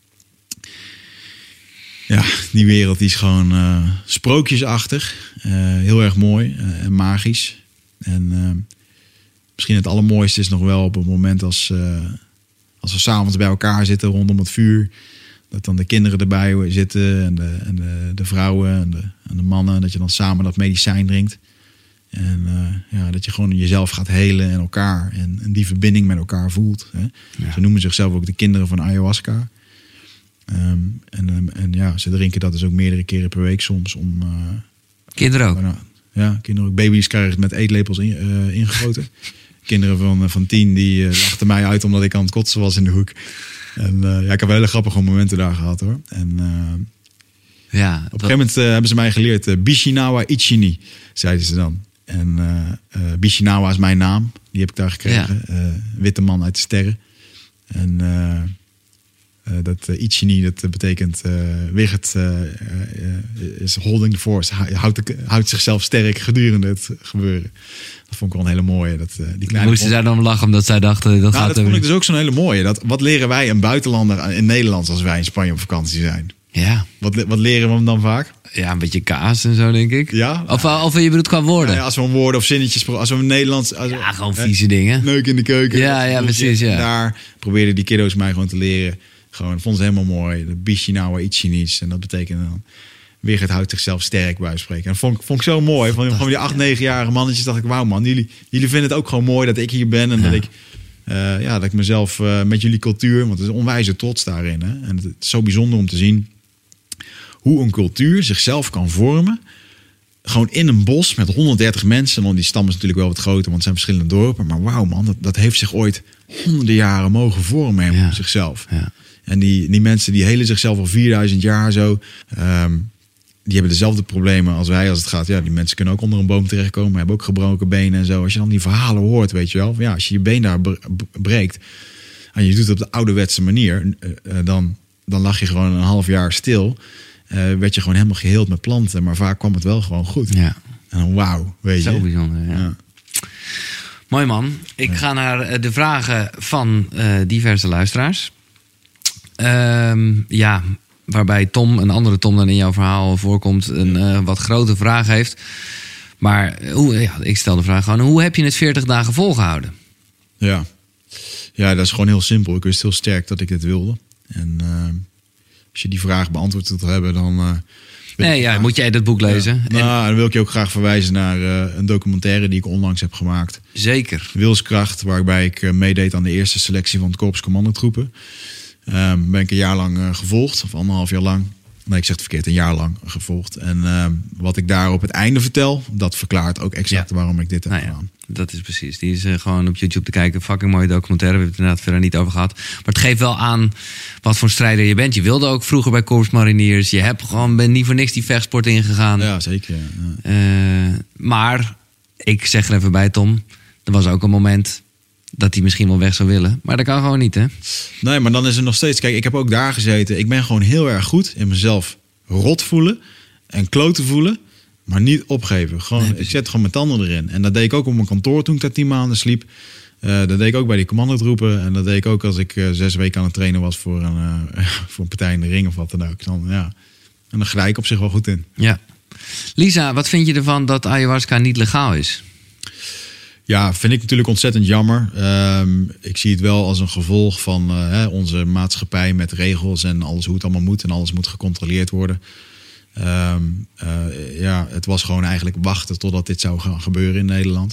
ja, die wereld die is gewoon uh, sprookjesachtig. Uh, heel erg mooi uh, en magisch. En uh, misschien het allermooiste is nog wel op het moment als, uh, als we s'avonds bij elkaar zitten rondom het vuur. Dat dan de kinderen erbij zitten en de, en de, de vrouwen en de, en de mannen. Dat je dan samen dat medicijn drinkt. En uh, ja, dat je gewoon jezelf gaat helen en elkaar. En, en die verbinding met elkaar voelt. Hè. Ja. Ze noemen zichzelf ook de kinderen van ayahuasca. Um, en, en ja, ze drinken dat dus ook meerdere keren per week soms. Om, uh, kinderen ook? Nou, ja, kinderen ook. Baby's krijgen het met eetlepels in, uh, ingegoten. Kinderen van, van tien die uh, lachten mij uit omdat ik aan het kotsen was in de hoek. En uh, ja, ik heb hele grappige momenten daar gehad hoor. En uh, ja, op een gegeven moment uh, hebben ze mij geleerd, uh, Bishinawa Ichini, zeiden ze dan. En uh, uh, Bishinawa is mijn naam. Die heb ik daar gekregen. Ja. Uh, witte man uit de sterren. En uh, uh, dat uh, Ichini, dat betekent uh, Wigert uh, uh, is holding the force. Hij houdt, houdt zichzelf sterk gedurende het gebeuren. Dat vond ik wel een hele mooie. Dat, uh, die kleine Moesten zij dan lachen omdat zij dachten... Dat, nou, gaat dat vond ik dus ook zo'n hele mooie. Dat, wat leren wij een buitenlander in Nederland als wij in Spanje op vakantie zijn? Ja. Wat, wat leren we hem dan vaak? Ja, een beetje kaas en zo, denk ik. Ja? Of, of je bedoelt qua woorden? Ja, ja, als we een woorden of zinnetjes... Als we een Nederlands... Als we, ja, gewoon vieze dingen. Neuk in de keuken. Ja, ja, precies, ja. Daar probeerden die kiddo's mij gewoon te leren. Gewoon, dat vonden ze helemaal mooi. De Bishinawa Ichinis. En dat betekent dan... Wigert houdt zichzelf sterk bij spreken. En dat vond, vond ik zo mooi. Van gewoon die acht, negenjarige mannetjes dacht ik... Wauw man, jullie, jullie vinden het ook gewoon mooi dat ik hier ben. En ja. dat ik... Uh, ja, dat ik mezelf uh, met jullie cultuur... Want het is onwijze trots daarin. Hè? En het is zo bijzonder om te zien... hoe een cultuur zichzelf kan vormen. Gewoon in een bos met honderddertig mensen. Want die stam is natuurlijk wel wat groter, want het zijn verschillende dorpen. Maar wauw man, dat, dat heeft zich ooit honderden jaren mogen vormen. Ja. Zichzelf. Ja. En die, die mensen die helen zichzelf al vierduizend jaar zo. Um, die hebben dezelfde problemen als wij als het gaat. Ja, die mensen kunnen ook onder een boom terechtkomen. Hebben ook gebroken benen en zo. Als je dan die verhalen hoort, weet je wel. Ja, als je je been daar breekt. En je doet het op de ouderwetse manier. Uh, uh, dan, dan lag je gewoon een half jaar stil. Uh, werd je gewoon helemaal geheeld met planten. Maar vaak kwam het wel gewoon goed. Ja. En dan wauw, weet je. Zo bijzonder, ja. ja. Mooi man. Ik ja. ga naar de vragen van uh, diverse luisteraars. Um, ja, waarbij Tom, een andere Tom dan in jouw verhaal voorkomt... een uh, wat grote vraag heeft. Maar hoe, ja, ik stel de vraag gewoon... hoe heb je het veertig dagen volgehouden? Ja. ja, dat is gewoon heel simpel. Ik wist heel sterk dat ik dit wilde. En... Uh... Als je die vraag beantwoord wilt hebben, dan... Uh, nee, ja, moet jij dat boek lezen. Ja. Nou, en dan wil ik je ook graag verwijzen naar uh, een documentaire die ik onlangs heb gemaakt. Zeker. Wilskracht, waarbij ik uh, meedeed aan de eerste selectie van het Korps Commandotroepen. Um, ben ik een jaar lang uh, gevolgd, of anderhalf jaar lang. Nee, ik zeg het verkeerd, een jaar lang gevolgd. En uh, wat ik daar op het einde vertel, dat verklaart ook exact ja. waarom ik dit heb nou ja, gedaan. Dat is precies. Die is uh, gewoon op YouTube te kijken. Fucking mooie documentaire. We hebben het inderdaad verder niet over gehad. Maar het geeft wel aan wat voor strijder je bent. Je wilde ook vroeger bij Korps Mariniers. Je hebt gewoon, ben niet voor niks die vechtsport ingegaan. Ja, zeker. Ja. Uh, maar, ik zeg er even bij, Tom. Er was ook een moment dat hij misschien wel weg zou willen. Maar dat kan gewoon niet, hè? Nee, maar dan is er nog steeds... Kijk, ik heb ook daar gezeten. Ik ben gewoon heel erg goed in mezelf rot voelen en kloten voelen, maar niet opgeven. Gewoon, nee, ik zet gewoon mijn tanden erin. En dat deed ik ook op mijn kantoor toen ik daar tien maanden sliep. Uh, dat deed ik ook bij die commandotroepen. En dat deed ik ook als ik uh, zes weken aan het trainen was voor een, uh, voor een partij in de ring of wat dan ook. Dan, ja. En dan ga ik op zich wel goed in. Ja. Lisa, wat vind je ervan dat ayahuasca niet legaal is? Ja, vind ik natuurlijk ontzettend jammer. Um, ik zie het wel als een gevolg van uh, hè, onze maatschappij met regels en alles hoe het allemaal moet. En alles moet gecontroleerd worden. Um, uh, ja, het was gewoon eigenlijk wachten totdat dit zou gaan gebeuren in Nederland.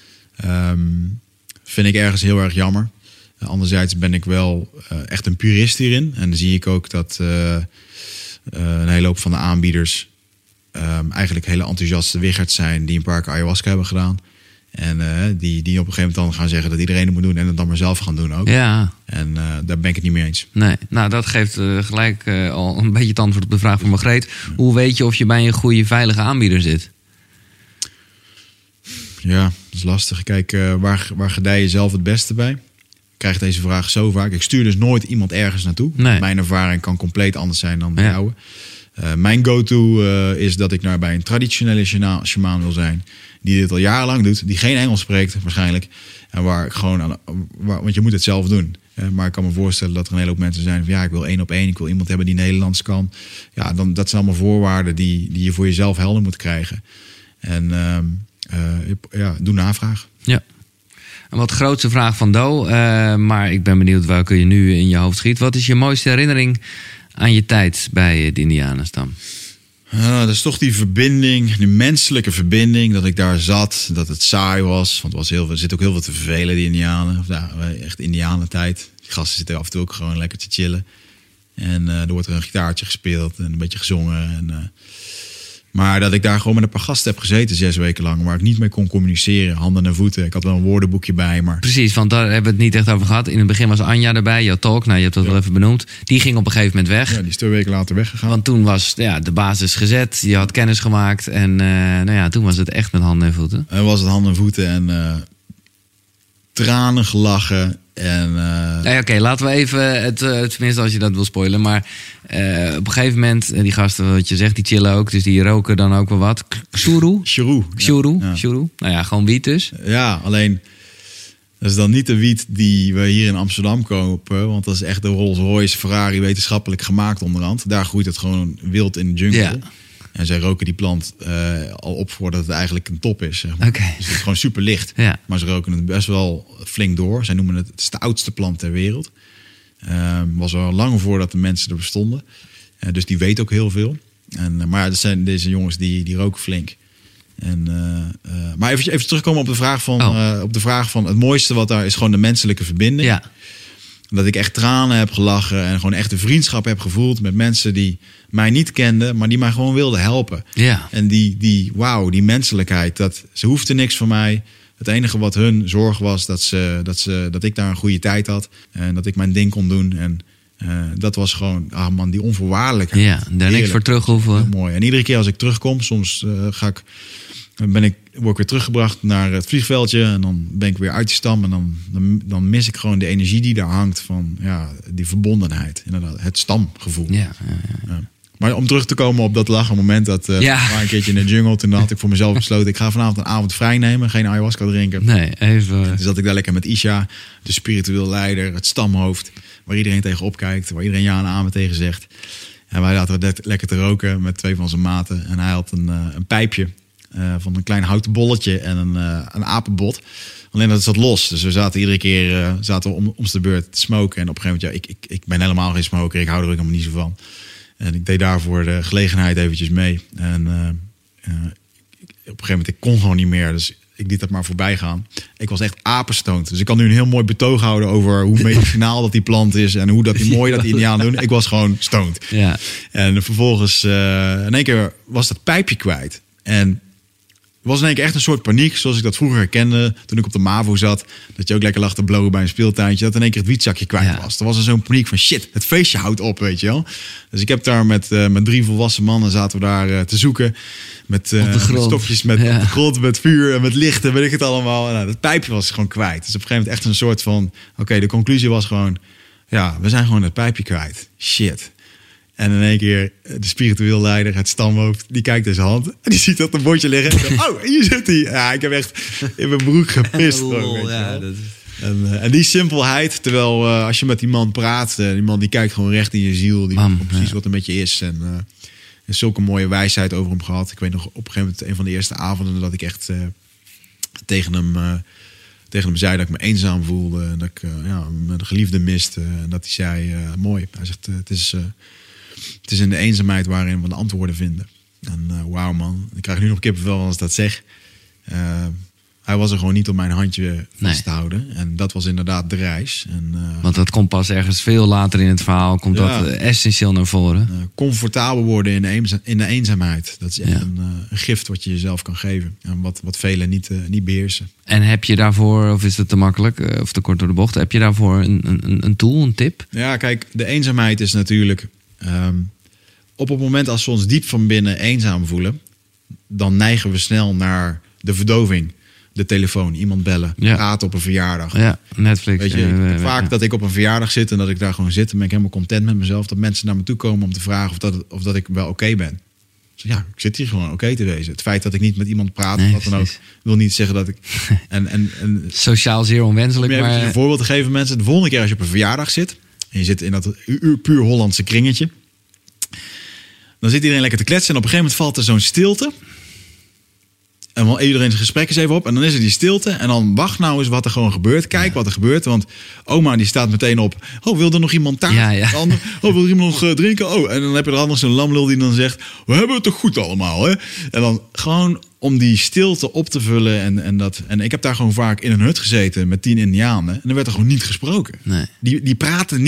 Um, vind ik ergens heel erg jammer. Uh, anderzijds ben ik wel uh, echt een purist hierin. En dan zie ik ook dat uh, uh, een hele hoop van de aanbieders um, eigenlijk hele enthousiaste wiggerts zijn die een paar keer ayahuasca hebben gedaan. En uh, die, die op een gegeven moment dan gaan zeggen dat iedereen het moet doen en het dan maar zelf gaan doen ook. Ja. En uh, daar ben ik het niet mee eens. Nee, nou dat geeft uh, gelijk uh, al een beetje het antwoord op de vraag van Margreet. Ja. Hoe weet je of je bij een goede, veilige aanbieder zit? Ja, dat is lastig. Kijk, uh, waar, waar gedij je zelf het beste bij? Ik krijg deze vraag zo vaak. Ik stuur dus nooit iemand ergens naartoe. Nee. Mijn ervaring kan compleet anders zijn dan de ja. jouwe. Uh, mijn go-to uh, is dat ik naar bij een traditionele shamaan wil zijn. Die dit al jarenlang doet. Die geen Engels spreekt waarschijnlijk. En waar ik gewoon aan, waar, want je moet het zelf doen. Uh, maar ik kan me voorstellen dat er een hele hoop mensen zijn van ja, ik wil één op één. Ik wil iemand hebben die Nederlands kan. Ja, dan, dat zijn allemaal voorwaarden die, die je voor jezelf helder moet krijgen. En uh, uh, ja, doe navraag. Ja. Een wat grootste vraag van Do. Uh, maar ik ben benieuwd welke je nu in je hoofd schiet. Wat is je mooiste herinnering aan je tijd bij de Indianenstam? Uh, dat is toch die verbinding, die menselijke verbinding. Dat ik daar zat, dat het saai was. Want er, was heel veel, er zit ook heel veel te vervelen, die Indianen. Of, ja, echt Indianentijd. Die gasten zitten af en toe ook gewoon lekker te chillen. En uh, er wordt er een gitaartje gespeeld en een beetje gezongen. En, Maar dat ik daar gewoon met een paar gasten heb gezeten zes weken lang. Waar ik niet mee kon communiceren. Handen en voeten. Ik had wel een woordenboekje bij. Maar... Precies, want daar hebben we het niet echt over gehad. In het begin was Anja erbij, jouw talk. Nou, je hebt dat ja. wel even benoemd. Die ging op een gegeven moment weg. Ja, die is twee weken later weggegaan. Want toen was ja, de basis gezet. Je had kennis gemaakt. En uh, nou ja, toen was het echt met handen en voeten. En was het handen en voeten. En uh, tranen gelachen. En, uh... nee, Oké, okay, laten we even, het, uh, tenminste als je dat wil spoilen. Maar uh, op een gegeven moment, die gasten, wat je zegt, die chillen ook. Dus die roken dan ook wel wat. Shuru? Shuru. Shuru, ja. Shuru. Nou ja, gewoon wiet dus. Ja, alleen dat is dan niet de wiet die we hier in Amsterdam kopen. Want dat is echt de Rolls Royce Ferrari wetenschappelijk gemaakt onderhand. Daar groeit het gewoon wild in de jungle. Ja. En zij roken die plant uh, al op voordat het eigenlijk een top is. Zeg maar. Okay. Dus het is gewoon super licht. Ja. Maar ze roken het best wel flink door. Zij noemen het, het is de oudste plant ter wereld. Uh, was al lang voordat de mensen er bestonden. Uh, dus die weet ook heel veel. En, uh, maar dat zijn deze jongens die, die roken flink. En, uh, uh, maar even, even terugkomen op de, vraag van, oh. uh, op de vraag van... het mooiste wat daar is gewoon de menselijke verbinding. Ja. Dat ik echt tranen heb gelachen en gewoon echt een vriendschap heb gevoeld met mensen die mij niet kenden, maar die mij gewoon wilden helpen. Ja. En die, die wauw, die menselijkheid, dat ze hoefden niks van mij. Het enige wat hun zorg was dat, ze, dat, ze, dat ik daar een goede tijd had en dat ik mijn ding kon doen. En uh, dat was gewoon, ah man, die onvoorwaardelijkheid. Ja, daar niks voor terug hoeven. Heel mooi. En iedere keer als ik terugkom, soms uh, ga ik, ben ik, word ik weer teruggebracht naar het vliegveldje en dan ben ik weer uit die stam en dan, dan, dan mis ik gewoon de energie die daar hangt van ja, die verbondenheid, inderdaad, het stamgevoel. Ja, ja, ja. Ja. Maar om terug te komen op dat lachen moment dat uh, ja. maar een keertje in de jungle, toen had ik voor mezelf besloten, ik ga vanavond een avond vrij nemen, geen ayahuasca drinken. Nee, even. Dus zat ik daar lekker met Isha, de spiritueel leider, het stamhoofd, waar iedereen tegen opkijkt, waar iedereen ja en amen tegen zegt. En wij zaten net lekker te roken met twee van zijn maten en hij had een, uh, een pijpje. Uh, van een klein houten bolletje en een, uh, een apenbot. Alleen dat zat los. Dus we zaten iedere keer uh, zaten we om, om de beurt te smoken. En op een gegeven moment, ja, ik, ik, ik ben helemaal geen smoker. Ik hou er ook helemaal niet zo van. En ik deed daarvoor de gelegenheid eventjes mee. En uh, uh, op een gegeven moment, ik kon gewoon niet meer. Dus ik liet dat maar voorbij gaan. Ik was echt apenstoond. Dus ik kan nu een heel mooi betoog houden over hoe medicinaal dat die plant is. En hoe dat die mooi dat die Indianen doen. Ik was gewoon stoned. Ja. En vervolgens, uh, in één keer was dat pijpje kwijt. En was in één keer echt een soort paniek, zoals ik dat vroeger herkende toen ik op de MAVO zat. Dat je ook lekker lag te blowen bij een speeltuintje. Dat in één keer het wietzakje kwijt ja. was. Er was er zo'n paniek van shit, het feestje houdt op, weet je wel. Dus ik heb daar met, uh, met drie volwassen mannen zaten we daar uh, te zoeken. Met, uh, met stofjes, met ja. op de grond, met vuur en met lichten, weet ik het allemaal. En, nou, dat pijpje was gewoon kwijt. Dus op een gegeven moment echt een soort van, oké, okay, de conclusie was gewoon, ja, we zijn gewoon het pijpje kwijt. Shit. En in één keer de spiritueel leider, het stamhoofd, die kijkt in zijn hand. En die ziet dat een bordje liggen. En oh, hier zit hij. Ja, ik heb echt in mijn broek gepist. Lol, ook, ja, dat is... en, uh, en die simpelheid, terwijl uh, als je met die man praat, uh, die man die kijkt gewoon recht in je ziel. Die Bam, weet precies ja. wat een beetje is. En, uh, en zulke mooie wijsheid over hem gehad. Ik weet nog op een gegeven moment, een van de eerste avonden, dat ik echt uh, tegen hem... Uh, tegen hem zei dat ik me eenzaam voelde. En dat ik uh, ja, mijn geliefde miste. En dat hij zei, uh, mooi. Hij zegt, uh, het is... Uh, Het is in de eenzaamheid waarin we de antwoorden vinden. En uh, wauw man, ik krijg nu nog kippenvel als ik dat zeg. Uh, hij was er gewoon niet om mijn handje vast nee. te houden. En dat was inderdaad de reis. En, uh, Want dat komt pas ergens veel later in het verhaal. Komt ja. dat essentieel naar voren. Uh, comfortabel worden in de, eenza- in de eenzaamheid. Dat is echt ja. een, uh, een gift wat je jezelf kan geven. En wat, wat velen niet, uh, niet beheersen. En heb je daarvoor, of is het te makkelijk, uh, of te kort door de bocht. Heb je daarvoor een, een, een tool, een tip? Ja, kijk, de eenzaamheid is natuurlijk... Um, op het moment als we ons diep van binnen eenzaam voelen, dan neigen we snel naar de verdoving. De telefoon, iemand bellen, ja. praten op een verjaardag. Ja, Netflix. Weet je, uh, uh, vaak ja. dat ik op een verjaardag zit en dat ik daar gewoon zit, en ben ik helemaal content met mezelf. Dat mensen naar me toe komen om te vragen of dat, of dat ik wel oké okay ben. Dus ja, ik zit hier gewoon oké okay te wezen. Het feit dat ik niet met iemand praat, nee, wat dan ook, wil niet zeggen dat ik... En, en, en, Sociaal zeer onwenselijk. Om maar... een voorbeeld te geven, mensen. De volgende keer als je op een verjaardag zit en je zit in dat puur Hollandse kringetje, dan zit iedereen lekker te kletsen en op een gegeven moment valt er zo'n stilte. En dan iedereen zijn gesprek is even op en dan is er die stilte. En dan wacht nou eens wat er gewoon gebeurt. Kijk ja. wat er gebeurt, want oma die staat meteen op. Oh, wil er nog iemand taart? Ja, ja. Ander, oh, wil er iemand nog uh, drinken? Oh, en dan heb je er anders zo'n lamlul die dan zegt, we hebben het toch goed allemaal, hè? En dan gewoon om die stilte op te vullen. En, en, dat, en ik heb daar gewoon vaak in een hut gezeten met tien Indianen. En er werd er gewoon niet gesproken. Nee. Die, die praten niet.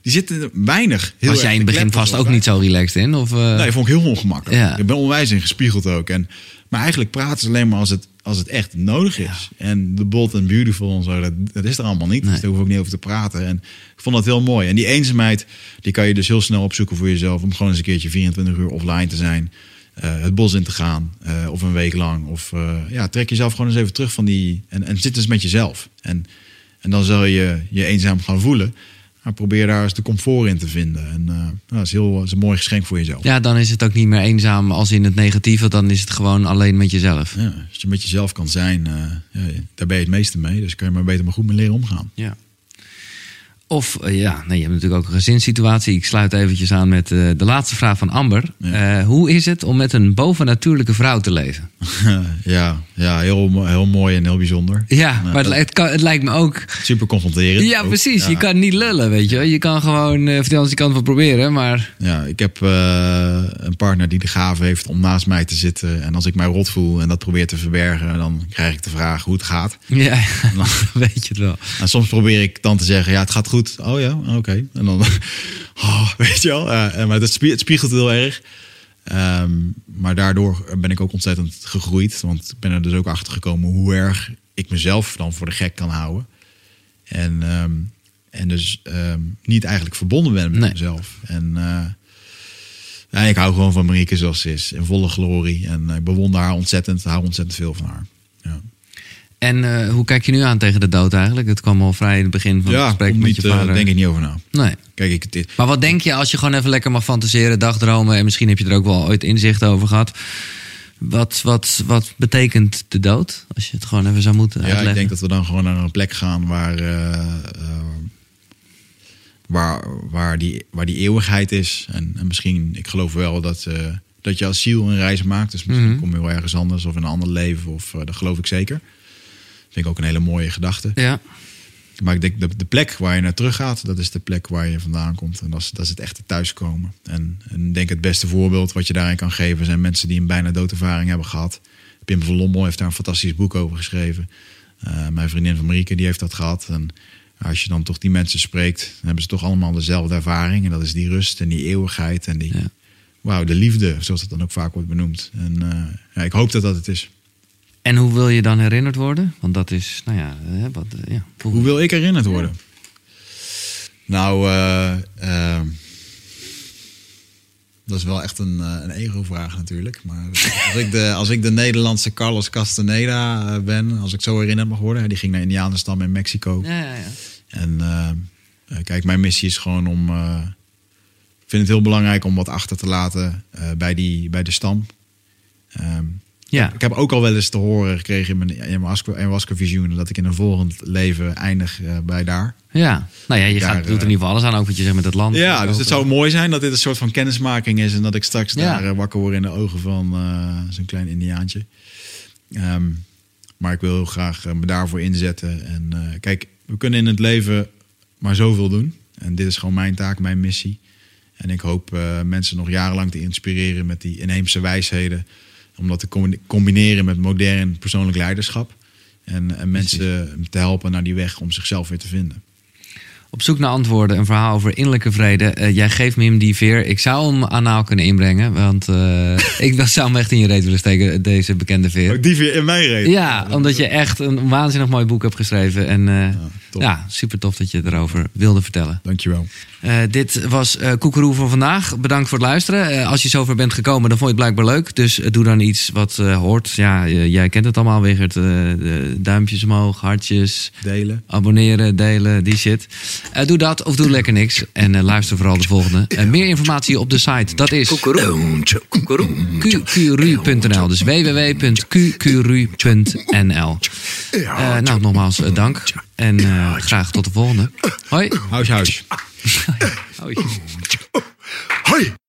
die zitten weinig. Heel Was jij in het begin vast ook niet zo relaxed in? Of, uh... Nee, vond ik heel ongemakkelijk. Ja. Ik ben onwijs in gespiegeld ook. En, maar eigenlijk praten ze alleen maar als het, als het echt nodig is. Ja. En de bold and beautiful en zo, dat, dat is er allemaal niet. Nee. Dus daar hoef ik ook niet over te praten. En ik vond dat heel mooi. En die eenzaamheid, die kan je dus heel snel opzoeken voor jezelf. Om gewoon eens een keertje vierentwintig uur offline te zijn. Uh, het bos in te gaan. Uh, of een week lang. Of uh, ja, trek jezelf gewoon eens even terug van die... En, en zit eens met jezelf. En, en dan zal je je eenzaam gaan voelen. Maar probeer daar eens de comfort in te vinden. En uh, nou, dat, is heel, dat is een mooi geschenk voor jezelf. Ja, dan is het ook niet meer eenzaam als in het negatieve. Dan is het gewoon alleen met jezelf. Ja, als je met jezelf kan zijn, uh, ja, daar ben je het meeste mee. Dus kan je maar beter maar goed mee leren omgaan. Ja. Of, uh, ja, nee, je hebt natuurlijk ook een gezinssituatie. Ik sluit eventjes aan met uh, de laatste vraag van Amber. Ja. Uh, hoe is het om met een bovennatuurlijke vrouw te leven? ja, ja heel, heel mooi en heel bijzonder. Ja, uh, maar het, het, kan, het lijkt me ook... Super confronterend. Ja, ook. Precies. Ja. Je kan niet lullen, weet je. Je kan gewoon... Uh, vertel eens, je kan het wel proberen, maar... Ja, ik heb uh, een partner die de gave heeft om naast mij te zitten. En als ik mij rot voel en dat probeer te verbergen... dan krijg ik de vraag hoe het gaat. Ja, dan weet je het wel. En soms probeer ik dan te zeggen, ja, het gaat goed. Oh ja, oké. Okay. En dan, oh, weet je wel. Uh, maar het, spie- het spiegelt heel erg. Um, maar daardoor ben ik ook ontzettend gegroeid. Want ik ben er dus ook achter gekomen hoe erg ik mezelf dan voor de gek kan houden. En, um, en dus um, niet eigenlijk verbonden ben met nee. mezelf. En, uh, en ik hou gewoon van Marieke zoals ze is. In volle glorie. En ik bewonder haar ontzettend. Hou ontzettend veel van haar. Ja. En uh, hoe kijk je nu aan tegen de dood eigenlijk? Het kwam al vrij in het begin van ja, het gesprek met niet, je vader. Daar denk ik niet over na. Nee. Kijk, ik, dit... Maar wat denk je als je gewoon even lekker mag fantaseren, dagdromen... en misschien heb je er ook wel ooit inzicht over gehad. Wat, wat, wat betekent de dood? Als je het gewoon even zou moeten uitleggen. Ja, ik denk dat we dan gewoon naar een plek gaan waar... Uh, uh, waar, waar, die, waar die eeuwigheid is. En, en misschien, ik geloof wel dat... Uh, dat je als ziel een reis maakt. Dus misschien mm-hmm. kom je wel ergens anders of in een ander leven. Of, uh, dat geloof ik zeker. Vind ik ook een hele mooie gedachte. Ja. Maar ik denk, de, de plek waar je naar terug gaat... dat is de plek waar je vandaan komt. En dat is, dat is het echte thuiskomen. En, en ik denk het beste voorbeeld wat je daarin kan geven... zijn mensen die een bijna doodervaring hebben gehad. Pim van Lommel heeft daar een fantastisch boek over geschreven. Uh, mijn vriendin van Marieke, die heeft dat gehad. En als je dan toch die mensen spreekt... dan hebben ze toch allemaal dezelfde ervaring. En dat is die rust en die eeuwigheid en die... Ja. Wauw, de liefde, zoals het dan ook vaak wordt benoemd. En uh, ja, ik hoop dat dat het is. En hoe wil je dan herinnerd worden? Want dat is, nou ja... Wat, ja hoe... hoe wil ik herinnerd worden? Ja. Nou, uh, uh, dat is wel echt een, uh, een ego-vraag natuurlijk. Maar als ik, de, als ik de Nederlandse Carlos Castaneda ben... als ik zo herinnerd mag worden... die ging naar Indianenstam in Mexico. Ja, ja, ja. En uh, kijk, mijn missie is gewoon om... Uh, Ik vind het heel belangrijk om wat achter te laten uh, bij, die, bij de stam. Um, ja. Ik heb ook al wel eens te horen gekregen in mijn ayahuasca-visioenen... dat ik in een volgend leven eindig uh, bij daar. Ja, nou ja, je daar, gaat, doet er in ieder geval alles aan, ook wat je zegt met het land. Ja, dus het zou mooi zijn dat dit een soort van kennismaking is... en dat ik straks ja. daar uh, wakker word in de ogen van uh, zo'n klein Indiaantje. Um, maar ik wil heel graag uh, me daarvoor inzetten. En uh, kijk, we kunnen in het leven maar zoveel doen. En dit is gewoon mijn taak, mijn missie. En ik hoop uh, mensen nog jarenlang te inspireren met die inheemse wijsheden. Om dat te combineren met modern persoonlijk leiderschap. En, en mensen te helpen naar die weg om zichzelf weer te vinden. Op zoek naar antwoorden, een verhaal over innerlijke vrede. Uh, jij geeft me hem die veer. Ik zou hem anaal kunnen inbrengen. Want uh, ik zou hem echt in je reet willen steken, deze bekende veer. Ook die veer in mijn reet? Ja, ja, omdat je echt een waanzinnig mooi boek hebt geschreven. En uh, ja, ja, super tof dat je erover wilde vertellen. Dankjewel. Uh, dit was uh, Koekeroe van vandaag. Bedankt voor het luisteren. Uh, als je zover bent gekomen, dan vond je het blijkbaar leuk. Dus uh, doe dan iets wat uh, hoort. Ja, uh, jij kent het allemaal, Wigert. Uh, de duimpjes omhoog, hartjes. Delen. Abonneren, delen, die shit. Uh, doe dat of doe lekker niks. En uh, luister vooral de volgende. Uh, meer informatie op de site. Dat is q q r u punt n l. Dus w w w punt q q r u punt n l. Uh, nou, nogmaals uh, dank. En uh, graag tot de volgende. Hoi. Huis, huis. Hoi. Hoi.